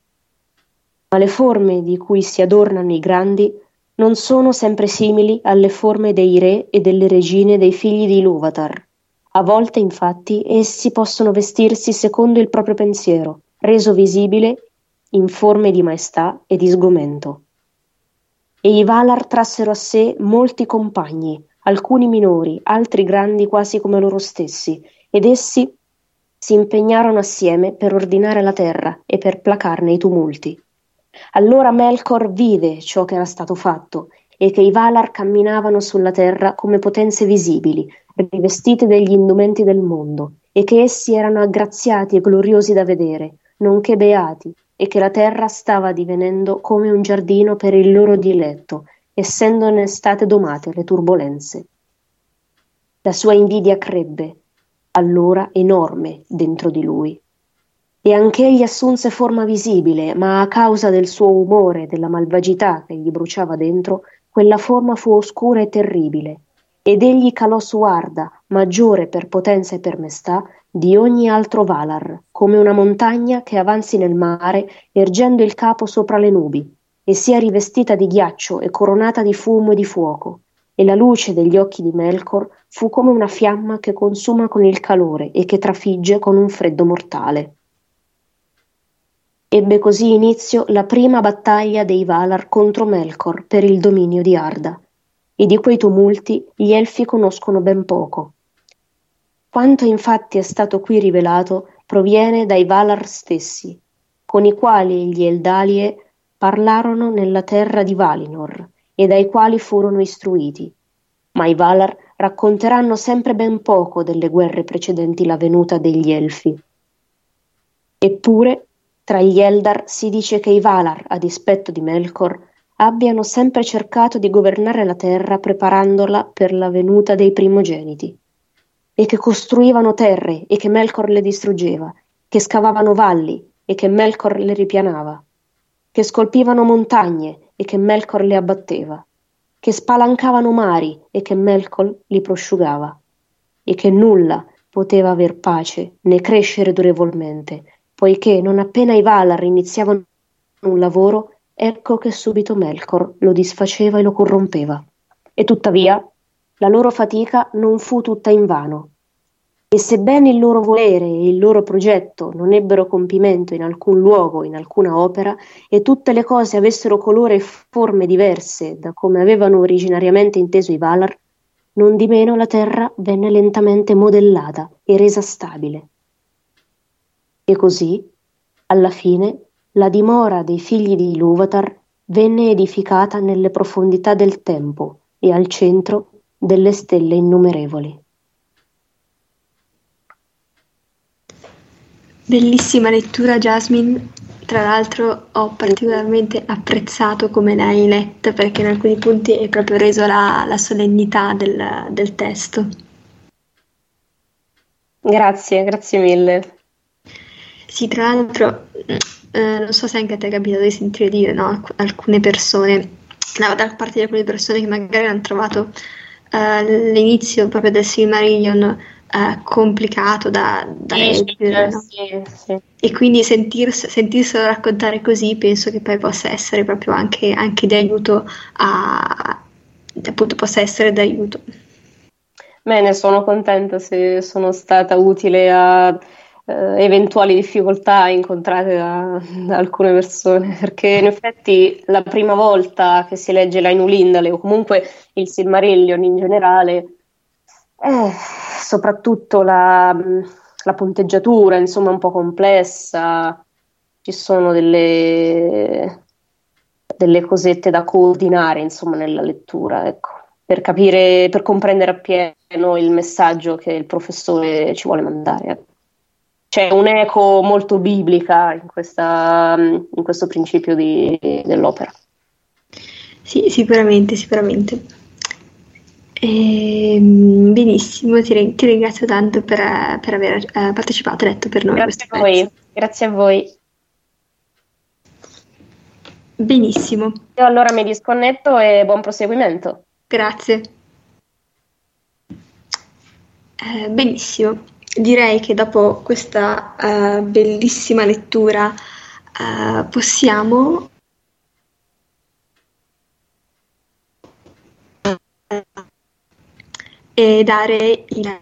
Ma le forme di cui si adornano i grandi non sono sempre simili alle forme dei re e delle regine dei figli di Ilúvatar. A volte, infatti, essi possono vestirsi secondo il proprio pensiero, reso visibile in forme di maestà e di sgomento. E i Valar trassero a sé molti compagni, alcuni minori, altri grandi quasi come loro stessi, ed essi si impegnarono assieme per ordinare la terra e per placarne i tumulti. Allora Melkor vide ciò che era stato fatto, e che i Valar camminavano sulla terra come potenze visibili, rivestite degli indumenti del mondo, e che essi erano aggraziati e gloriosi da vedere, nonché beati, e che la terra stava divenendo come un giardino per il loro diletto, essendone state domate le turbolenze. La sua invidia crebbe, allora enorme, dentro di lui. E anch'egli assunse forma visibile, ma a causa del suo umore e della malvagità che gli bruciava dentro, quella forma fu oscura e terribile, ed egli calò su Arda, maggiore per potenza e per maestà, di ogni altro Valar, come una montagna che avanzi nel mare, ergendo il capo sopra le nubi, e sia rivestita di ghiaccio e coronata di fumo e di fuoco, e la luce degli occhi di Melkor fu come una fiamma che consuma con il calore e che trafigge con un freddo mortale. Ebbe così inizio la prima battaglia dei Valar contro Melkor per il dominio di Arda, e di quei tumulti gli Elfi conoscono ben poco. Quanto infatti è stato qui rivelato proviene dai Valar stessi, con i quali gli Eldalie parlarono nella terra di Valinor, e dai quali furono istruiti. Ma i Valar racconteranno sempre ben poco delle guerre precedenti la venuta degli Elfi. Eppure, tra gli Eldar si dice che i Valar, a dispetto di Melkor, abbiano sempre cercato di governare la terra preparandola per la venuta dei primogeniti, e che costruivano terre e che Melkor le distruggeva, che scavavano valli e che Melkor le ripianava, che scolpivano montagne e che Melkor le abbatteva, che spalancavano mari e che Melkor li prosciugava, e che nulla poteva aver pace né crescere durevolmente, poiché non appena i Valar iniziavano un lavoro, ecco che subito Melkor lo disfaceva e lo corrompeva. E tuttavia la loro fatica non fu tutta invano, e sebbene il loro volere e il loro progetto non ebbero compimento in alcun luogo, in alcuna opera, e tutte le cose avessero colore e forme diverse da come avevano originariamente inteso i Valar, nondimeno la terra venne lentamente modellata e resa stabile. E così, alla fine, la dimora dei figli di Ilúvatar venne edificata nelle profondità del tempo e al centro delle stelle innumerevoli. Bellissima lettura, Jasmine. Tra l'altro ho particolarmente apprezzato come l'hai letta, perché in alcuni punti hai proprio reso la solennità del testo. Grazie mille. Sì, tra l'altro non so se anche a te è capitato di sentire dire, no, alcune persone, da parte di alcune persone che magari hanno trovato l'inizio proprio del Silmarillion complicato da leggere, no? Sì. E quindi sentirselo raccontare così penso che poi possa essere proprio anche di aiuto appunto possa essere d'aiuto. Bene, sono contenta se sono stata utile a eventuali difficoltà incontrate da alcune persone, perché in effetti la prima volta che si legge l'Ainulindale o comunque il Silmarillion in generale, soprattutto la la punteggiatura, insomma, è un po' complessa, ci sono delle cosette da coordinare, insomma, nella lettura, ecco, per capire, per comprendere appieno il messaggio che il professore ci vuole mandare. C'è un'eco molto biblica in questo principio dell'opera. Sì, sicuramente. Benissimo, ti ringrazio tanto per aver partecipato e letto per noi. Grazie a voi. Benissimo. Io allora mi disconnetto e buon proseguimento. Grazie. Benissimo. Direi che dopo questa bellissima lettura possiamo dare il...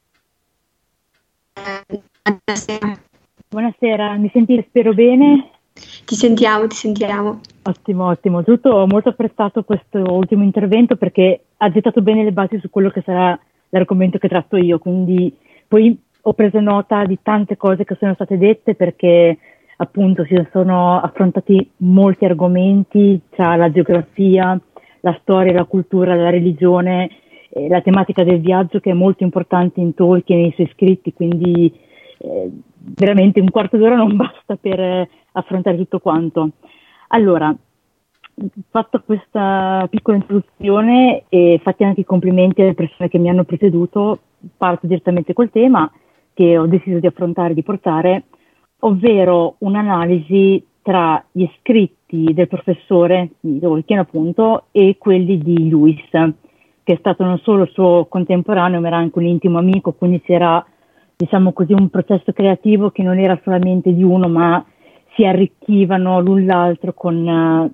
Buonasera, mi sentite? Spero bene? Ti sentiamo. Ottimo. Tutto molto apprezzato questo ultimo intervento perché ha gettato bene le basi su quello che sarà l'argomento che tratto io, quindi poi ho preso nota di tante cose che sono state dette perché appunto si sono affrontati molti argomenti tra la geografia, la storia, la cultura, la religione, la tematica del viaggio che è molto importante in Tolkien e nei suoi scritti, quindi veramente un quarto d'ora non basta per affrontare tutto quanto. Allora, fatta questa piccola introduzione e fatti anche i complimenti alle persone che mi hanno preceduto, parto direttamente col tema che ho deciso di affrontare e di portare, ovvero un'analisi tra gli scritti del professore di Tolkien appunto e quelli di Lewis, che è stato non solo suo contemporaneo ma era anche un intimo amico, quindi c'era, diciamo così, un processo creativo che non era solamente di uno ma si arricchivano l'un l'altro con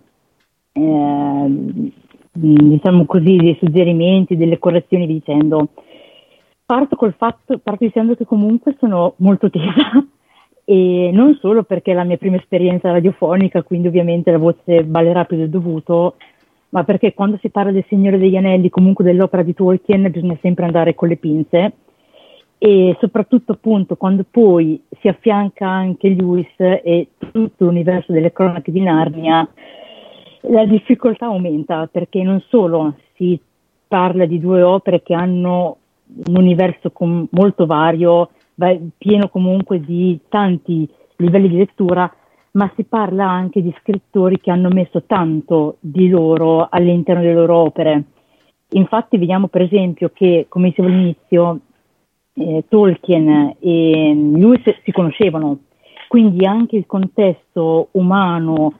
diciamo così dei suggerimenti, delle correzioni dicendo. Parto dicendo che comunque sono molto tesa e non solo perché è la mia prima esperienza radiofonica, quindi ovviamente la voce ballerà più del dovuto, ma perché quando si parla del Signore degli Anelli, comunque dell'opera di Tolkien, bisogna sempre andare con le pinze e soprattutto appunto quando poi si affianca anche Lewis e tutto l'universo delle cronache di Narnia, la difficoltà aumenta perché non solo si parla di due opere che hanno un universo molto vario, pieno comunque di tanti livelli di lettura, ma si parla anche di scrittori che hanno messo tanto di loro all'interno delle loro opere. Infatti vediamo per esempio che, come dicevo all'inizio, Tolkien e Lewis si conoscevano, quindi anche il contesto umano,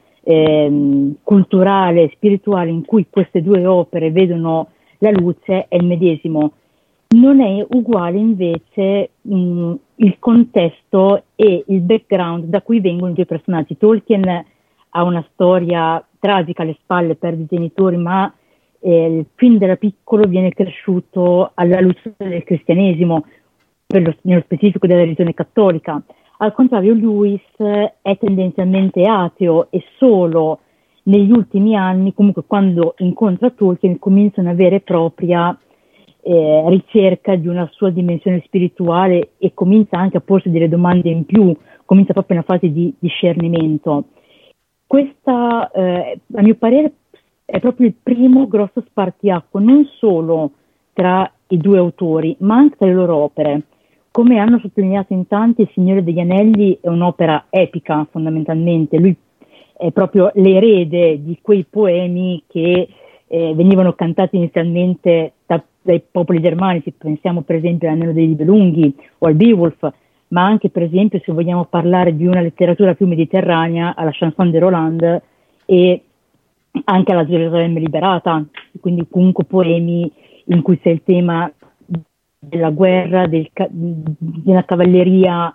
culturale, spirituale in cui queste due opere vedono la luce è il medesimo. Non è uguale invece il contesto e il background da cui vengono i due personaggi. Tolkien ha una storia tragica alle spalle, perde i genitori, ma fin da piccolo viene cresciuto alla luce del cristianesimo, nello specifico della religione cattolica. Al contrario, Lewis è tendenzialmente ateo e solo negli ultimi anni, comunque quando incontra Tolkien, comincia una vera e propria ricerca di una sua dimensione spirituale e comincia anche a porsi delle domande in più, comincia proprio una fase di discernimento. Questa, a mio parere, è proprio il primo grosso spartiacque, non solo tra i due autori, ma anche tra le loro opere. Come hanno sottolineato in tanti, Il Signore degli Anelli è un'opera epica fondamentalmente, lui è proprio l'erede di quei poemi che venivano cantati inizialmente dai popoli germanici, pensiamo per esempio all'Anello dei Nibelunghi o al Beowulf, ma anche per esempio, se vogliamo parlare di una letteratura più mediterranea, alla Chanson de Roland e anche alla Gerusalemme liberata, quindi comunque poemi in cui c'è il tema della guerra, della cavalleria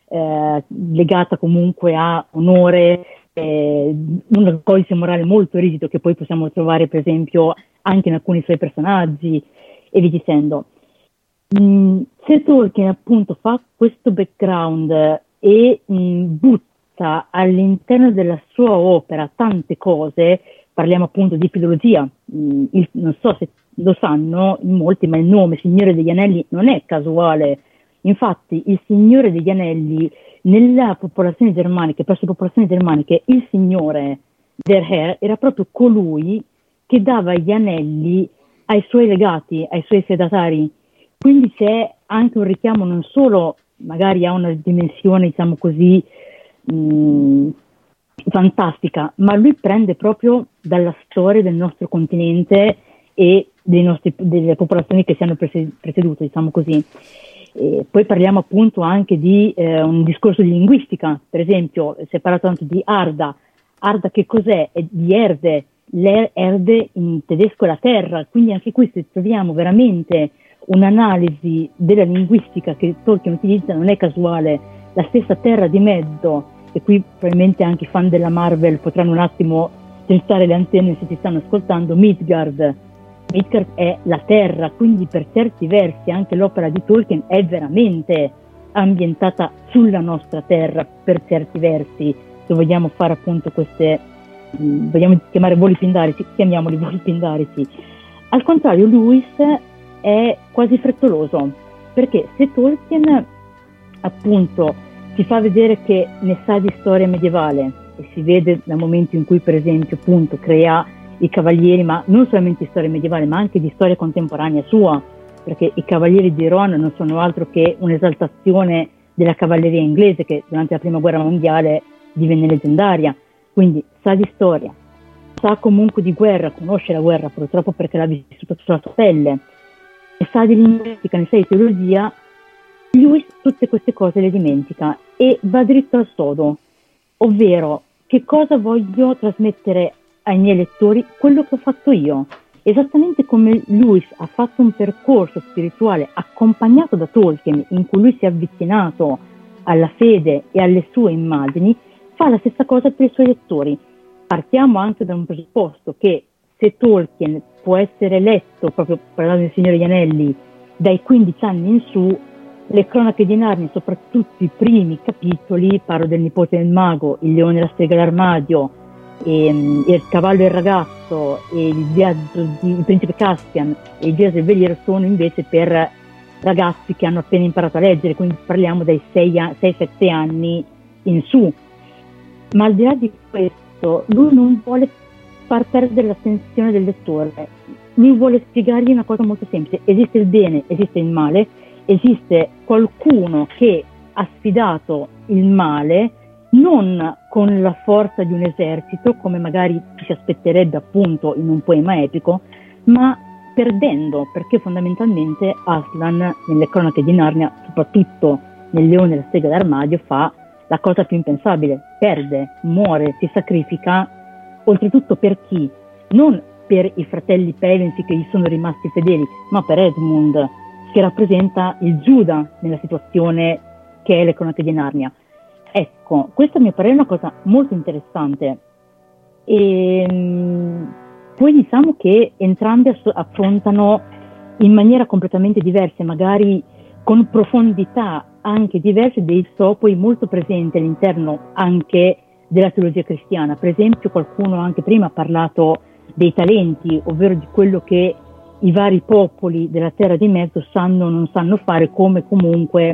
legata comunque a onore, un codice morale molto rigido che poi possiamo trovare per esempio anche in alcuni suoi personaggi e via dicendo. Se Tolkien appunto fa questo background e butta all'interno della sua opera tante cose, parliamo appunto di filologia, non so se lo sanno in molti, ma il nome Signore degli Anelli non è casuale, Infatti il Signore degli Anelli, nella popolazione germanica, presso le popolazioni germaniche, il Signore, der Herr, era proprio colui che dava gli anelli ai suoi legati, ai suoi fedatari. Quindi c'è anche un richiamo non solo magari a una dimensione, diciamo così, fantastica, ma lui prende proprio dalla storia del nostro continente e delle popolazioni che ci hanno preceduto, diciamo così. Poi parliamo appunto anche di un discorso di linguistica, per esempio si è parlato tanto di Arda. Arda che cos'è? È di Erde, Erde in tedesco è la terra, quindi anche qui se troviamo veramente un'analisi della linguistica che Tolkien utilizza non è casuale, la stessa terra di mezzo, e qui probabilmente anche i fan della Marvel potranno un attimo tentare le antenne se ci stanno ascoltando, Midgard è la terra, quindi per certi versi anche l'opera di Tolkien è veramente ambientata sulla nostra terra per certi versi, se vogliamo fare appunto queste, vogliamo chiamare voli pindarici, chiamiamoli voli pindarici. Al contrario Lewis è quasi frettoloso, perché se Tolkien appunto ci fa vedere che ne sa di storia medievale, e si vede dal momento in cui per esempio appunto crea i cavalieri, ma non solamente di storia medievale ma anche di storia contemporanea sua, perché i cavalieri di Rohan non sono altro che un'esaltazione della cavalleria inglese che durante la prima guerra mondiale divenne leggendaria, quindi sa di storia, sa comunque di guerra, conosce la guerra purtroppo perché l'ha vissuta sulla sua pelle, e sa di linguistica, ne sa di teologia. Lui tutte queste cose le dimentica e va dritto al sodo, ovvero che cosa voglio trasmettere ai miei lettori, quello che ho fatto io, esattamente come Lewis ha fatto un percorso spirituale accompagnato da Tolkien in cui lui si è avvicinato alla fede e alle sue immagini, fa la stessa cosa per i suoi lettori. Partiamo anche da un presupposto che se Tolkien può essere letto, proprio parlando del Signore degli Anelli, dai 15 anni in su, le cronache di Narnia, soprattutto i primi capitoli, parlo del nipote del mago, il leone e la strega d'armadio, il cavallo e il ragazzo, e il viaggio di principe Caspian e il viaggio del veliero, sono invece per ragazzi che hanno appena imparato a leggere, quindi parliamo dai 6-7 anni in su. Ma al di là di questo, lui non vuole far perdere l'attenzione del lettore, lui vuole spiegargli una cosa molto semplice: esiste il bene, esiste il male, esiste qualcuno che ha sfidato il male non con la forza di un esercito, come magari ci si aspetterebbe appunto in un poema epico, ma perdendo, perché fondamentalmente Aslan nelle cronache di Narnia, soprattutto nel leone e la strega d'armadio, fa la cosa più impensabile: perde, muore, si sacrifica, oltretutto per chi? Non per i fratelli Pevensie che gli sono rimasti fedeli, ma per Edmund, che rappresenta il Giuda nella situazione che è le cronache di Narnia. Ecco, questa a mio parere è una cosa molto interessante. E poi diciamo che entrambi affrontano in maniera completamente diversa, magari con profondità anche diverse, dei topoi molto presenti all'interno anche della teologia cristiana. Per esempio qualcuno anche prima ha parlato dei talenti, ovvero di quello che i vari popoli della terra di mezzo sanno o non sanno fare, come comunque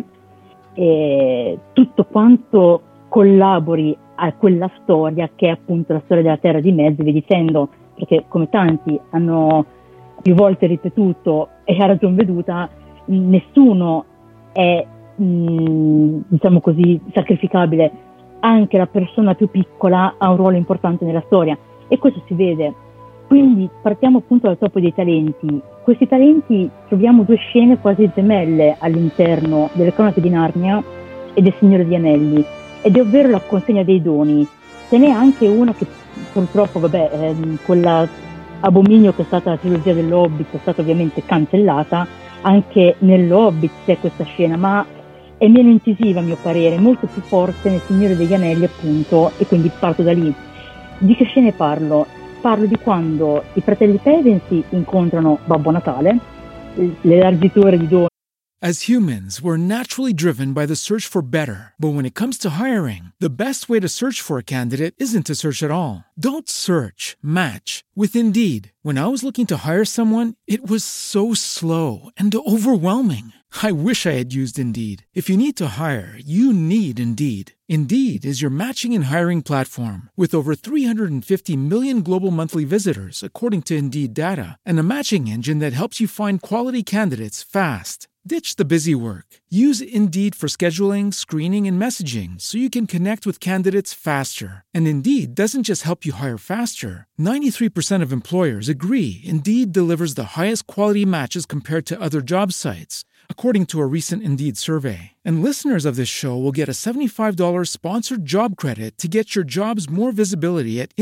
tutto quanto collabori a quella storia che è appunto la storia della terra di mezzo, e via dicendo, perché come tanti hanno più volte ripetuto e a ragion veduta, nessuno è diciamo così sacrificabile, anche la persona più piccola ha un ruolo importante nella storia, e questo si vede. Quindi partiamo appunto dal topo dei talenti. Questi talenti, troviamo due scene quasi gemelle all'interno delle cronache di Narnia e del Signore degli Anelli, ed è ovvero la consegna dei doni. Ce n'è anche una che purtroppo, quella abominio che è stata la trilogia dell'Hobbit è stata ovviamente cancellata. Anche nell'Hobbit c'è questa scena, ma è meno incisiva a mio parere, molto più forte nel Signore degli Anelli appunto, e quindi parto da lì. Di che scene parlo? Parlo di quando i fratelli Pevensie incontrano Babbo Natale, l'elargitore di doni. As humans, we're naturally driven by the search for better. But when it comes to hiring, the best way to search for a candidate isn't to search at all. Don't search, match with Indeed. When I was looking to hire someone, it was so slow and overwhelming. I wish I had used Indeed. If you need to hire, you need Indeed. Indeed is your matching and hiring platform with over 350 million global monthly visitors, according to Indeed data, and a matching engine that helps you find quality candidates fast. Ditch the busy work. Use Indeed for scheduling, screening, and messaging so you can connect with candidates faster. And Indeed doesn't just help you hire faster. 93% of employers agree Indeed delivers the highest quality matches compared to other job sites, according to a recent Indeed survey. And listeners of this show will get a $75 sponsored job credit to get your jobs more visibility at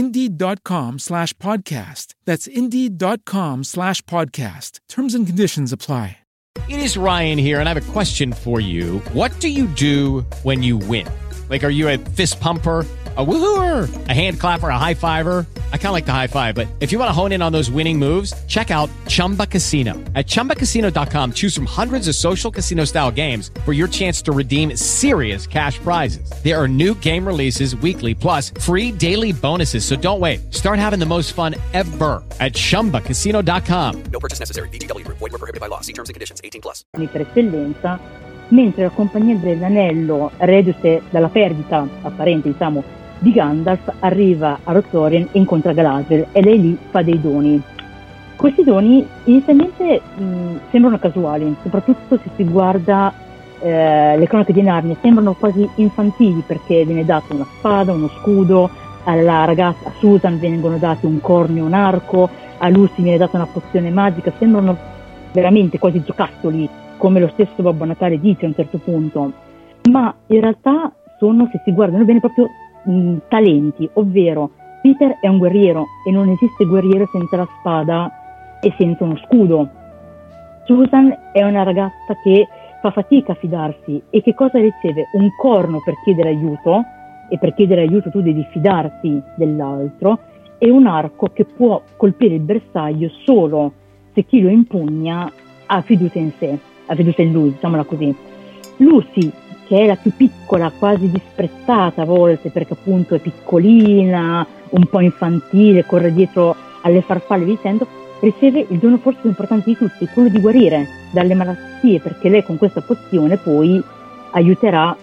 Indeed.com/podcast. That's Indeed.com/podcast. Terms and conditions apply. It is Ryan here, and I have a question for you. What do you do when you win? Like, are you a fist pumper, a woohooer, a hand clapper, a high fiver? I kind of like the high five, but if you want to hone in on those winning moves, check out Chumba Casino. At ChumbaCasino.com, choose from hundreds of social casino-style games for your chance to redeem serious cash prizes. There are new game releases weekly, plus free daily bonuses, so don't wait. Start having the most fun ever at ChumbaCasino.com. No purchase necessary. VGW. Void where prohibited by law. See terms and conditions. 18+. Per eccellenza, mentre la Compagnia dell'Anello, reduce dalla perdita apparente, diciamo, di Gandalf, arriva a Lothlórien e incontra Galadriel e lei lì fa dei doni. Questi doni inizialmente sembrano casuali, soprattutto se si guarda le cronache di Narnia, sembrano quasi infantili perché viene data una spada, uno scudo, alla ragazza, a Susan vengono dati un corno e un arco, a Lucy viene data una pozione magica, sembrano veramente quasi giocattoli, come lo stesso Babbo Natale dice a un certo punto, ma in realtà sono, se si guardano bene, proprio talenti, ovvero Peter è un guerriero e non esiste guerriero senza la spada e senza uno scudo. Susan è una ragazza che fa fatica a fidarsi e che cosa riceve? Un corno per chiedere aiuto, e per chiedere aiuto tu devi fidarti dell'altro, e un arco che può colpire il bersaglio solo se chi lo impugna ha fiducia in sé, ha fiducia in lui, diciamola così. Lucy, che è la più piccola, quasi disprezzata a volte perché appunto è piccolina, un po' infantile, corre dietro alle farfalle dicendo, riceve il dono forse più importante di tutti, quello di guarire dalle malattie, perché lei con questa pozione poi aiuterà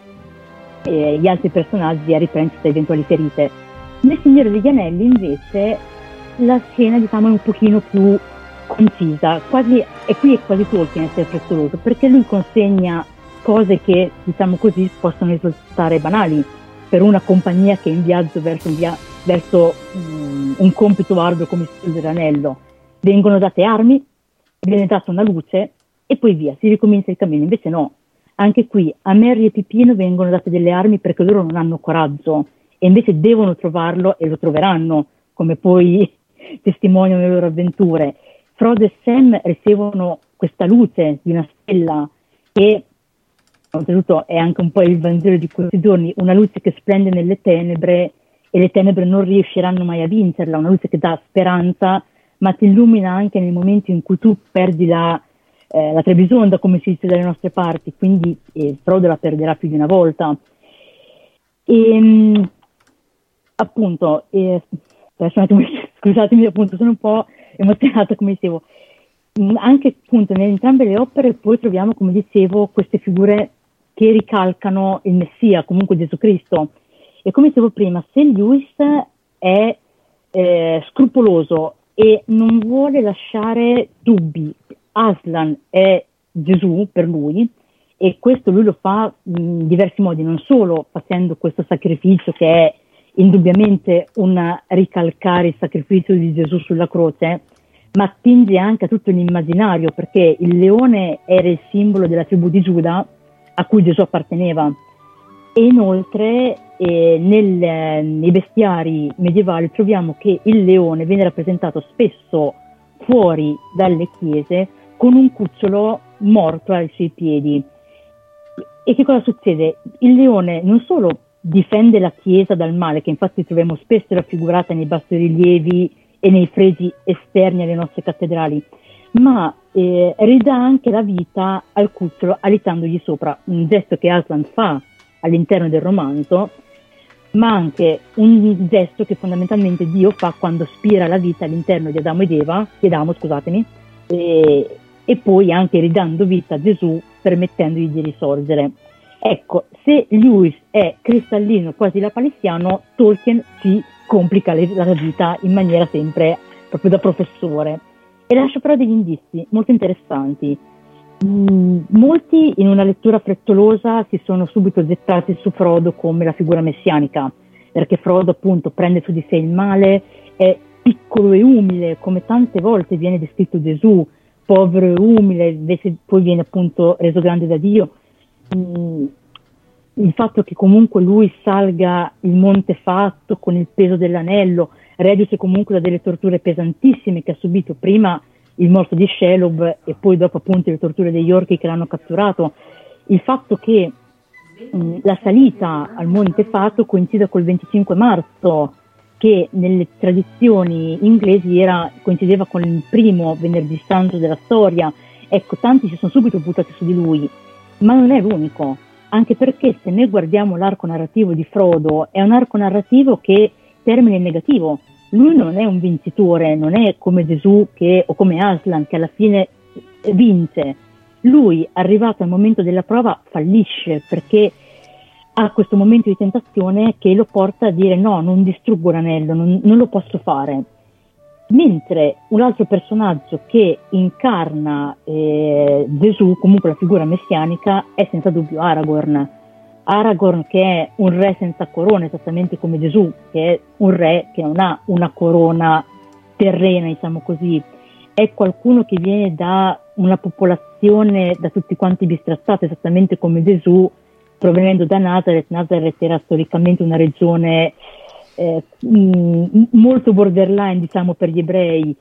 gli altri personaggi a riprendersi da eventuali ferite. Nel Signore degli Anelli invece la scena, diciamo, è un pochino più concisa, quasi, e qui è quasi Tolkien a essere frettoloso, perché lui consegna cose che, diciamo così, possono risultare banali per una compagnia che è in viaggio verso un compito arduo come il Signore dell'Anello. Vengono date armi, viene data una luce e poi via, si ricomincia il cammino. Invece no, anche qui a Merry e Pipino vengono date delle armi perché loro non hanno coraggio e invece devono trovarlo e lo troveranno, come poi testimoniano le loro avventure. Frodo e Sam ricevono questa luce di una stella che oltretutto è anche un po' il Vangelo di questi giorni, una luce che splende nelle tenebre e le tenebre non riusciranno mai a vincerla, una luce che dà speranza ma ti illumina anche nei momenti in cui tu perdi la Trebisonda, come si dice dalle nostre parti, quindi Frodo la perderà più di una volta. E appunto, adesso un attimo, scusatemi, appunto sono un po' emozionata, come dicevo. Anche appunto in entrambe le opere poi troviamo, come dicevo, queste figure che ricalcano il Messia, comunque Gesù Cristo. E come dicevo prima, se Lewis è scrupoloso e non vuole lasciare dubbi, Aslan è Gesù per lui, e questo lui lo fa in diversi modi, non solo facendo questo sacrificio che è indubbiamente un ricalcare il sacrificio di Gesù sulla croce, ma attinge anche a tutto l'immaginario, perché il leone era il simbolo della tribù di Giuda a cui Gesù apparteneva, e inoltre nei bestiari medievali troviamo che il leone viene rappresentato spesso fuori dalle chiese con un cucciolo morto ai suoi piedi. E che cosa succede? Il leone non solo difende la chiesa dal male, che infatti troviamo spesso raffigurata nei bassorilievi e nei fregi esterni alle nostre cattedrali, ma ridà anche la vita al cucciolo alitandogli sopra, un gesto che Aslan fa all'interno del romanzo, ma anche un gesto che fondamentalmente Dio fa quando spira la vita all'interno di Adamo, e e poi anche ridando vita a Gesù, permettendogli di risorgere. Ecco, se Lewis è cristallino, quasi lapalissiano, Tolkien ci complica la vita in maniera sempre proprio da professore, e lascia però degli indizi molto interessanti. Molti in una lettura frettolosa si sono subito gettati su Frodo come la figura messianica, perché Frodo appunto prende su di sé il male, è piccolo e umile, come tante volte viene descritto Gesù, povero e umile, invece poi viene appunto reso grande da Dio. Il fatto che comunque lui salga il Monte Fatto con il peso dell'anello, reduce comunque da delle torture pesantissime che ha subito, prima il morso di Shelob e poi dopo appunto le torture degli orchi che l'hanno catturato, il fatto che la salita al Monte Fatto coincida col 25 marzo, che nelle tradizioni inglesi coincideva con il primo venerdì santo della storia. Ecco, tanti si sono subito buttati su di lui, ma non è l'unico, anche perché se noi guardiamo l'arco narrativo di Frodo, è un arco narrativo che termina in negativo. Lui non è un vincitore, non è come Gesù o come Aslan che alla fine vince. Lui, arrivato al momento della prova, fallisce, perché ha questo momento di tentazione che lo porta a dire no, non distruggo l'anello, non lo posso fare. Mentre un altro personaggio che incarna Gesù, comunque la figura messianica, è senza dubbio Aragorn. Aragorn, che è un re senza corona, esattamente come Gesù, che è un re che non ha una corona terrena, diciamo così. È qualcuno che viene da una popolazione da tutti quanti bistrattata, esattamente come Gesù, provenendo da Nazareth. Nazareth era storicamente una regione molto borderline, diciamo, per gli ebrei.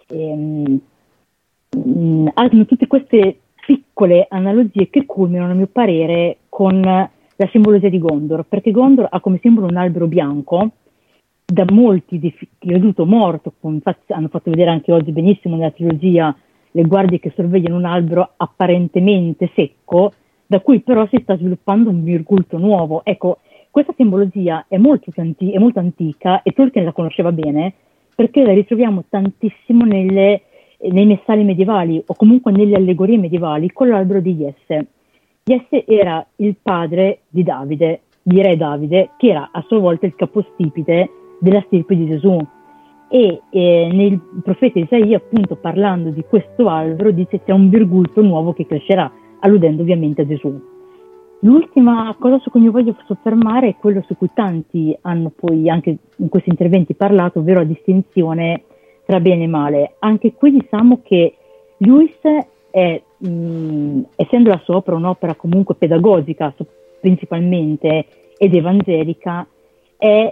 Hanno tutte queste piccole analogie che culminano, a mio parere, con la simbologia di Gondor, perché Gondor ha come simbolo un albero bianco, da molti creduto morto, infatti hanno fatto vedere anche oggi benissimo nella trilogia le guardie che sorvegliano un albero apparentemente secco, da cui però si sta sviluppando un virgulto nuovo. Ecco, questa simbologia è molto antica e Tolkien la conosceva bene, perché la ritroviamo tantissimo nei messali medievali o comunque nelle allegorie medievali con l'albero di Jesse. Jesse era il padre di Davide, di re Davide, che era a sua volta il capostipite della stirpe di Gesù. E nel profeta Isaia, appunto, parlando di questo albero, dice c'è un virgulto nuovo che crescerà, alludendo ovviamente a Gesù. L'ultima cosa su cui mi voglio soffermare è quello su cui tanti hanno poi anche in questi interventi parlato, ovvero la distinzione tra bene e male. Anche qui diciamo che Lewis è, essendo la sua opera un'opera comunque pedagogica principalmente ed evangelica, è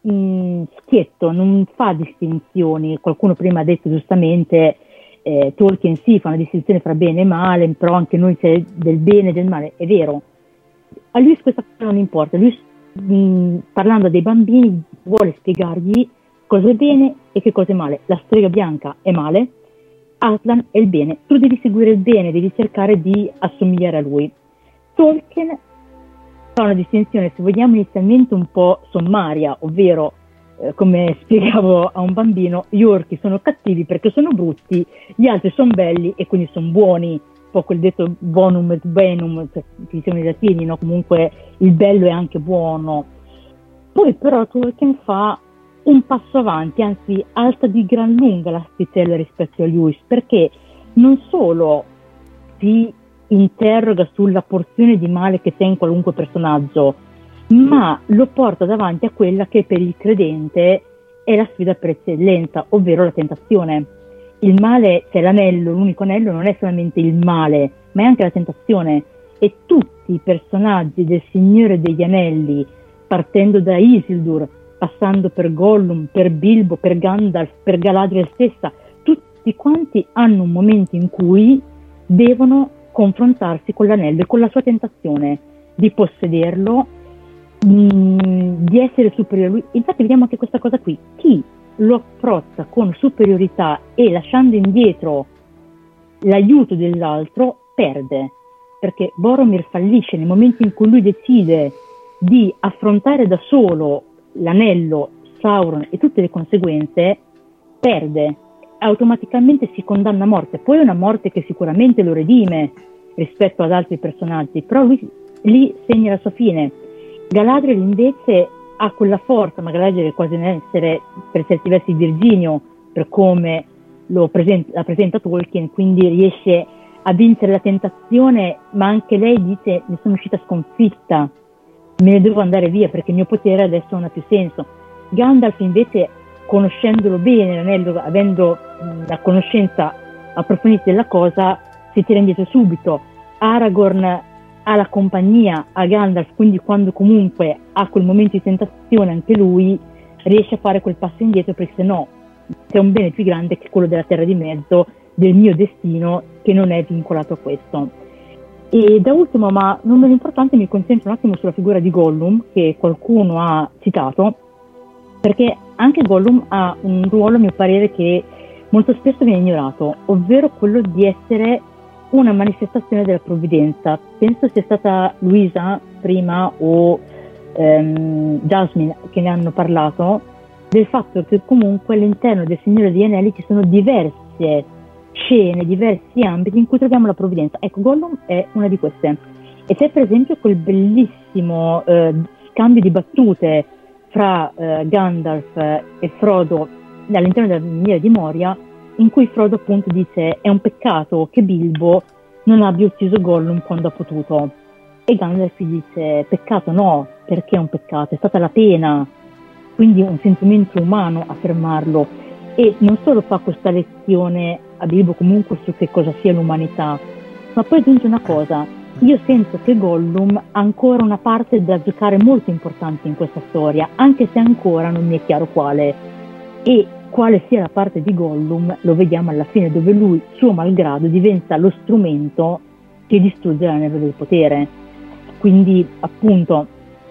schietto, non fa distinzioni. Qualcuno prima ha detto giustamente Tolkien sì fa una distinzione fra bene e male, però anche noi c'è del bene e del male, è vero. A lui questa cosa non importa, lui parlando dei bambini vuole spiegargli cosa è bene e che cosa è male. La strega bianca è male, Aslan è il bene, tu devi seguire il bene, devi cercare di assomigliare a lui. Tolkien fa una distinzione, se vogliamo, inizialmente un po' sommaria, ovvero come spiegavo a un bambino, gli orchi sono cattivi perché sono brutti, gli altri sono belli e quindi sono buoni, un po' quel detto bonum et benum, cioè, che diciamo i latini, no? Comunque il bello è anche buono. Poi però Tolkien fa un passo avanti, anzi alza di gran lunga l'asticella rispetto a Lewis, perché non solo si interroga sulla porzione di male che c'è in qualunque personaggio, ma lo porta davanti a quella che per il credente è la sfida per eccellenza, ovvero la tentazione. Il male, cioè l'anello, l'unico anello, non è solamente il male, ma è anche la tentazione, e tutti i personaggi del Signore degli Anelli, partendo da Isildur, passando per Gollum, per Bilbo, per Gandalf, per Galadriel stessa, tutti quanti hanno un momento in cui devono confrontarsi con l'anello e con la sua tentazione di possederlo, di essere superiore a lui. Infatti vediamo anche questa cosa qui: chi lo approccia con superiorità e lasciando indietro l'aiuto dell'altro perde, perché Boromir fallisce nel momento in cui lui decide di affrontare da solo l'anello, Sauron e tutte le conseguenze, perde. automaticamente si condanna a morte. Poi è una morte che sicuramente lo redime rispetto ad altri personaggi, però lui lì segna la sua fine. Galadriel invece ha quella forza, ma Galadriel è quasi un essere per certi versi Virginio, per come la presenta Tolkien, quindi riesce a vincere la tentazione, ma anche lei dice: mi sono uscita sconfitta, me ne devo andare via perché il mio potere adesso non ha più senso. Gandalf invece, conoscendolo bene, l'anello, avendo la conoscenza approfondita della cosa, si tira indietro subito. Aragorn ha la compagnia a Gandalf, quindi quando comunque ha quel momento di tentazione anche lui riesce a fare quel passo indietro, perché se no c'è un bene più grande che quello della terra di mezzo, del mio destino, che non è vincolato a questo. E da ultimo, ma non meno importante, mi concentro un attimo sulla figura di Gollum, che qualcuno ha citato, perché anche Gollum ha un ruolo, a mio parere, che molto spesso viene ignorato, ovvero quello di essere una manifestazione della provvidenza. Penso sia stata Luisa prima o Jasmine che ne hanno parlato, del fatto che comunque all'interno del Signore degli Anelli ci sono diverse scene, diversi ambiti in cui troviamo la provvidenza. Ecco, Gollum è una di queste. E c'è per esempio quel bellissimo scambio di battute fra Gandalf e Frodo all'interno della miniera di Moria, in cui Frodo appunto dice: è un peccato che Bilbo non abbia ucciso Gollum quando ha potuto. E Gandalf dice: peccato no, perché è un peccato? È stata la pena. Quindi un sentimento umano a fermarlo. E non solo fa questa lezione a Bilbo comunque su che cosa sia l'umanità, ma poi aggiunge una cosa: io sento che Gollum ha ancora una parte da giocare molto importante in questa storia, anche se ancora non mi è chiaro quale. E quale sia la parte di Gollum lo vediamo alla fine, dove lui, suo malgrado, diventa lo strumento che distrugge l'anello del potere. Quindi appunto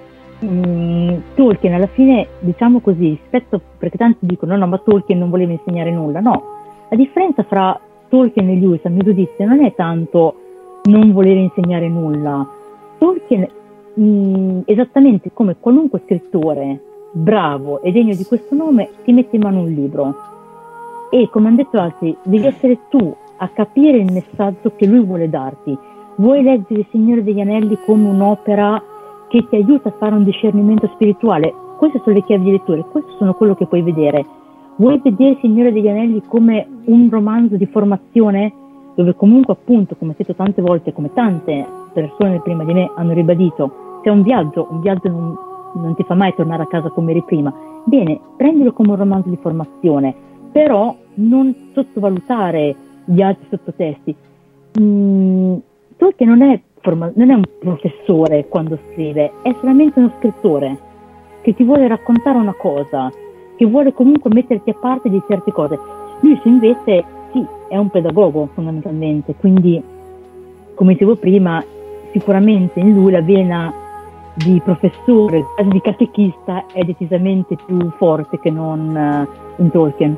Tolkien alla fine, diciamo così, rispetto, perché tanti dicono no, ma Tolkien non voleva insegnare nulla. No, la differenza fra Tolkien e Lewis, a mio giudizio, non è tanto non voler insegnare nulla. Tolkien, esattamente come qualunque scrittore bravo e degno di questo nome, ti mette in mano un libro e, come hanno detto altri, devi essere tu a capire il messaggio che lui vuole darti. Vuoi leggere Il Signore degli Anelli come un'opera che ti aiuta a fare un discernimento spirituale? Queste sono le chiavi di lettura, questo sono quello che puoi vedere. Vuoi vedere Il Signore degli Anelli come un romanzo di formazione, dove comunque appunto, come ho detto tante volte, come tante persone prima di me hanno ribadito, c'è un viaggio non ti fa mai tornare a casa come eri prima. Bene, prendilo come un romanzo di formazione, però non sottovalutare gli altri sottotesti. Tolkien non è un professore quando scrive, è solamente uno scrittore che ti vuole raccontare una cosa, che vuole comunque metterti a parte di certe cose. Lui invece sì, è un pedagogo fondamentalmente, quindi come dicevo prima, sicuramente in lui la vena di professore, quasi di catechista, è decisamente più forte che non in Tolkien.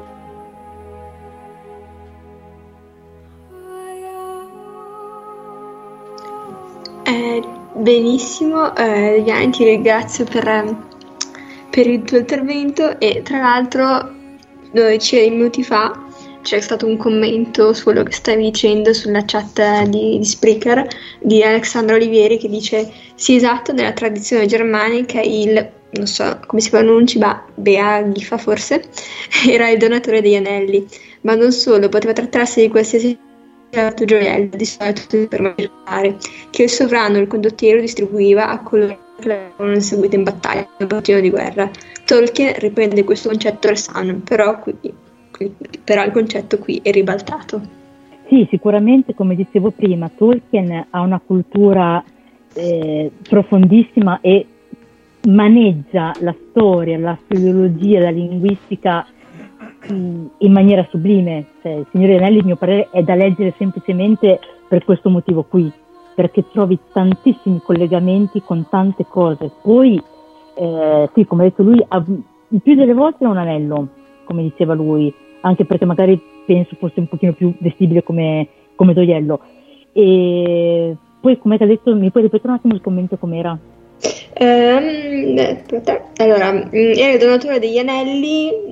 Benissimo, Viviane, ti ringrazio per il tuo intervento. E tra l'altro 10 minuti fa c'è stato un commento su quello che stavi dicendo sulla chat di Spreaker di Alexandro Olivieri, che dice: sì, esatto, nella tradizione germanica non so come si pronunci, Beaghifa forse, era il donatore degli anelli, ma non solo, poteva trattarsi di qualsiasi altro gioiello, di solito per mangiare, che il sovrano o il condottiero distribuiva a coloro che l'avevano seguito in battaglia o bottino di guerra. Tolkien riprende questo concetto al San, però il concetto qui è ribaltato. Sì, sicuramente, come dicevo prima, Tolkien ha una cultura profondissima e maneggia la storia, la filologia, la linguistica in maniera sublime. Cioè, il Signore degli Anelli, a mio parere, è da leggere semplicemente per questo motivo qui, perché trovi tantissimi collegamenti con tante cose. Poi sì, come ha detto lui, il più delle volte è un anello, come diceva lui, anche perché magari penso fosse un pochino più vestibile come gioiello. E poi, come ti ha detto, mi puoi ripetere un attimo il commento com'era? Allora, era il donatore degli anelli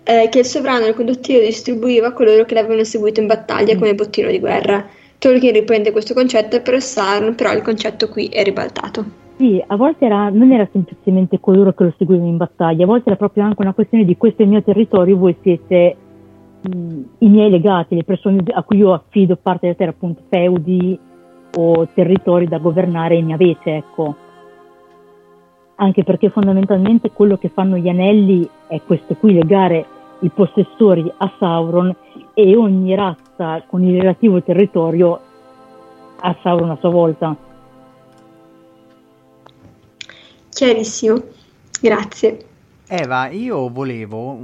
che il sovrano riconduttivo distribuiva a coloro che l'avevano seguito in battaglia come bottino di guerra. Tolkien riprende questo concetto per Sauron, però il concetto qui è ribaltato. Sì, a volte non era semplicemente coloro che lo seguivano in battaglia, a volte era proprio anche una questione di questo è il mio territorio, voi siete i miei legati, le persone a cui io affido parte della terra, appunto feudi o territori da governare mi avete, ecco. Anche perché fondamentalmente quello che fanno gli anelli è questo qui, legare i possessori a Sauron e ogni razza con il relativo territorio a Sauron a sua volta. Chiarissimo, grazie. Eva, io volevo,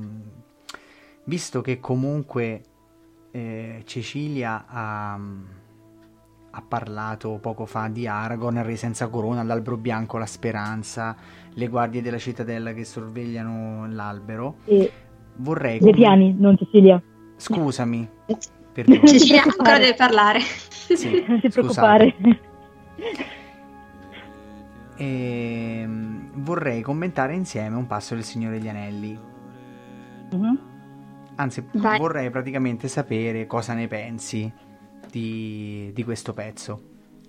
visto che comunque Cecilia ha parlato poco fa di Aragorn, il re senza corona, l'albero bianco, la speranza, le guardie della cittadella che sorvegliano l'albero, vorrei... Le piani, non Cecilia. Scusami, perdono. Cecilia ancora deve parlare. Sì, non ti preoccupare. Vorrei commentare insieme un passo del Signore degli Anelli. Anzi, vorrei praticamente sapere cosa ne pensi di questo pezzo.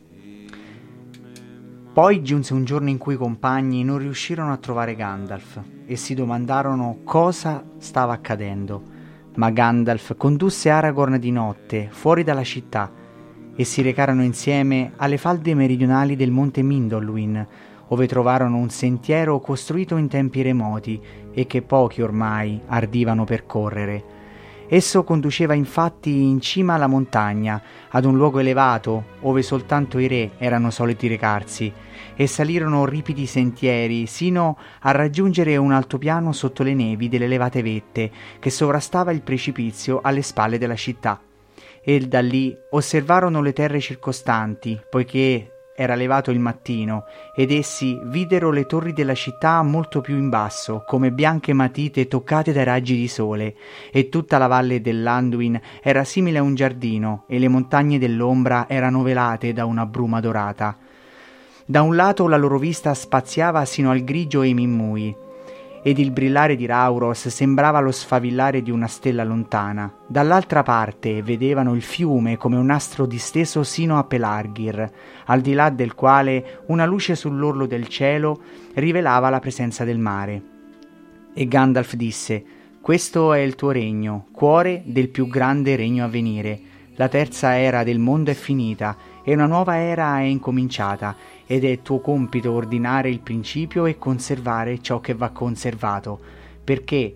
Poi giunse un giorno in cui i compagni non riuscirono a trovare Gandalf e si domandarono cosa stava accadendo. Ma Gandalf condusse Aragorn di notte fuori dalla città e si recarono insieme alle falde meridionali del monte Mindolluin, ove trovarono un sentiero costruito in tempi remoti e che pochi ormai ardivano percorrere. Esso conduceva infatti in cima alla montagna, ad un luogo elevato, ove soltanto i re erano soliti recarsi, e salirono ripidi sentieri sino a raggiungere un altopiano sotto le nevi delle elevate vette che sovrastava il precipizio alle spalle della città. E da lì osservarono le terre circostanti, poiché era levato il mattino, ed essi videro le torri della città molto più in basso, come bianche matite toccate dai raggi di sole, e tutta la valle dell'Anduin era simile a un giardino, e le montagne dell'ombra erano velate da una bruma dorata. Da un lato la loro vista spaziava sino al grigio Emimui, ed il brillare di Rauros sembrava lo sfavillare di una stella lontana. Dall'altra parte vedevano il fiume come un nastro disteso sino a Pelargir, al di là del quale una luce sull'orlo del cielo rivelava la presenza del mare. E Gandalf disse: «Questo è il tuo regno, cuore del più grande regno a venire. La terza era del mondo è finita e una nuova era è incominciata, ed è tuo compito ordinare il principio e conservare ciò che va conservato, perché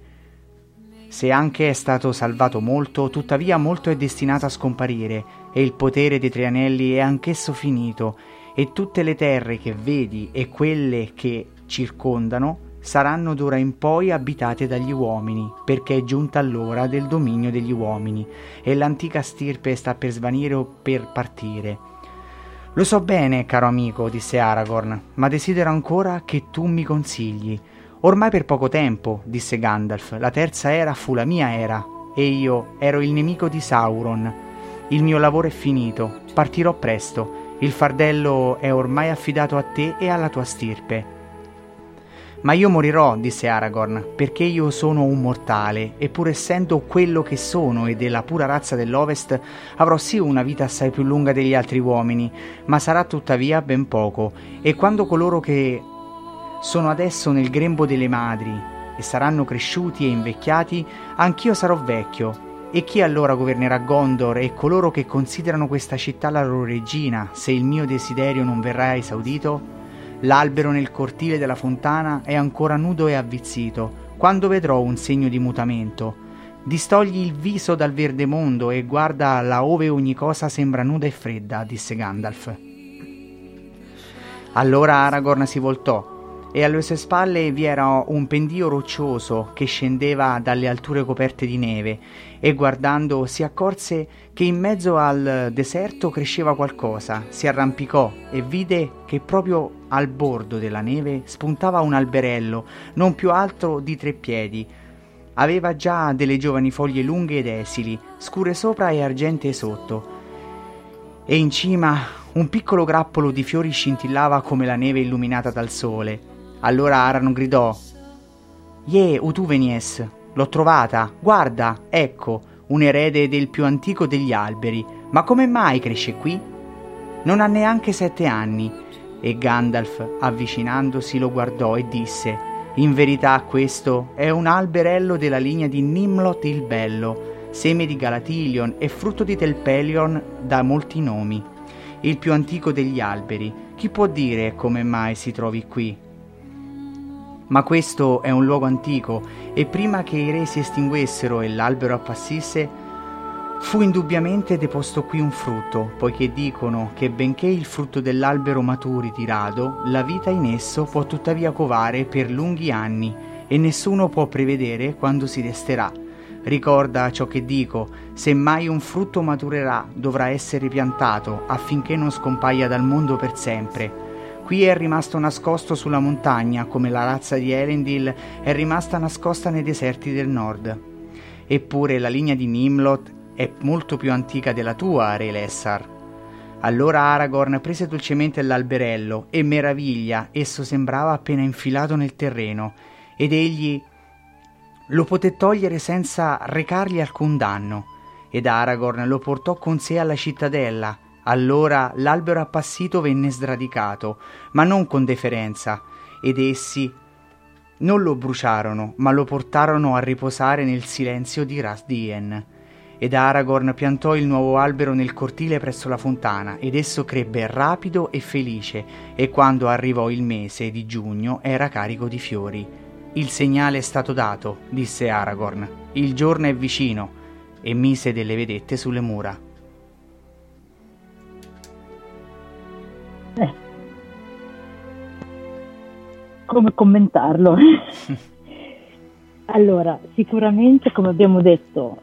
se anche è stato salvato molto, tuttavia molto è destinato a scomparire, e il potere dei tre anelli è anch'esso finito, e tutte le terre che vedi e quelle che circondano saranno d'ora in poi abitate dagli uomini, perché è giunta l'ora del dominio degli uomini, e l'antica stirpe sta per svanire o per partire. Lo so bene, caro amico, disse Aragorn, ma desidero ancora che tu mi consigli. Ormai per poco tempo, disse Gandalf, la terza era fu la mia era, e io ero il nemico di Sauron. Il mio lavoro è finito, partirò presto, il fardello è ormai affidato a te e alla tua stirpe. Ma io morirò, disse Aragorn, perché io sono un mortale, e pur essendo quello che sono e della pura razza dell'Ovest, avrò sì una vita assai più lunga degli altri uomini, ma sarà tuttavia ben poco, e quando coloro che sono adesso nel grembo delle madri e saranno cresciuti e invecchiati, anch'io sarò vecchio. E chi allora governerà Gondor e coloro che considerano questa città la loro regina, se il mio desiderio non verrà esaudito? L'albero nel cortile della fontana è ancora nudo e avvizzito. Quando vedrò un segno di mutamento? Distogli il viso dal verde mondo e guarda là ove ogni cosa sembra nuda e fredda, disse Gandalf. Allora Aragorn si voltò, e alle sue spalle vi era un pendio roccioso che scendeva dalle alture coperte di neve, e guardando si accorse che in mezzo al deserto cresceva qualcosa. Si arrampicò e vide che proprio al bordo della neve spuntava un alberello non più alto di 3 piedi. Aveva già delle giovani foglie lunghe ed esili, scure sopra e argentee sotto, e in cima un piccolo grappolo di fiori scintillava come la neve illuminata dal sole. Allora Aragorn gridò: «Ie, utuvenies!» L'ho trovata, guarda, ecco, un erede del più antico degli alberi. Ma come mai cresce qui? Non ha neanche 7 anni. E Gandalf, avvicinandosi, lo guardò e disse: in verità questo è un alberello della linea di Nimlot il Bello, seme di Galatilion e frutto di Telpelion da molti nomi. Il più antico degli alberi. Chi può dire come mai si trovi qui? Ma questo è un luogo antico, e prima che i re si estinguessero e l'albero appassisse, fu indubbiamente deposto qui un frutto, poiché dicono che benché il frutto dell'albero maturi di rado, la vita in esso può tuttavia covare per lunghi anni, e nessuno può prevedere quando si resterà. Ricorda ciò che dico: se mai un frutto maturerà, dovrà essere piantato, affinché non scompaia dal mondo per sempre. Qui è rimasto nascosto sulla montagna, come la razza di Elendil è rimasta nascosta nei deserti del nord. Eppure la linea di Nimlot è molto più antica della tua, Re Lessar. Allora Aragorn prese dolcemente l'alberello, e meraviglia, esso sembrava appena infilato nel terreno, ed egli lo poté togliere senza recargli alcun danno, ed Aragorn lo portò con sé alla cittadella. Allora l'albero appassito venne sradicato, ma non con deferenza, ed essi non lo bruciarono, ma lo portarono a riposare nel silenzio di Rath-dien. Ed Aragorn piantò il nuovo albero nel cortile presso la fontana, ed esso crebbe rapido e felice, e quando arrivò il mese di giugno era carico di fiori. Il segnale è stato dato, disse Aragorn, il giorno è vicino, e mise delle vedette sulle mura. Come commentarlo? Allora, sicuramente, come abbiamo detto,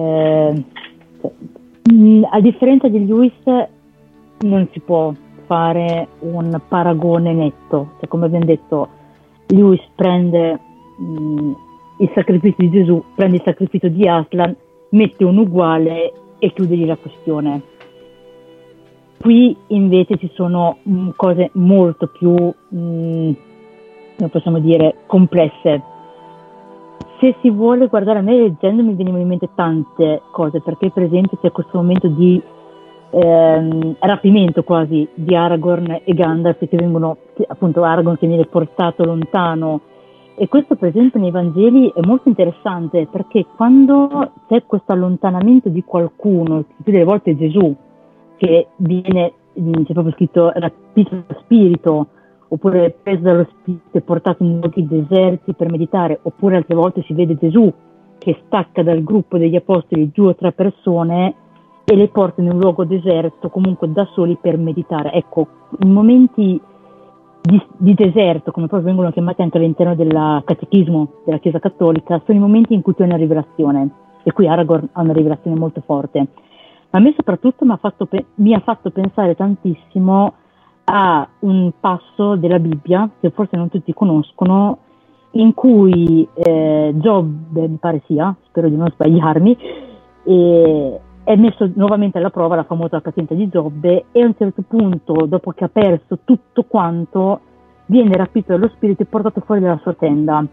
a differenza di Lewis non si può fare un paragone netto. Cioè, come abbiamo detto, Lewis prende il sacrificio di Gesù, prende il sacrificio di Aslan, mette un uguale e chiude lì la questione. Qui invece ci sono cose molto più, come possiamo dire, complesse. Se si vuole guardare, a me leggendo mi venivano in mente tante cose, perché per esempio c'è questo momento di rapimento quasi di Aragorn e Gandalf, che vengono, appunto Aragorn che viene portato lontano, e questo per esempio nei Vangeli è molto interessante, perché quando c'è questo allontanamento di qualcuno, più delle volte Gesù, che viene, c'è proprio scritto, rapito dallo spirito, oppure preso dallo spirito e portato in luoghi deserti per meditare, oppure altre volte si vede Gesù che stacca dal gruppo degli apostoli 2 o 3 persone e le porta in un luogo deserto, comunque da soli, per meditare. Ecco, in momenti di deserto, come poi vengono chiamati anche all'interno del catechismo della Chiesa Cattolica, sono i momenti in cui c'è una rivelazione, e qui Aragorn ha una rivelazione molto forte. A me soprattutto mi ha fatto pensare tantissimo a un passo della Bibbia, che forse non tutti conoscono, in cui Giobbe, mi pare sia, spero di non sbagliarmi, è messo nuovamente alla prova la famosa pazienza di Giobbe, e a un certo punto, dopo che ha perso tutto quanto, viene rapito dallo spirito e portato fuori dalla sua tenda,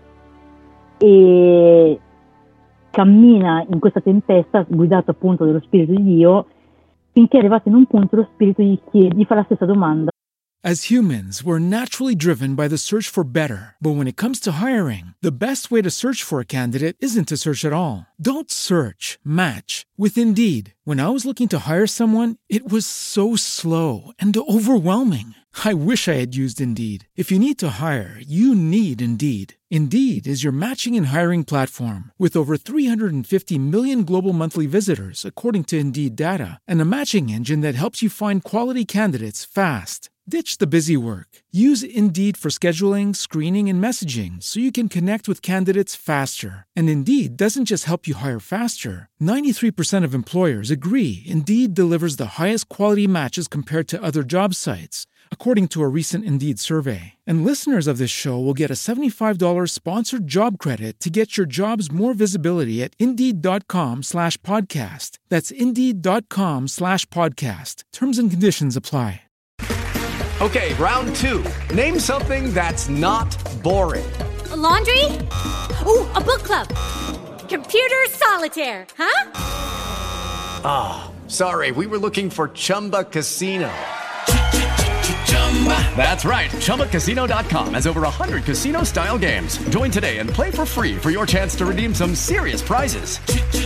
e cammina in questa tempesta guidato appunto dallo spirito di Dio, finché è arrivato in un punto lo spirito gli fa la stessa domanda. As humans, we're naturally driven by the search for better. But when it comes to hiring, the best way to search for a candidate isn't to search at all. Don't search, match with Indeed. When I was looking to hire someone, it was so slow and overwhelming. I wish I had used Indeed. If you need to hire, you need Indeed. Indeed is your matching and hiring platform with over 350 million global monthly visitors, according to Indeed data, and a matching engine that helps you find quality candidates fast. Ditch the busy work. Use Indeed for scheduling, screening, and messaging so you can connect with candidates faster. And Indeed doesn't just help you hire faster. 93% of employers agree Indeed delivers the highest quality matches compared to other job sites, according to a recent Indeed survey. And listeners of this show will get a $75 sponsored job credit to get your jobs more visibility at Indeed.com/podcast. That's Indeed.com/podcast. Terms and conditions apply. Okay, round 2. Name something that's not boring. A laundry? Ooh, a book club. Computer solitaire, huh? Ah, sorry, we were looking for Chumba Casino. That's right, ChumbaCasino.com has over 100 casino-style games. Join today and play for free for your chance to redeem some serious prizes.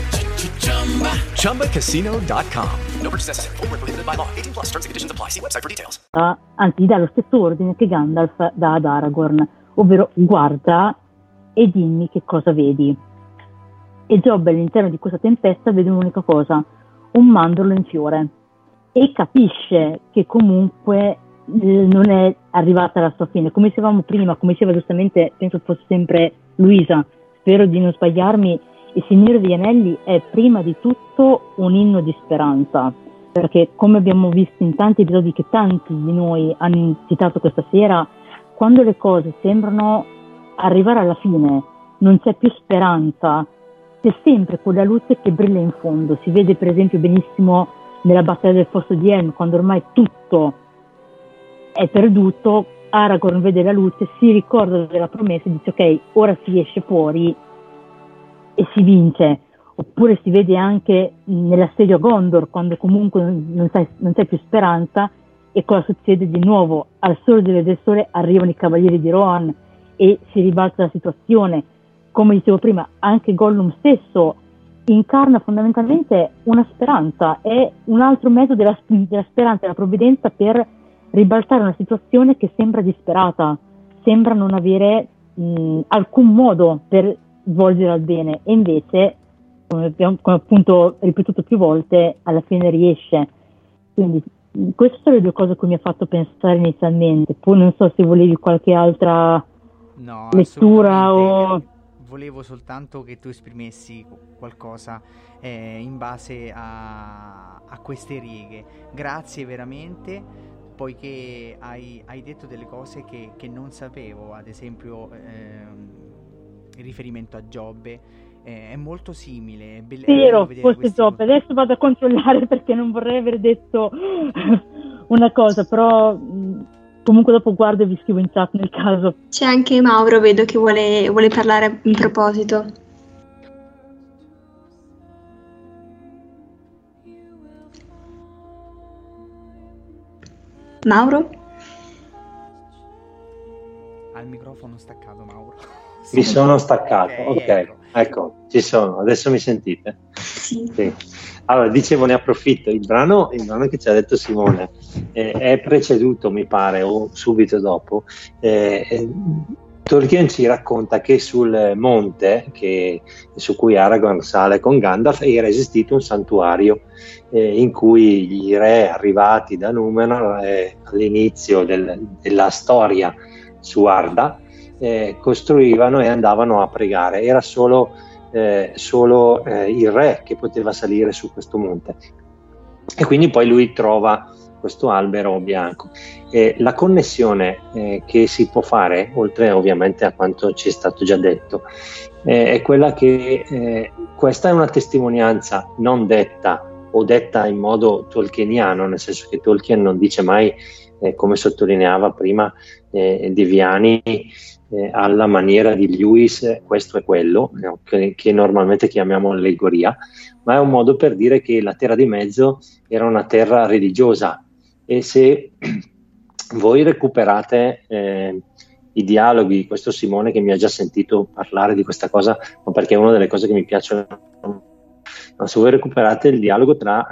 ChumbaCasino.com. No purchase necessary. Void where prohibited by law. 18 plus. Terms and conditions apply. See website for details. Anzi, dà lo stesso ordine che Gandalf dà ad Aragorn, ovvero guarda e dimmi che cosa vedi. E Giobbe all'interno di questa tempesta vede un'unica cosa, un mandorlo in fiore, e capisce che comunque non è arrivata alla sua fine. Come dicevamo prima, come diceva giustamente, penso fosse sempre Luisa, spero di non sbagliarmi, Il Signore degli Anelli è prima di tutto un inno di speranza, perché come abbiamo visto in tanti episodi che tanti di noi hanno citato questa sera, quando le cose sembrano arrivare alla fine, non c'è più speranza, c'è sempre quella luce che brilla in fondo. Si vede per esempio benissimo nella battaglia del Fosso di Helm, quando ormai tutto è perduto, Aragorn vede la luce, si ricorda della promessa e dice ok, ora si esce fuori e si vince. Oppure si vede anche nell'assedio a Gondor, quando comunque non c'è più speranza, e cosa succede di nuovo? Al sorgere del sole arrivano i cavalieri di Rohan e si ribalta la situazione. Come dicevo prima, anche Gollum stesso incarna fondamentalmente una speranza, è un altro mezzo della speranza e della provvidenza per ribaltare una situazione che sembra disperata, sembra non avere alcun modo per svolgere al bene, e invece, come appunto ripetuto più volte, alla fine riesce. Quindi queste sono le due cose che mi ha fatto pensare inizialmente. Poi non so se volevi qualche altra lettura o... Volevo soltanto che tu esprimessi qualcosa in base a queste righe. Grazie veramente, poiché hai detto delle cose che non sapevo, ad esempio il riferimento a Giobbe è molto simile. Vero, forse Giobbe. Adesso vado a controllare perché non vorrei aver detto una cosa, però... Comunque dopo guardo e vi scrivo in chat nel caso. C'è anche Mauro, vedo che vuole parlare in proposito. Mauro? Ha il microfono staccato, Mauro. Mi sono staccato, ok, ecco, ci sono, adesso mi sentite? Sì. Allora, dicevo, ne approfitto, il brano che ci ha detto Simone è preceduto, mi pare, o subito dopo, Tolkien ci racconta che sul monte su cui Aragorn sale con Gandalf era esistito un santuario in cui gli re arrivati da Númenor all'inizio della storia su Arda costruivano e andavano a pregare. Era solo il re che poteva salire su questo monte, e quindi poi lui trova questo albero bianco. La connessione che si può fare, oltre ovviamente a quanto ci è stato già detto, è quella che questa è una testimonianza non detta o detta in modo tolkieniano, nel senso che Tolkien non dice mai, come sottolineava prima Deviani, alla maniera di Lewis, questo è quello, che normalmente chiamiamo allegoria, ma è un modo per dire che la terra di mezzo era una terra religiosa. E se voi recuperate i dialoghi di questo Simone, che mi ha già sentito parlare di questa cosa, ma perché è una delle cose che mi piacciono, se voi recuperate il dialogo tra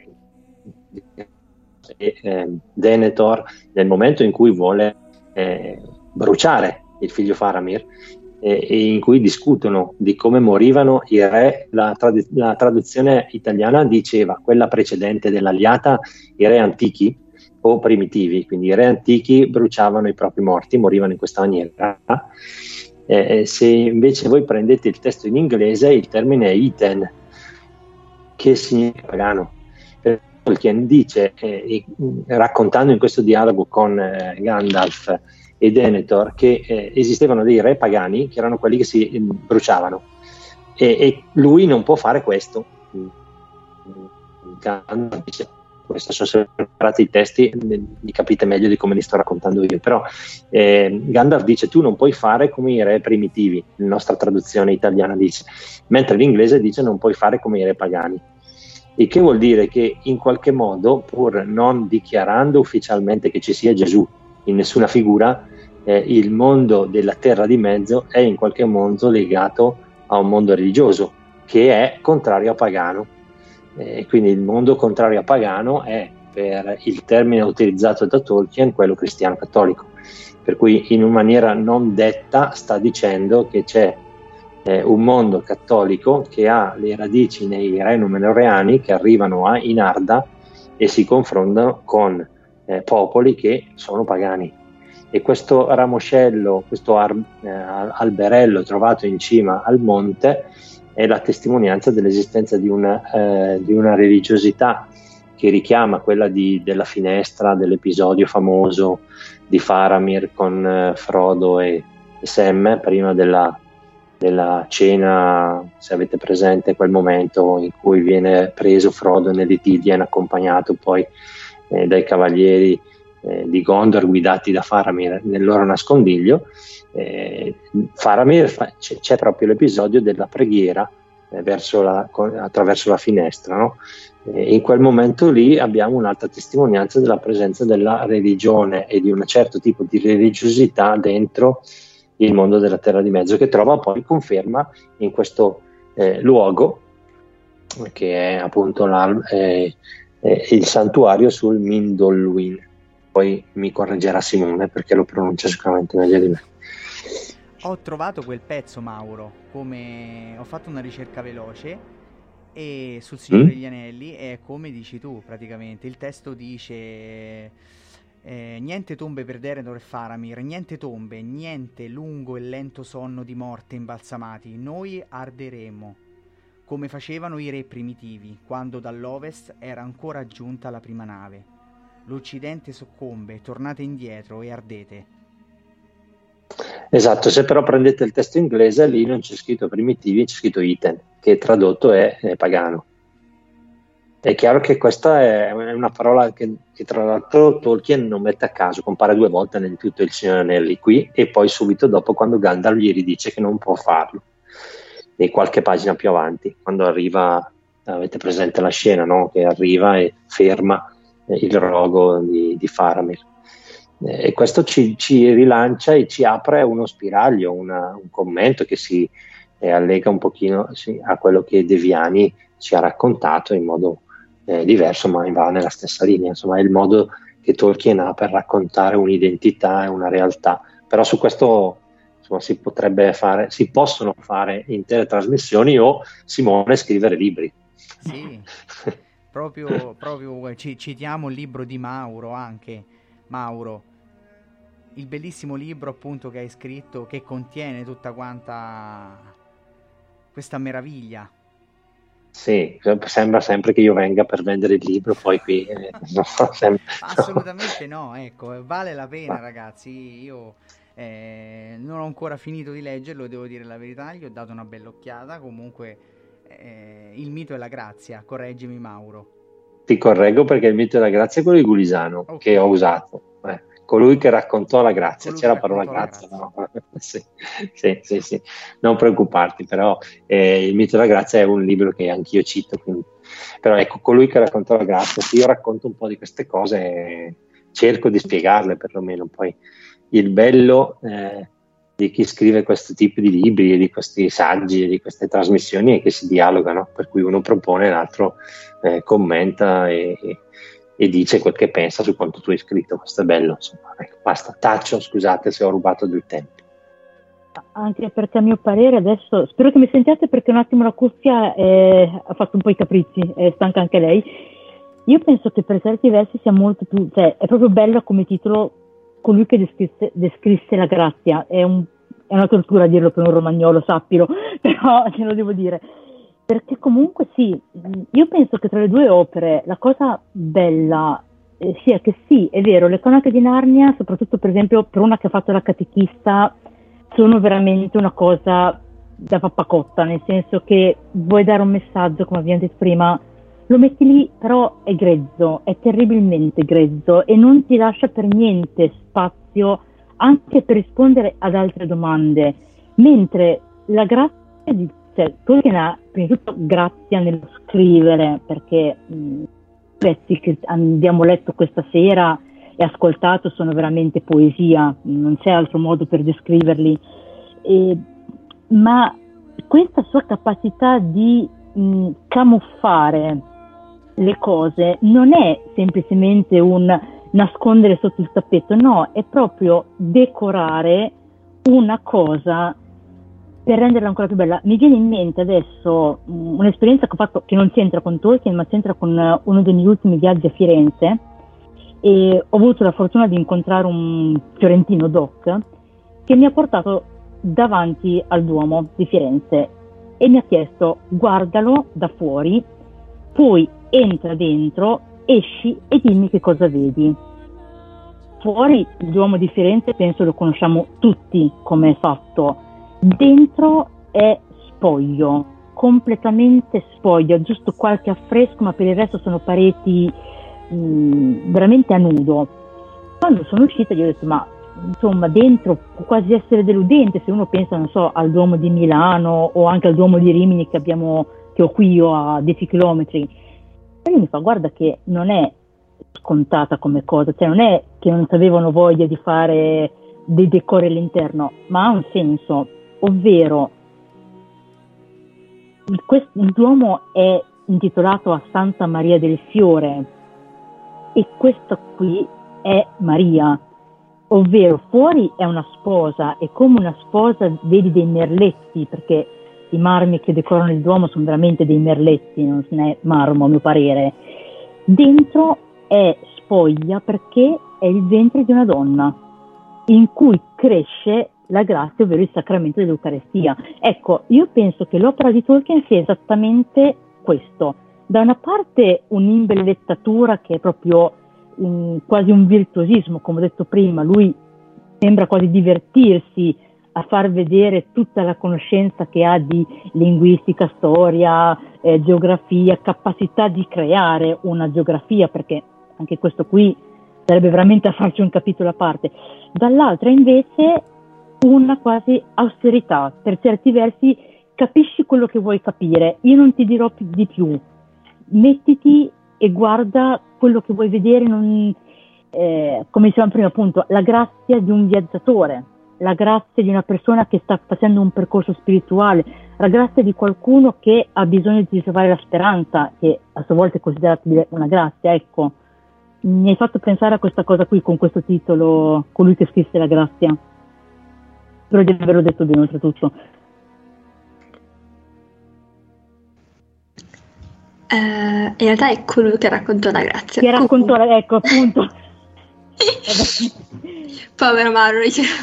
Denethor nel momento in cui vuole bruciare il figlio Faramir, e in cui discutono di come morivano i re, la traduzione italiana diceva, quella precedente dell'Aliata, i re antichi o primitivi, quindi i re antichi bruciavano i propri morti, morivano in questa maniera. Se invece voi prendete il testo in inglese, il termine è Iten, che significa pagano. Tolkien dice, raccontando in questo dialogo con Gandalf e Denethor, che esistevano dei re pagani che erano quelli che si bruciavano, e lui non può fare questo. Gandalf dice, questi sono separati i testi, li capite meglio di come li sto raccontando io, però Gandalf dice tu non puoi fare come i re primitivi, la nostra traduzione italiana dice, mentre l'inglese dice non puoi fare come i re pagani. Il che vuol dire che in qualche modo, pur non dichiarando ufficialmente che ci sia Gesù in nessuna figura, il mondo della Terra di Mezzo è in qualche modo legato a un mondo religioso che è contrario a pagano. Quindi il mondo contrario a pagano è, per il termine utilizzato da Tolkien, quello cristiano cattolico. Per cui in una maniera non detta sta dicendo che c'è un mondo cattolico che ha le radici nei re numenoreani che arrivano a Inarda e si confrontano con popoli che sono pagani. E questo ramoscello, questo alberello trovato in cima al monte è la testimonianza dell'esistenza di una religiosità che richiama quella della finestra, dell'episodio famoso di Faramir con Frodo e Sam prima della cena, se avete presente quel momento in cui viene preso Frodo nell'Itidien accompagnato poi dai cavalieri di Gondor guidati da Faramir nel loro nascondiglio. Faramir c'è proprio l'episodio della preghiera attraverso la finestra, no? In quel momento lì abbiamo un'altra testimonianza della presenza della religione e di un certo tipo di religiosità dentro il mondo della Terra di Mezzo, che trova poi conferma in questo luogo che è appunto il santuario sul Mindolluin. Poi mi correggerà Simone perché lo pronuncia sicuramente meglio di me. Ho trovato quel pezzo, Mauro, ho fatto una ricerca veloce e sul Signore degli Anelli, è come dici tu praticamente, il testo dice niente tombe per Denethor e Faramir, niente tombe, niente lungo e lento sonno di morte imbalsamati, noi arderemo, come facevano i re primitivi, quando dall'ovest era ancora giunta la prima nave. L'Occidente soccombe, tornate indietro e ardete. Esatto, se però prendete il testo inglese lì non c'è scritto primitivi, c'è scritto Iten, che tradotto è pagano. È chiaro che questa è una parola che tra l'altro Tolkien non mette a caso, compare 2 volte nel tutto il Signore Anelli, qui e poi subito dopo quando Gandalf gli ridice che non può farlo, e qualche pagina più avanti, quando arriva, avete presente la scena, no? Che arriva e ferma il rogo di Faramir. E questo ci rilancia e ci apre uno spiraglio, un commento che si allega un pochino a quello che Deviani ci ha raccontato in modo diverso, ma va nella stessa linea. Insomma, è il modo che Tolkien ha per raccontare un'identità e una realtà. Però su questo insomma, si possono fare intere trasmissioni o Simone scrivere libri. Sì. Proprio citiamo il libro di Mauro anche. Mauro, il bellissimo libro appunto che hai scritto, che contiene tutta quanta questa meraviglia. Sì, sembra sempre che io venga per vendere il libro, poi qui assolutamente no, ecco, vale la pena ragazzi, io non ho ancora finito di leggerlo, devo dire la verità, gli ho dato una bella occhiata, comunque il mito e la grazia, correggimi Mauro. Ti correggo perché il mito e la grazia è quello di Gulisano, okay, che ho usato. Colui che raccontò la grazia, c'è la parola grazia, no? sì. Non preoccuparti, però il mito e la grazia è un libro che anch'io cito, quindi. Però ecco, colui che raccontò la grazia, se io racconto un po' di queste cose cerco di spiegarle perlomeno, poi il bello di chi scrive questo tipo di libri e di questi saggi e di queste trasmissioni è che si dialogano, per cui uno propone, l'altro commenta e dice quel che pensa su quanto tu hai scritto. Questo è bello, insomma. Ecco, basta, taccio, scusate se ho rubato del tempo. Anche perché a mio parere adesso, spero che mi sentiate perché un attimo la cuffia ha fatto un po' i capricci, è stanca anche lei. Io penso che per certi versi sia molto più, cioè è proprio bello come titolo, colui che descrisse la grazia. È una tortura dirlo per un romagnolo, sappilo, però ce lo devo dire. Perché comunque sì, io penso che tra le 2 opere la cosa bella sia che sì, è vero, le cronache di Narnia, soprattutto per esempio per una che ha fatto la catechista, sono veramente una cosa da pappacotta, nel senso che vuoi dare un messaggio, come abbiamo detto prima, lo metti lì, però è grezzo, è terribilmente grezzo e non ti lascia per niente spazio anche per rispondere ad altre domande, mentre la grazia di Tolkien ha prima di tutto grazia nello scrivere, perché i pezzi che abbiamo letto questa sera e ascoltato sono veramente poesia, non c'è altro modo per descriverli, ma questa sua capacità di camuffare le cose non è semplicemente un nascondere sotto il tappeto, no, è proprio decorare una cosa per renderla ancora più bella. Mi viene in mente adesso un'esperienza che ho fatto che non c'entra con Tolkien, ma c'entra con uno dei miei ultimi viaggi a Firenze, e ho avuto la fortuna di incontrare un fiorentino doc che mi ha portato davanti al Duomo di Firenze e mi ha chiesto: guardalo da fuori, poi entra dentro, esci e dimmi che cosa vedi. Fuori il Duomo di Firenze penso lo conosciamo tutti come è fatto, dentro è spoglio, completamente spoglio, giusto qualche affresco, ma per il resto sono pareti veramente a nudo. Quando sono uscita gli ho detto: ma insomma, dentro può quasi essere deludente se uno pensa, non so, al Duomo di Milano o anche al Duomo di Rimini che ho qui io a 10 chilometri. E lui mi fa: guarda che non è scontata come cosa, cioè non è che non avevano voglia di fare dei decori all'interno, ma ha un senso, ovvero il Duomo è intitolato a Santa Maria del Fiore e questa qui è Maria, ovvero fuori è una sposa e come una sposa vedi dei merletti, perché i marmi che decorano il Duomo sono veramente dei merletti, non è marmo a mio parere. Dentro è spoglia perché è il ventre di una donna in cui cresce la grazia, ovvero il sacramento dell'Eucarestia. Ecco, io penso che l'opera di Tolkien sia esattamente questo. Da una parte un'imbellettatura che è proprio quasi un virtuosismo, come ho detto prima, lui sembra quasi divertirsi a far vedere tutta la conoscenza che ha di linguistica, storia, geografia, capacità di creare una geografia, perché anche questo qui sarebbe veramente a farci un capitolo a parte. Dall'altra invece una quasi austerità, per certi versi capisci quello che vuoi capire, io non ti dirò di più, mettiti e guarda quello che vuoi vedere, come dicevamo prima appunto, la grazia di un viaggiatore, la grazia di una persona che sta facendo un percorso spirituale, la grazia di qualcuno che ha bisogno di ritrovare la speranza, che a sua volta è considerabile una grazia. Ecco, mi hai fatto pensare a questa cosa qui con questo titolo, colui che scrisse la grazia. Spero di averlo detto bene oltretutto. In realtà è colui che raccontò la grazia. Che raccontò la, ecco appunto. Povero Mauro,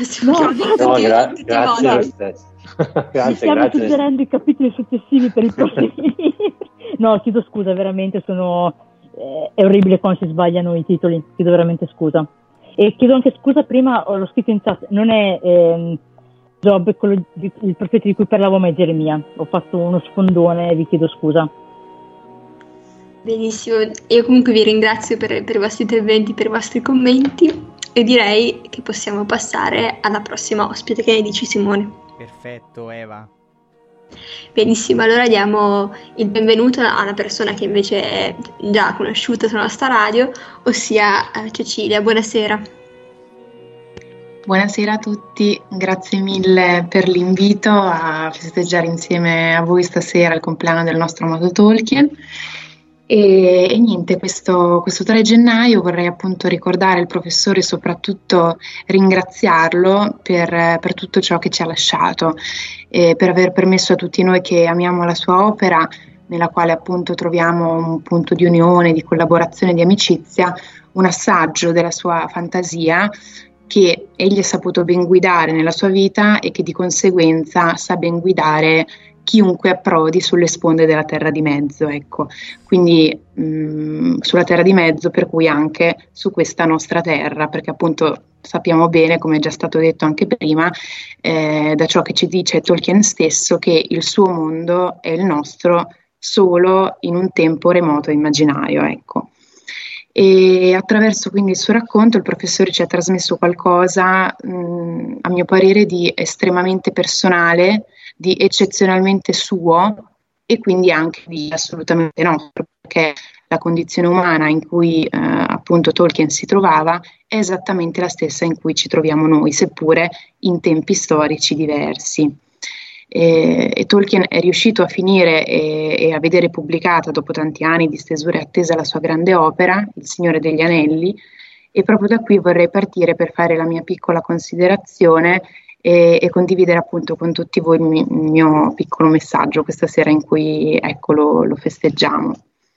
grazie lo stesso. Grazie, stiamo suggerendo i capitoli successivi per i prossimi. No, chiedo scusa, veramente è orribile quando si sbagliano i titoli, chiedo veramente scusa. E chiedo anche scusa, prima l'ho scritto in chat, non è Giobbe, il profeta di cui parlavo, ma è Geremia. Ho fatto uno sfondone e vi chiedo scusa. Benissimo, io comunque vi ringrazio per i vostri interventi, per i vostri commenti e direi che possiamo passare alla prossima ospite, che ne dici Simone? Perfetto Eva. Benissimo, allora diamo il benvenuto a una persona che invece è già conosciuta sulla nostra radio, ossia Cecilia. Buonasera. Buonasera a tutti, grazie mille per l'invito a festeggiare insieme a voi stasera il compleanno del nostro amato Tolkien. E niente, questo 3 gennaio vorrei appunto ricordare il professore e soprattutto ringraziarlo per tutto ciò che ci ha lasciato, per aver permesso a tutti noi che amiamo la sua opera, nella quale appunto troviamo un punto di unione, di collaborazione, di amicizia, un assaggio della sua fantasia che egli ha saputo ben guidare nella sua vita e che di conseguenza sa ben guidare chiunque approdi sulle sponde della Terra di Mezzo, ecco. Quindi sulla Terra di Mezzo, per cui anche su questa nostra terra, perché appunto sappiamo bene, come è già stato detto anche prima, da ciò che ci dice Tolkien stesso, che il suo mondo è il nostro solo in un tempo remoto e immaginario, ecco. E attraverso quindi il suo racconto il professore ci ha trasmesso qualcosa, a mio parere, di estremamente personale, di eccezionalmente suo e quindi anche di assolutamente nostro, perché la condizione umana in cui appunto Tolkien si trovava è esattamente la stessa in cui ci troviamo noi, seppure in tempi storici diversi. E Tolkien è riuscito a finire e a vedere pubblicata dopo tanti anni di stesura e attesa la sua grande opera, Il Signore degli Anelli, e proprio da qui vorrei partire per fare la mia piccola considerazione e condividere appunto con tutti voi il mio piccolo messaggio questa sera in cui ecco lo festeggiamo.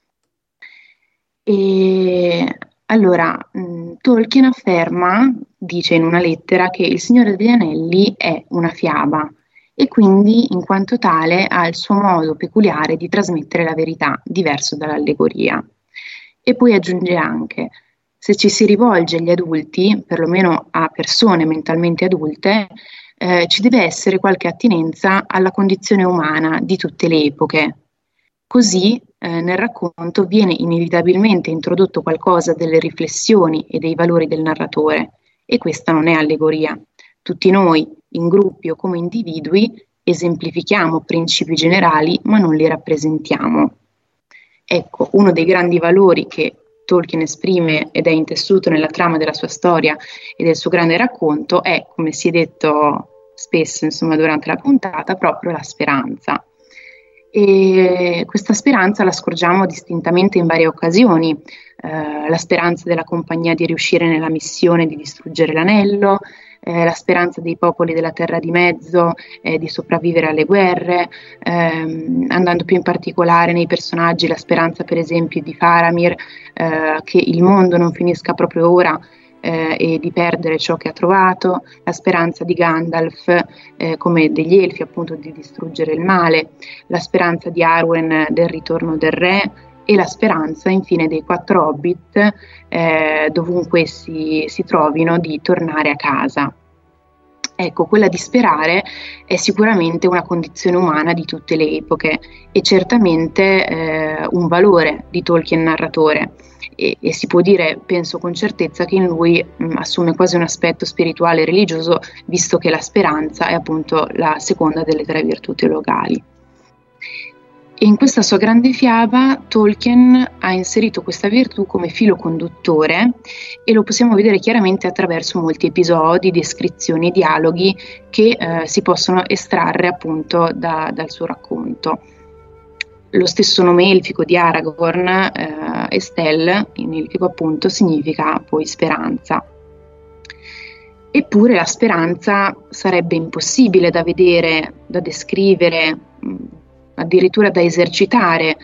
E allora, Tolkien afferma, dice in una lettera, che Il Signore degli Anelli è una fiaba e quindi in quanto tale ha il suo modo peculiare di trasmettere la verità, diverso dall'allegoria. E poi aggiunge anche: se ci si rivolge agli adulti, perlomeno a persone mentalmente adulte, ci deve essere qualche attinenza alla condizione umana di tutte le epoche. Così nel racconto viene inevitabilmente introdotto qualcosa delle riflessioni e dei valori del narratore, e questa non è allegoria. Tutti noi, in gruppi o come individui, esemplifichiamo principi generali ma non li rappresentiamo. Ecco, uno dei grandi valori che Tolkien esprime ed è intessuto nella trama della sua storia e del suo grande racconto è, come si è detto spesso insomma durante la puntata, proprio la speranza. E questa speranza la scorgiamo distintamente in varie occasioni, la speranza della compagnia di riuscire nella missione di distruggere l'anello, la speranza dei popoli della Terra di Mezzo di sopravvivere alle guerre, andando più in particolare nei personaggi, la speranza per esempio di Faramir che il mondo non finisca proprio ora e di perdere ciò che ha trovato, la speranza di Gandalf come degli elfi appunto di distruggere il male, la speranza di Arwen del ritorno del re e la speranza infine dei 4 hobbit dovunque si trovino di tornare a casa. Ecco, quella di sperare è sicuramente una condizione umana di tutte le epoche e certamente un valore di Tolkien narratore e si può dire, penso con certezza, che in lui assume quasi un aspetto spirituale e religioso, visto che la speranza è appunto la seconda delle 3 virtù teologali. E in questa sua grande fiaba Tolkien ha inserito questa virtù come filo conduttore e lo possiamo vedere chiaramente attraverso molti episodi, descrizioni e dialoghi che si possono estrarre appunto dal suo racconto. Lo stesso nome elfico di Aragorn, Estel, in elfico appunto, significa poi speranza. Eppure la speranza sarebbe impossibile da vedere, da descrivere, addirittura da esercitare,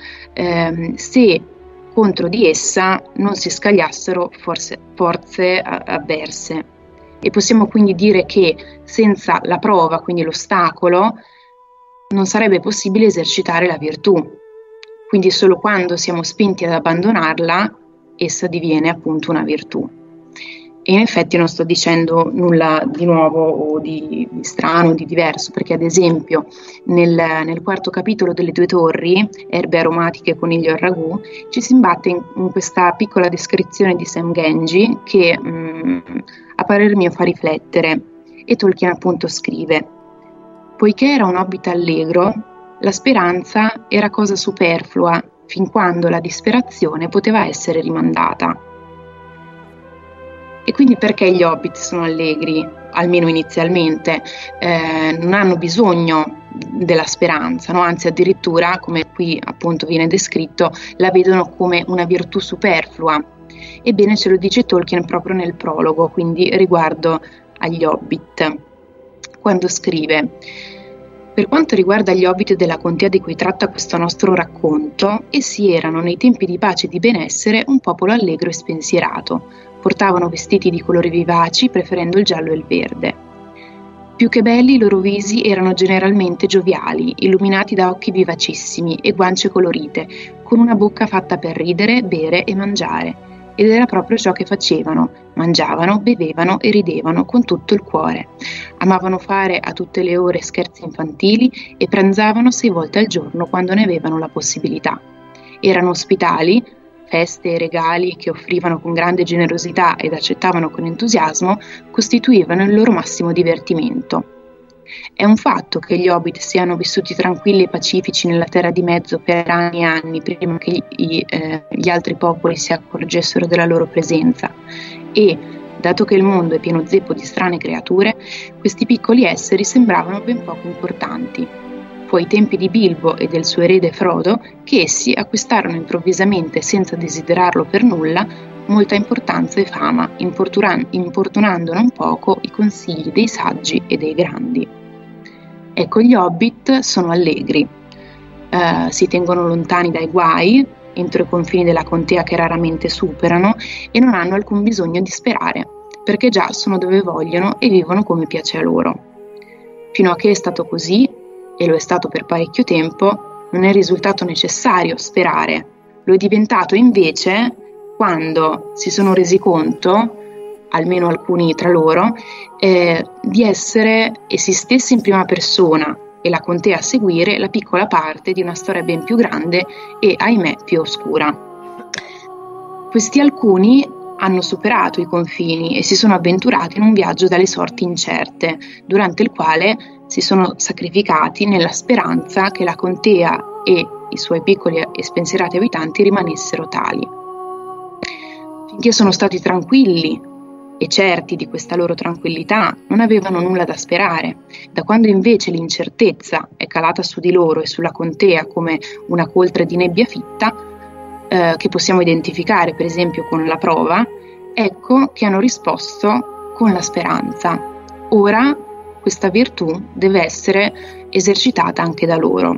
se contro di essa non si scagliassero forze avverse. E possiamo quindi dire che senza la prova, quindi l'ostacolo, non sarebbe possibile esercitare la virtù. Quindi solo quando siamo spinti ad abbandonarla, essa diviene appunto una virtù. E in effetti non sto dicendo nulla di nuovo o di strano, di diverso, perché ad esempio nel 4º capitolo delle 2 torri, erbe aromatiche, coniglio al ragù, ci si imbatte in questa piccola descrizione di Sam Genji che a parer mio fa riflettere. E Tolkien appunto scrive: poiché era un hobbit allegro, la speranza era cosa superflua fin quando la disperazione poteva essere rimandata. E quindi perché gli hobbit sono allegri, almeno inizialmente? Non hanno bisogno della speranza, no? Anzi addirittura, come qui appunto viene descritto, la vedono come una virtù superflua. Ebbene, ce lo dice Tolkien proprio nel prologo, quindi riguardo agli hobbit, quando scrive: per quanto riguarda gli hobbit della contea di cui tratta questo nostro racconto, essi erano nei tempi di pace e di benessere un popolo allegro e spensierato. Portavano vestiti di colori vivaci, preferendo il giallo e il verde. Più che belli, i loro visi erano generalmente gioviali, illuminati da occhi vivacissimi e guance colorite, con una bocca fatta per ridere, bere e mangiare. ed era proprio ciò che facevano: mangiavano, bevevano e ridevano con tutto il cuore. Amavano fare a tutte le ore scherzi infantili e pranzavano 6 volte al giorno quando ne avevano la possibilità. Erano ospitali, feste e regali che offrivano con grande generosità ed accettavano con entusiasmo costituivano il loro massimo divertimento. È un fatto che gli Hobbit siano vissuti tranquilli e pacifici nella Terra di Mezzo per anni e anni prima che gli altri popoli si accorgessero della loro presenza e, dato che il mondo è pieno zeppo di strane creature, questi piccoli esseri sembravano ben poco importanti. Fu ai tempi di Bilbo e del suo erede Frodo che essi acquistarono improvvisamente, senza desiderarlo per nulla, molta importanza e fama, importunando non poco i consigli dei saggi e dei grandi. Ecco, gli Hobbit sono allegri, si tengono lontani dai guai, entro i confini della contea che raramente superano, e non hanno alcun bisogno di sperare, perché già sono dove vogliono e vivono come piace a loro. Fino a che è stato così, e lo è stato per parecchio tempo, non è risultato necessario sperare. Lo è diventato invece quando si sono resi conto, almeno alcuni tra loro, di essere essi stessi in prima persona e la contea a seguire la piccola parte di una storia ben più grande e, ahimè, più oscura. Questi alcuni hanno superato i confini e si sono avventurati in un viaggio dalle sorti incerte, durante il quale si sono sacrificati nella speranza che la contea e i suoi piccoli e spensierati abitanti rimanessero tali. Finché sono stati tranquilli e certi di questa loro tranquillità, non avevano nulla da sperare. Da quando invece l'incertezza è calata su di loro e sulla contea come una coltre di nebbia fitta, che possiamo identificare per esempio con la prova, ecco che hanno risposto con la speranza. Ora questa virtù deve essere esercitata anche da loro.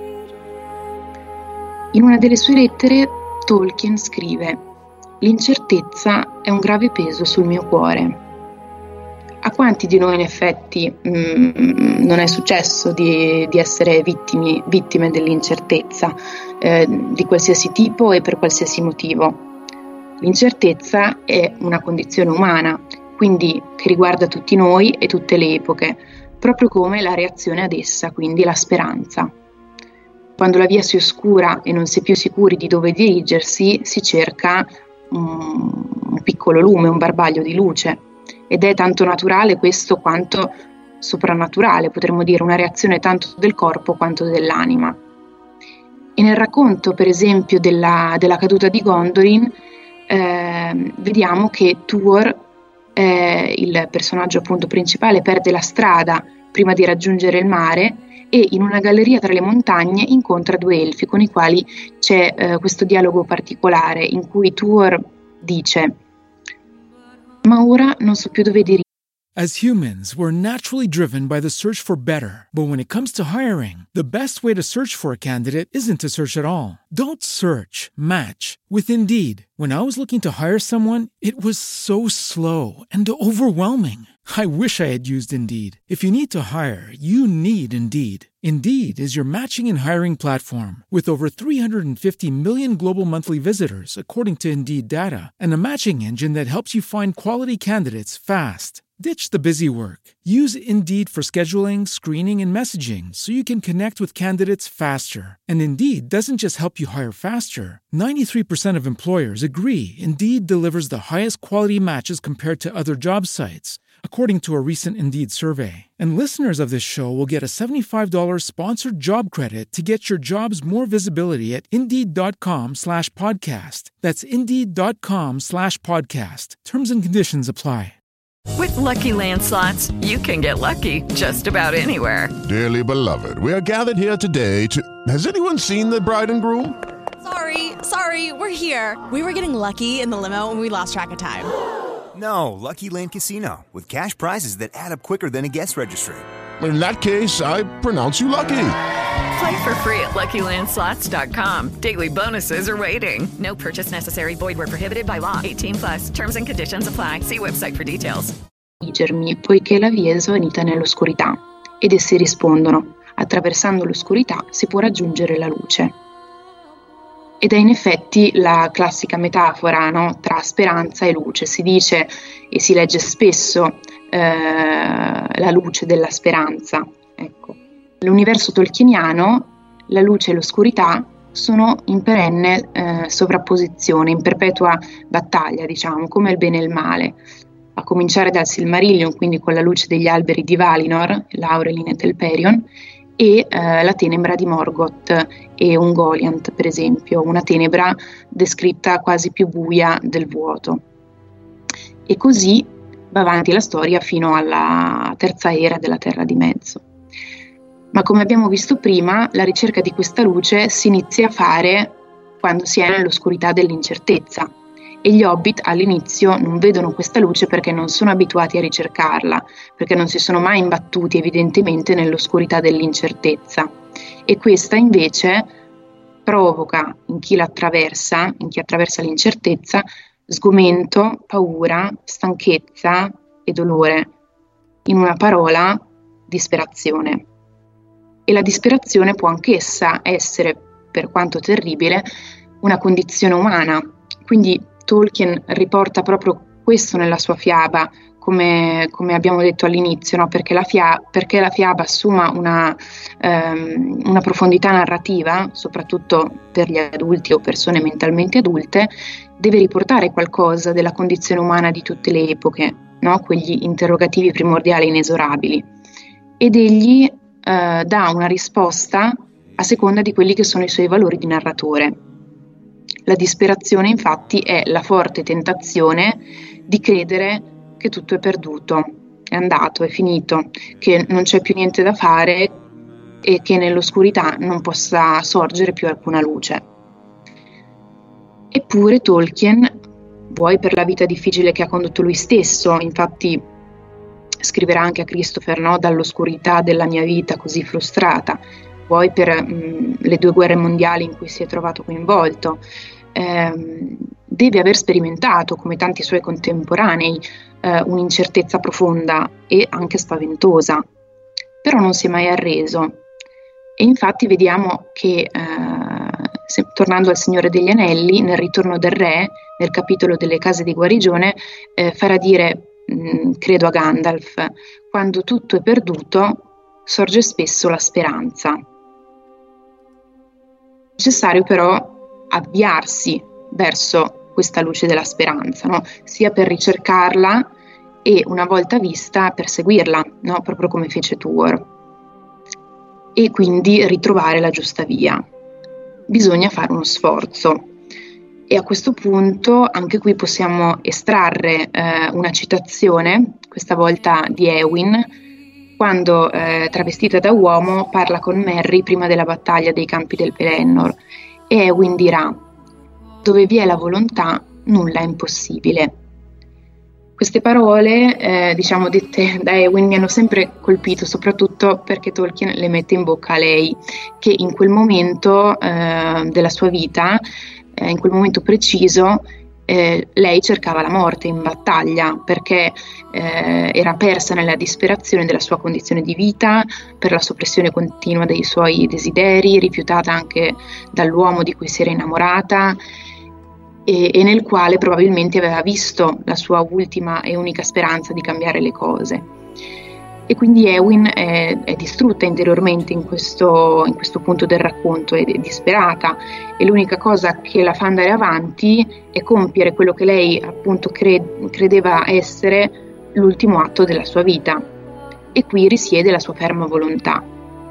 In una delle sue lettere Tolkien scrive: «L'incertezza è un grave peso sul mio cuore». A quanti di noi in effetti non è successo di essere vittime dell'incertezza, di qualsiasi tipo e per qualsiasi motivo? L'incertezza è una condizione umana, quindi che riguarda tutti noi e tutte le epoche, proprio come la reazione ad essa, quindi la speranza. Quando la via si oscura e non si è più sicuri di dove dirigersi, si cerca un piccolo lume, un barbaglio di luce, ed è tanto naturale questo quanto soprannaturale, potremmo dire una reazione tanto del corpo quanto dell'anima. E nel racconto, per esempio, della caduta di Gondolin, vediamo che Tuor, il personaggio appunto principale, perde la strada prima di raggiungere il mare e in una galleria tra le montagne incontra 2 elfi con i quali c'è questo dialogo particolare in cui Tuor dice: «Ma ora non so più dove dirigere». As humans, we're naturally driven by the search for better. But when it comes to hiring, the best way to search for a candidate isn't to search at all. Don't search, match with Indeed. When I was looking to hire someone, it was so slow and overwhelming. I wish I had used Indeed. If you need to hire, you need Indeed. Indeed is your matching and hiring platform with over 350 million global monthly visitors, according to Indeed data, and a matching engine that helps you find quality candidates fast. Ditch the busy work. Use Indeed for scheduling, screening, and messaging so you can connect with candidates faster. And Indeed doesn't just help you hire faster. 93% of employers agree Indeed delivers the highest quality matches compared to other job sites, according to a recent Indeed survey. And listeners of this show will get a $75 sponsored job credit to get your jobs more visibility at Indeed.com/podcast. That's Indeed.com/podcast. Terms and conditions apply. With Lucky Land Slots, you can get lucky just about anywhere. Dearly beloved, we are gathered here today to... Has anyone seen the bride and groom? Sorry, we're here. We were getting lucky in the limo and we lost track of time. No, Lucky Land Casino, with cash prizes that add up quicker than a guest registry. In that case, I pronounce you lucky. Play for free at LuckyLandSlots.com. Daily bonuses are waiting. No purchase necessary. Void where prohibited by law. 18+. Terms and conditions apply. See website for details. Poiché la via è svanita nell'oscurità. Ed essi rispondono: attraversando l'oscurità si può raggiungere la luce. ed è in effetti la classica metafora, no? Tra speranza e luce. Si dice e si legge spesso la luce della speranza. Ecco. L'universo tolkieniano, la luce e l'oscurità sono in perenne sovrapposizione, in perpetua battaglia, diciamo, come il bene e il male. A cominciare dal Silmarillion, quindi con la luce degli alberi di Valinor, Laurelin e Telperion, e la tenebra di Morgoth e Ungoliant, per esempio, una tenebra descritta quasi più buia del vuoto. E così va avanti la storia fino alla terza era della Terra di Mezzo. Ma come abbiamo visto prima, la ricerca di questa luce si inizia a fare quando si è nell'oscurità dell'incertezza, e gli Hobbit all'inizio non vedono questa luce perché non sono abituati a ricercarla, perché non si sono mai imbattuti evidentemente nell'oscurità dell'incertezza, e questa invece provoca in chi l'attraversa, in chi attraversa l'incertezza, sgomento, paura, stanchezza e dolore. In una parola, disperazione. E la disperazione può anch'essa essere, per quanto terribile, una condizione umana. Quindi Tolkien riporta proprio questo nella sua fiaba, come abbiamo detto all'inizio, no? Perché la fiaba assuma una profondità narrativa, soprattutto per gli adulti o persone mentalmente adulte, deve riportare qualcosa della condizione umana di tutte le epoche, no? Quegli interrogativi primordiali inesorabili. Ed egli dà una risposta a seconda di quelli che sono i suoi valori di narratore. La disperazione, infatti, è la forte tentazione di credere che tutto è perduto, è andato, è finito, che non c'è più niente da fare e che nell'oscurità non possa sorgere più alcuna luce. Eppure Tolkien, vuoi per la vita difficile che ha condotto lui stesso, infatti scriverà anche a Christopher, no? Dall'oscurità della mia vita così frustrata, vuoi per le 2 guerre mondiali in cui si è trovato coinvolto, deve aver sperimentato, come tanti suoi contemporanei, un'incertezza profonda e anche spaventosa, però non si è mai arreso. E infatti vediamo che, tornando al Signore degli Anelli, nel Ritorno del Re, nel capitolo delle case di guarigione, farà dire, credo a Gandalf, quando tutto è perduto sorge spesso la speranza. È necessario però avviarsi verso questa luce della speranza, no? Sia per ricercarla e una volta vista perseguirla, no? Proprio come fece Tuor, e quindi ritrovare la giusta via. Bisogna fare uno sforzo. E a questo punto anche qui possiamo estrarre una citazione, questa volta di Éowyn, quando travestita da uomo parla con Merry prima della battaglia dei campi del Pelennor, e Éowyn dirà: dove vi è la volontà nulla è impossibile. Queste parole, dette da Éowyn, mi hanno sempre colpito, soprattutto perché Tolkien le mette in bocca a lei, che in quel momento della sua vita, in quel momento preciso, lei cercava la morte in battaglia, perché era persa nella disperazione della sua condizione di vita, per la soppressione continua dei suoi desideri, rifiutata anche dall'uomo di cui si era innamorata, e nel quale probabilmente aveva visto la sua ultima e unica speranza di cambiare le cose. E quindi Éowyn è distrutta interiormente in questo punto del racconto, è disperata, e l'unica cosa che la fa andare avanti è compiere quello che lei appunto credeva essere l'ultimo atto della sua vita, e qui risiede la sua ferma volontà.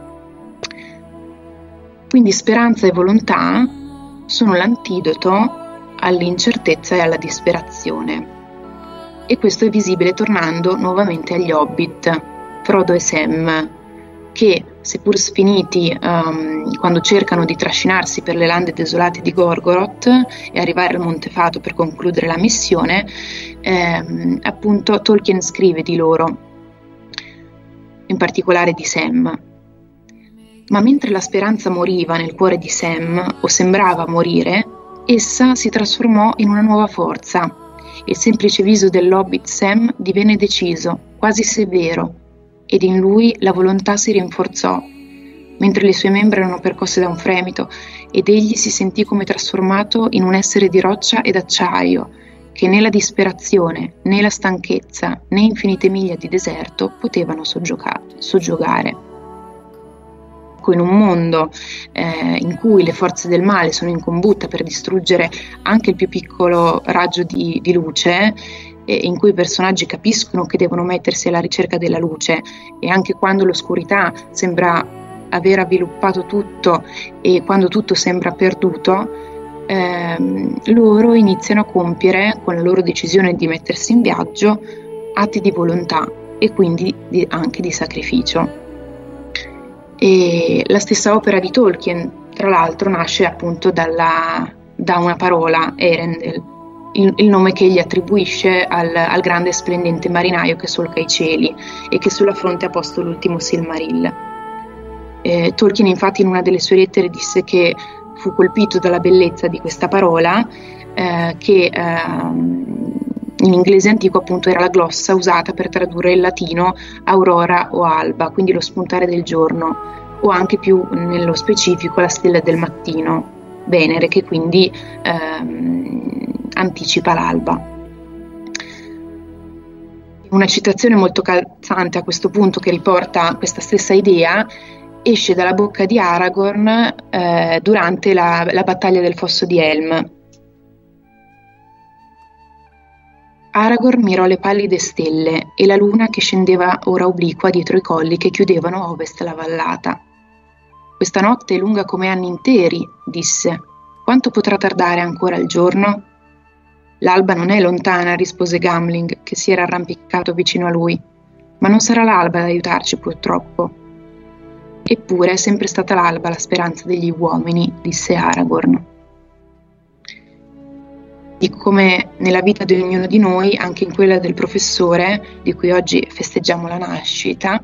Quindi speranza e volontà sono l'antidoto all'incertezza e alla disperazione, e questo è visibile tornando nuovamente agli Hobbit, Frodo e Sam, che seppur sfiniti quando cercano di trascinarsi per le lande desolate di Gorgoroth e arrivare al Monte Fato per concludere la missione, appunto Tolkien scrive di loro, in particolare di Sam: ma mentre la speranza moriva nel cuore di Sam, o sembrava morire, essa si trasformò in una nuova forza. Il semplice viso dell'Hobbit Sam divenne deciso, quasi severo, ed in lui la volontà si rinforzò. mentre le sue membra erano percosse da un fremito, ed egli si sentì come trasformato in un essere di roccia ed acciaio, che né la disperazione, né la stanchezza, né infinite miglia di deserto potevano soggiogare. In un mondo in cui le forze del male sono in combutta per distruggere anche il più piccolo raggio di luce, in cui i personaggi capiscono che devono mettersi alla ricerca della luce, e anche quando l'oscurità sembra aver avviluppato tutto e quando tutto sembra perduto, loro iniziano a compiere, con la loro decisione di mettersi in viaggio, atti di volontà e quindi anche di sacrificio. E la stessa opera di Tolkien, tra l'altro, nasce appunto da una parola, Erendel, il nome che egli attribuisce al grande e splendente marinaio che solca i cieli e che sulla fronte ha posto l'ultimo Silmaril. Tolkien infatti in una delle sue lettere disse che fu colpito dalla bellezza di questa parola, che in inglese antico appunto era la glossa usata per tradurre il latino aurora o alba, quindi lo spuntare del giorno, o anche più nello specifico la stella del mattino, Venere, che quindi anticipa l'alba. Una citazione molto calzante a questo punto, che riporta questa stessa idea, esce dalla bocca di Aragorn durante la battaglia del Fosso di Helm. Aragorn mirò le pallide stelle e la luna che scendeva ora obliqua dietro i colli che chiudevano a ovest la vallata. «Questa notte è lunga come anni interi», disse. «Quanto potrà tardare ancora il giorno?» «L'alba non è lontana», rispose Gamling, che si era arrampicato vicino a lui. «Ma non sarà l'alba ad aiutarci, purtroppo». «Eppure è sempre stata l'alba la speranza degli uomini», disse Aragorn. Di come nella vita di ognuno di noi, anche in quella del professore, di cui oggi festeggiamo la nascita,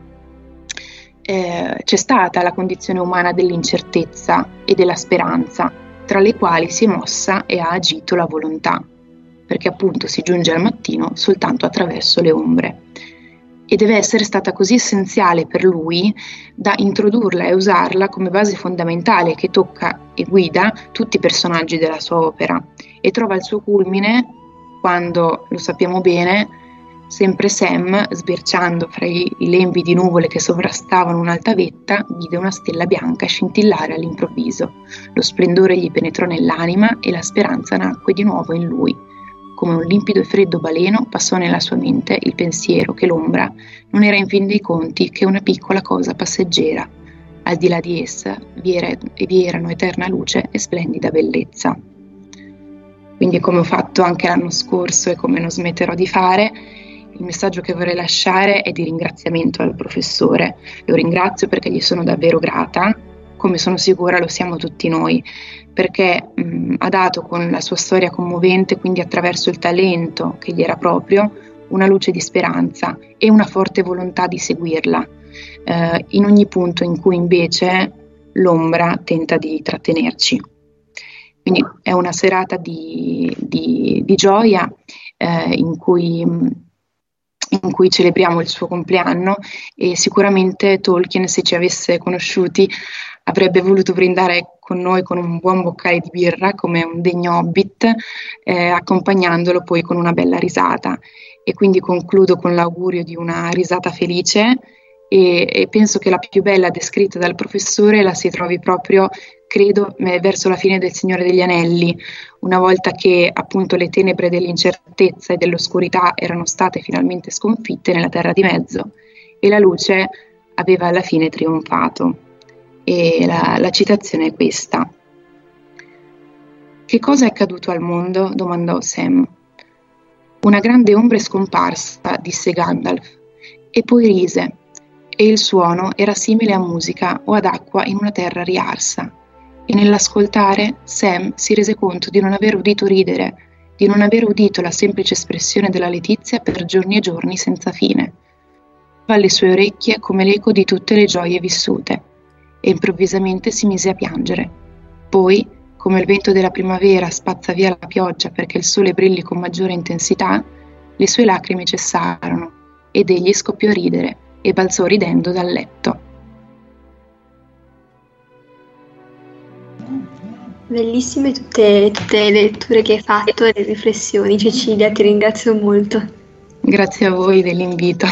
c'è stata la condizione umana dell'incertezza e della speranza, tra le quali si è mossa e ha agito la volontà, perché appunto si giunge al mattino soltanto attraverso le ombre. E deve essere stata così essenziale per lui da introdurla e usarla come base fondamentale che tocca e guida tutti i personaggi della sua opera, e trova il suo culmine quando, lo sappiamo bene, sempre Sam, sbirciando fra i lembi di nuvole che sovrastavano un'alta vetta, vide una stella bianca scintillare all'improvviso. Lo splendore gli penetrò nell'anima e la speranza nacque di nuovo in lui. Come un limpido e freddo baleno passò nella sua mente il pensiero che l'ombra non era in fin dei conti che una piccola cosa passeggera. Al di là di essa vi erano eterna luce e splendida bellezza. Quindi, come ho fatto anche l'anno scorso e come non smetterò di fare, il messaggio che vorrei lasciare è di ringraziamento al professore. Lo ringrazio perché gli sono davvero grata, come sono sicura lo siamo tutti noi, perché ha dato con la sua storia commovente, quindi attraverso il talento che gli era proprio, una luce di speranza e una forte volontà di seguirla, in ogni punto in cui invece l'ombra tenta di trattenerci. Quindi è una serata di gioia in cui celebriamo il suo compleanno, e sicuramente Tolkien, se ci avesse conosciuti, avrebbe voluto brindare con noi con un buon boccale di birra come un degno hobbit, accompagnandolo poi con una bella risata. E quindi concludo con l'augurio di una risata felice, e penso che la più bella descritta dal professore la si trovi proprio, credo, verso la fine del Signore degli Anelli, una volta che appunto le tenebre dell'incertezza e dell'oscurità erano state finalmente sconfitte nella Terra di Mezzo e la luce aveva alla fine trionfato. E la citazione è questa. «Che cosa è accaduto al mondo?» domandò Sam. «Una grande ombra è scomparsa», disse Gandalf, e poi rise, e il suono era simile a musica o ad acqua in una terra riarsa, e nell'ascoltare Sam si rese conto di non aver udito ridere, di non aver udito la semplice espressione della letizia per giorni e giorni senza fine. Alle sue orecchie come l'eco di tutte le gioie vissute, e improvvisamente si mise a piangere. Poi, come il vento della primavera spazza via la pioggia perché il sole brilli con maggiore intensità, le sue lacrime cessarono ed egli scoppiò a ridere e balzò ridendo dal letto. Bellissime tutte le letture che hai fatto e le riflessioni, Cecilia, ti ringrazio molto. Grazie a voi dell'invito.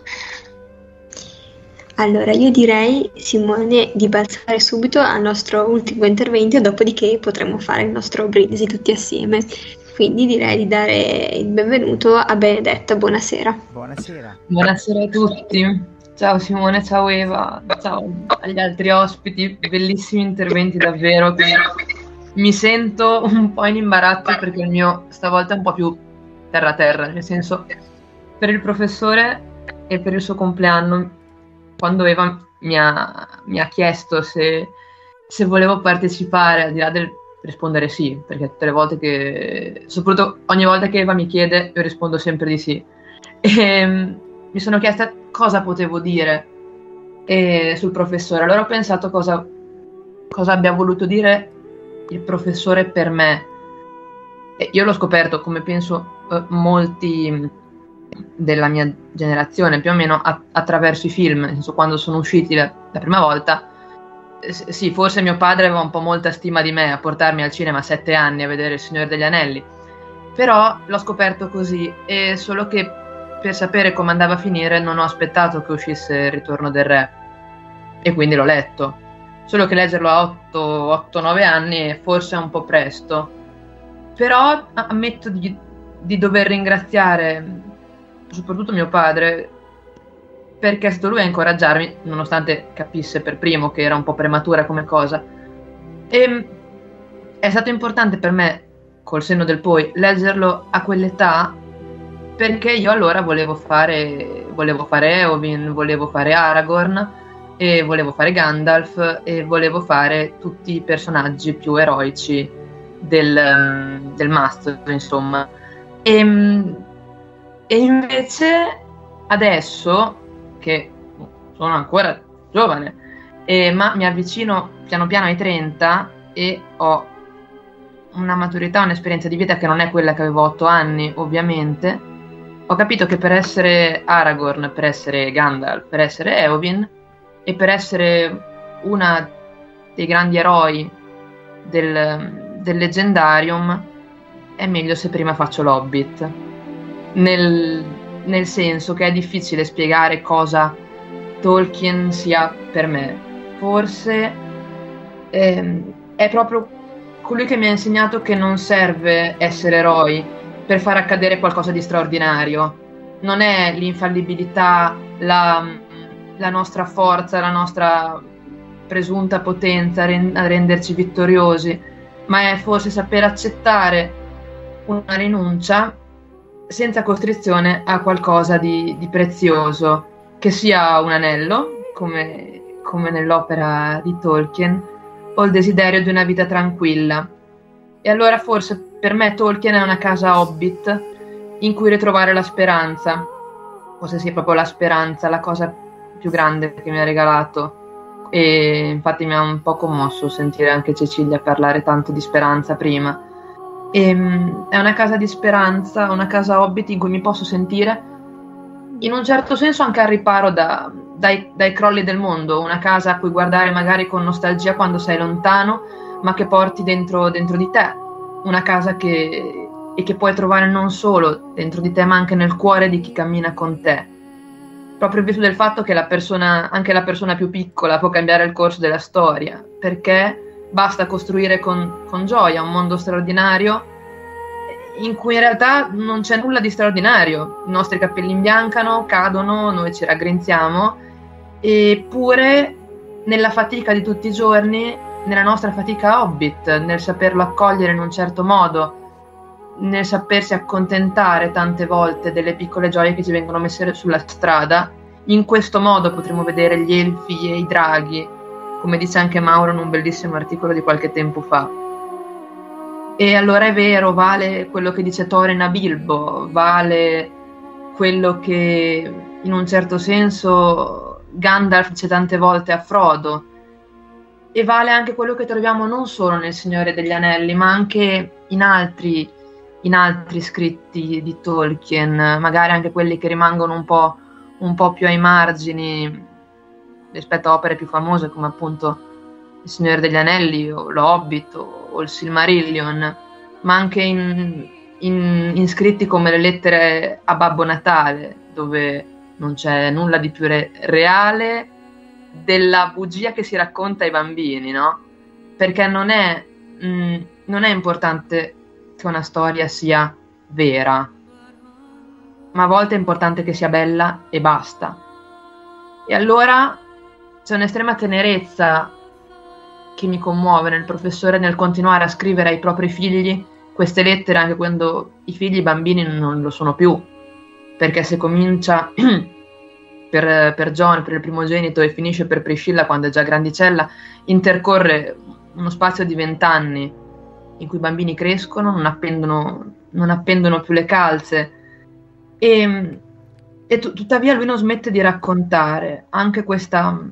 Allora, io direi, Simone, di passare subito al nostro ultimo intervento, dopodiché potremo fare il nostro brindisi tutti assieme. Quindi direi di dare il benvenuto a Benedetta. Buonasera. Buonasera. Buonasera a tutti. Ciao Simone, ciao Eva, ciao agli altri ospiti, bellissimi interventi davvero. Mi sento un po' in imbarazzo perché il mio stavolta è un po' più terra, nel senso, per il professore e per il suo compleanno, quando Eva mi ha chiesto se volevo partecipare, al di là del rispondere sì, perché tutte le volte soprattutto ogni volta che Eva mi chiede, io rispondo sempre di sì. E mi sono chiesta cosa potevo dire sul professore. Allora ho pensato cosa abbia voluto dire il professore per me. E io l'ho scoperto, come penso molti della mia generazione, più o meno attraverso i film, nel senso, quando sono usciti la prima volta. Sì, forse mio padre aveva un po' molta stima di me a portarmi al cinema a 7 anni a vedere Il Signore degli Anelli, però l'ho scoperto così, e solo che per sapere come andava a finire non ho aspettato che uscisse Il Ritorno del Re, e quindi l'ho letto. Solo che leggerlo a 8-9 anni è forse un po' presto, però ammetto di dover ringraziare soprattutto mio padre, perché è stato lui a incoraggiarmi, nonostante capisse per primo che era un po' prematura come cosa. E è stato importante per me, col senno del poi, leggerlo a quell'età, perché io allora volevo fare Eowyn, volevo fare Aragorn, e volevo fare Gandalf, e volevo fare tutti i personaggi più eroici del mastro, insomma. E invece adesso, che sono ancora giovane, ma mi avvicino piano piano ai 30 e ho una maturità, un'esperienza di vita che non è quella che avevo a 8 anni, ovviamente, ho capito che per essere Aragorn, per essere Gandalf, per essere Eowyn e per essere una dei grandi eroi del Leggendarium è meglio se prima faccio l'Hobbit, nel senso che è difficile spiegare cosa Tolkien sia per me. Forse è proprio colui che mi ha insegnato che non serve essere eroi per far accadere qualcosa di straordinario. Non è l'infallibilità, la nostra forza, la nostra presunta potenza a renderci vittoriosi, ma è forse saper accettare una rinuncia senza costrizione a qualcosa di prezioso, che sia un anello, come nell'opera di Tolkien, o il desiderio di una vita tranquilla. E allora forse per me Tolkien è una casa Hobbit in cui ritrovare la speranza, forse sia proprio la speranza la cosa più grande che mi ha regalato, e infatti mi ha un po' commosso sentire anche Cecilia parlare tanto di speranza prima. È una casa di speranza, una casa Hobbit in cui mi posso sentire in un certo senso anche al riparo dai crolli del mondo, una casa a cui guardare magari con nostalgia quando sei lontano, ma che porti dentro di te, una casa che puoi trovare non solo dentro di te ma anche nel cuore di chi cammina con te, proprio in virtù del fatto che anche la persona più piccola può cambiare il corso della storia, perché basta costruire con gioia un mondo straordinario in cui in realtà non c'è nulla di straordinario. I nostri capelli imbiancano, cadono, noi ci raggrinziamo, eppure nella fatica di tutti i giorni, nella nostra fatica Hobbit, nel saperlo accogliere in un certo modo, nel sapersi accontentare tante volte delle piccole gioie che ci vengono messe sulla strada, in questo modo potremo vedere gli elfi e i draghi, come dice anche Mauro in un bellissimo articolo di qualche tempo fa. E allora è vero, vale quello che dice Thorin a Bilbo, vale quello che in un certo senso Gandalf dice tante volte a Frodo, e vale anche quello che troviamo non solo nel Signore degli Anelli, ma anche in altri scritti di Tolkien, magari anche quelli che rimangono un po' più ai margini rispetto a opere più famose come appunto Il Signore degli Anelli o L'Hobbit o o il Silmarillion, ma anche in scritti come le lettere a Babbo Natale, dove non c'è nulla di più reale della bugia che si racconta ai bambini, no? Perché non è importante che una storia sia vera, ma a volte è importante che sia bella e basta. E allora c'è un'estrema tenerezza che mi commuove nel professore nel continuare a scrivere ai propri figli queste lettere anche quando i figli, i bambini non lo sono più, perché se comincia per John, per il primogenito, e finisce per Priscilla quando è già grandicella, intercorre uno spazio di 20 anni in cui i bambini crescono, non appendono più le calze e tuttavia lui non smette di raccontare anche questo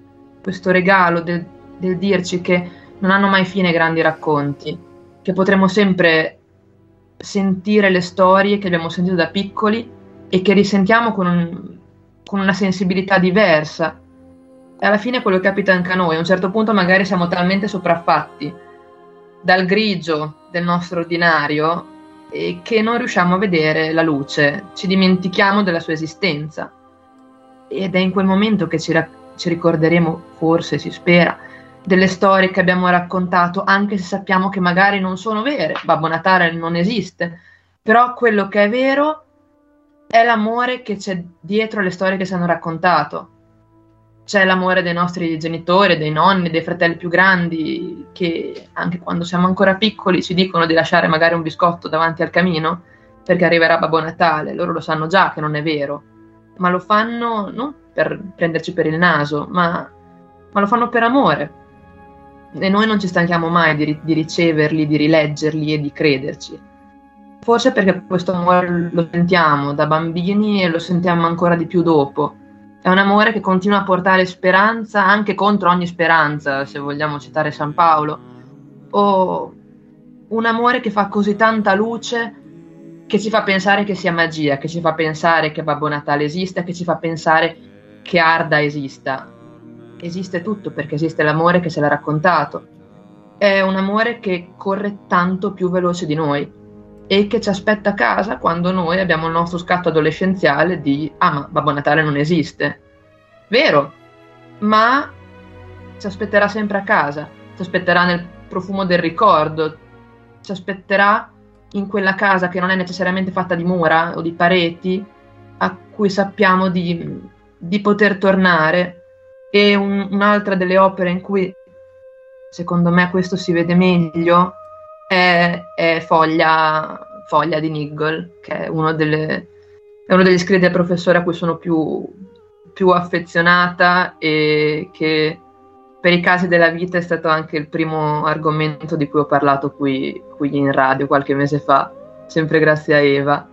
regalo del dirci che non hanno mai fine grandi racconti, che potremo sempre sentire le storie che abbiamo sentito da piccoli e che risentiamo con una sensibilità diversa. E alla fine quello che capita anche a noi, a un certo punto magari siamo talmente sopraffatti dal grigio del nostro ordinario e che non riusciamo a vedere la luce, ci dimentichiamo della sua esistenza, ed è in quel momento che ci ricorderemo, forse si spera, delle storie che abbiamo raccontato, anche se sappiamo che magari non sono vere. Babbo Natale non esiste, però quello che è vero è l'amore che c'è dietro le storie che ci hanno raccontato. C'è l'amore dei nostri genitori, dei nonni, dei fratelli più grandi, che anche quando siamo ancora piccoli ci dicono di lasciare magari un biscotto davanti al camino perché arriverà Babbo Natale. Loro lo sanno già che non è vero, ma lo fanno non per prenderci per il naso, ma lo fanno per amore. E noi non ci stanchiamo mai di riceverli, di rileggerli e di crederci. Forse perché questo amore lo sentiamo da bambini e lo sentiamo ancora di più dopo. È un amore che continua a portare speranza anche contro ogni speranza, se vogliamo citare San Paolo, o un amore che fa così tanta luce che ci fa pensare che sia magia, che ci fa pensare che Babbo Natale esista, che ci fa pensare che Arda esista. Esiste tutto perché esiste l'amore che se l'ha raccontato. È un amore che corre tanto più veloce di noi e che ci aspetta a casa quando noi abbiamo il nostro scatto adolescenziale di ma Babbo Natale non esiste. Vero, ma ci aspetterà sempre a casa, ci aspetterà nel profumo del ricordo, ci aspetterà in quella casa che non è necessariamente fatta di mura o di pareti, a cui sappiamo di poter tornare. E un'altra delle opere in cui secondo me questo si vede meglio è Foglia di Niggle, che è uno degli scritti del professore a cui sono più affezionata e che per i casi della vita è stato anche il primo argomento di cui ho parlato qui in radio qualche mese fa, sempre grazie a Eva.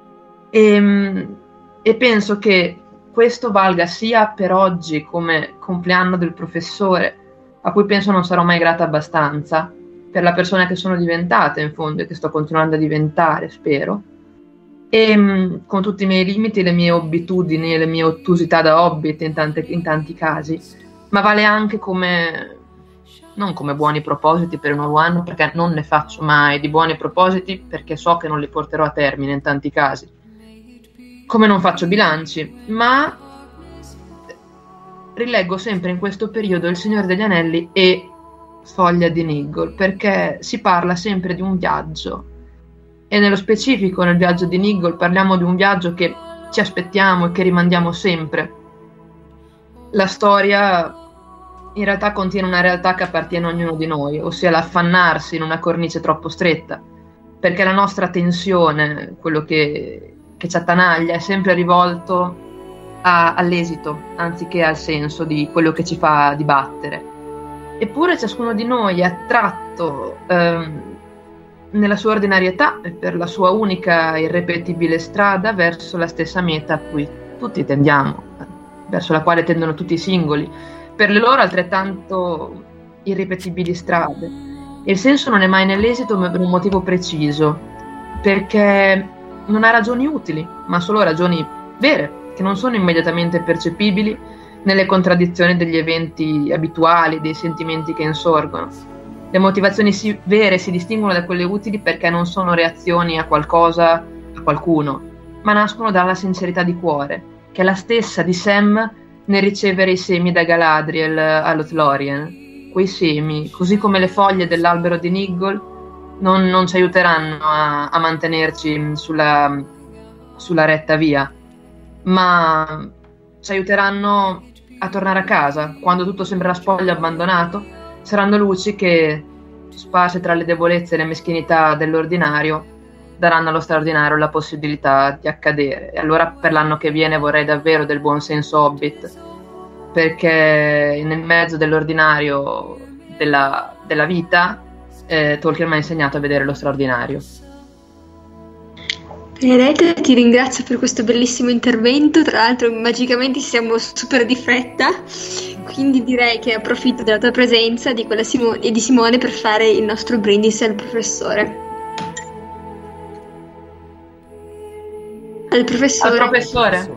E penso che questo valga sia per oggi come compleanno del professore, a cui penso non sarò mai grata abbastanza, per la persona che sono diventata in fondo e che sto continuando a diventare, spero, e con tutti i miei limiti, le mie obbitudini e le mie ottusità da hobbit in tanti casi, ma vale anche non come buoni propositi per il nuovo anno, perché non ne faccio mai di buoni propositi, perché so che non li porterò a termine in tanti casi, come non faccio bilanci, ma rileggo sempre in questo periodo Il Signore degli Anelli e Foglia di Niggle, perché si parla sempre di un viaggio, e nello specifico nel viaggio di Niggle parliamo di un viaggio che ci aspettiamo e che rimandiamo sempre. La storia in realtà contiene una realtà che appartiene a ognuno di noi, ossia l'affannarsi in una cornice troppo stretta, perché la nostra tensione, quello che ci attanaglia, è sempre rivolto all'esito anziché al senso di quello che ci fa dibattere. Eppure ciascuno di noi è attratto nella sua ordinarietà e per la sua unica irripetibile strada verso la stessa meta a cui tutti tendiamo, verso la quale tendono tutti i singoli, per le loro altrettanto irripetibili strade. E il senso non è mai nell'esito, ma per un motivo preciso, perché non ha ragioni utili, ma solo ragioni vere, che non sono immediatamente percepibili nelle contraddizioni degli eventi abituali, dei sentimenti che insorgono. Le motivazioni vere si distinguono da quelle utili perché non sono reazioni a qualcosa, a qualcuno, ma nascono dalla sincerità di cuore, che è la stessa di Sam nel ricevere i semi da Galadriel allo Lothlórien. Quei semi, così come le foglie dell'albero di Nigel, non ci aiuteranno a mantenerci sulla retta via, ma ci aiuteranno a tornare a casa quando tutto sembrerà spoglio abbandonato. Saranno luci che, sparse tra le debolezze e le meschinità dell'ordinario, daranno allo straordinario la possibilità di accadere. E allora per l'anno che viene vorrei davvero del buon senso Hobbit, perché nel mezzo dell'ordinario della vita Tolkien mi ha insegnato a vedere lo straordinario. Benedetta, ti ringrazio per questo bellissimo intervento. Tra l'altro magicamente siamo super di fretta, quindi direi che approfitto della tua presenza di quella e di Simone per fare il nostro brindisi al professore. Al professore.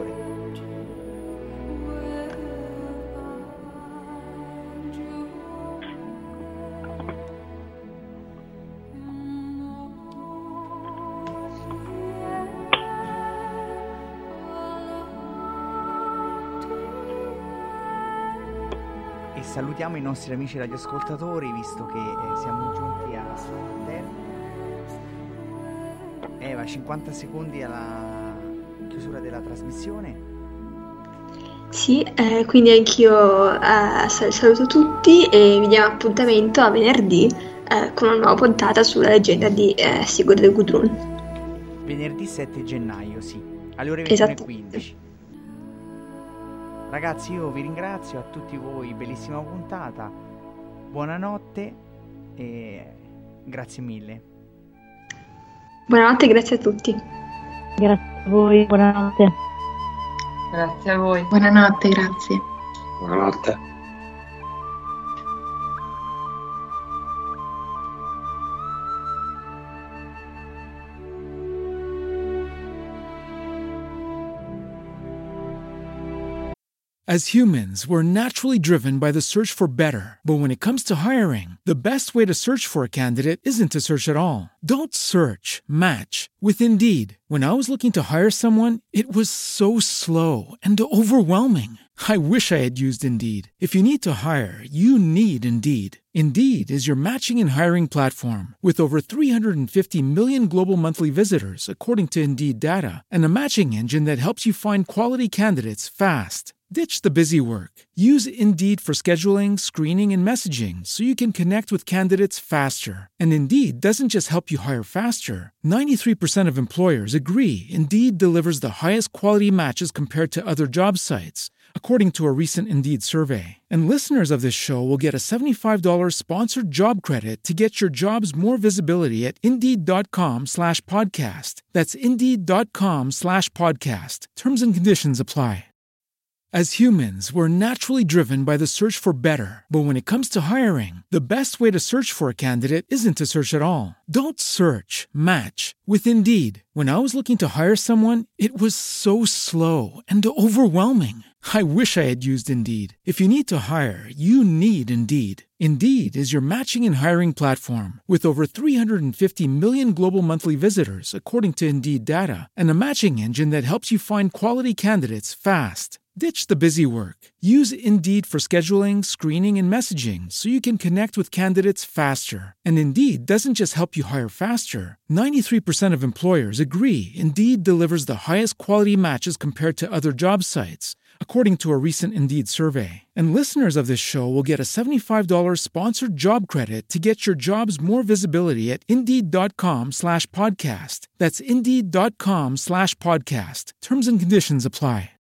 Salutiamo i nostri amici radioascoltatori, visto che siamo giunti a termine. 50 secondi alla chiusura della trasmissione. Sì, quindi anch'io saluto tutti e vi diamo appuntamento a venerdì con una nuova puntata sulla leggenda di Sigurd e Gudrun. Venerdì 7 gennaio, sì, alle ore 21:15. Ragazzi, io vi ringrazio, a tutti voi, bellissima puntata, buonanotte e grazie mille. Buonanotte, grazie a tutti. Grazie a voi, buonanotte. Grazie a voi. Buonanotte, grazie. Buonanotte. As humans, we're naturally driven by the search for better. But when it comes to hiring, the best way to search for a candidate isn't to search at all. Don't search, match with Indeed. When I was looking to hire someone, it was so slow and overwhelming. I wish I had used Indeed. If you need to hire, you need Indeed. Indeed is your matching and hiring platform with over 350 million global monthly visitors, according to Indeed data, and a matching engine that helps you find quality candidates fast. Ditch the busy work. Use Indeed for scheduling, screening, and messaging so you can connect with candidates faster. And Indeed doesn't just help you hire faster. 93% of employers agree Indeed delivers the highest quality matches compared to other job sites, according to a recent Indeed survey. And listeners of this show will get a $75 sponsored job credit to get your jobs more visibility at Indeed.com/podcast. That's Indeed.com/podcast. Terms and conditions apply. As humans, we're naturally driven by the search for better. But when it comes to hiring, the best way to search for a candidate isn't to search at all. Don't search, match with Indeed. When I was looking to hire someone, it was so slow and overwhelming. I wish I had used Indeed. If you need to hire, you need Indeed. Indeed is your matching and hiring platform with over 350 million global monthly visitors, according to Indeed data, and a matching engine that helps you find quality candidates fast. Ditch the busy work. Use Indeed for scheduling, screening, and messaging so you can connect with candidates faster. And Indeed doesn't just help you hire faster. 93% of employers agree Indeed delivers the highest quality matches compared to other job sites, according to a recent Indeed survey. And listeners of this show will get a $75 sponsored job credit to get your jobs more visibility at Indeed.com/podcast. That's Indeed.com/podcast. Terms and conditions apply.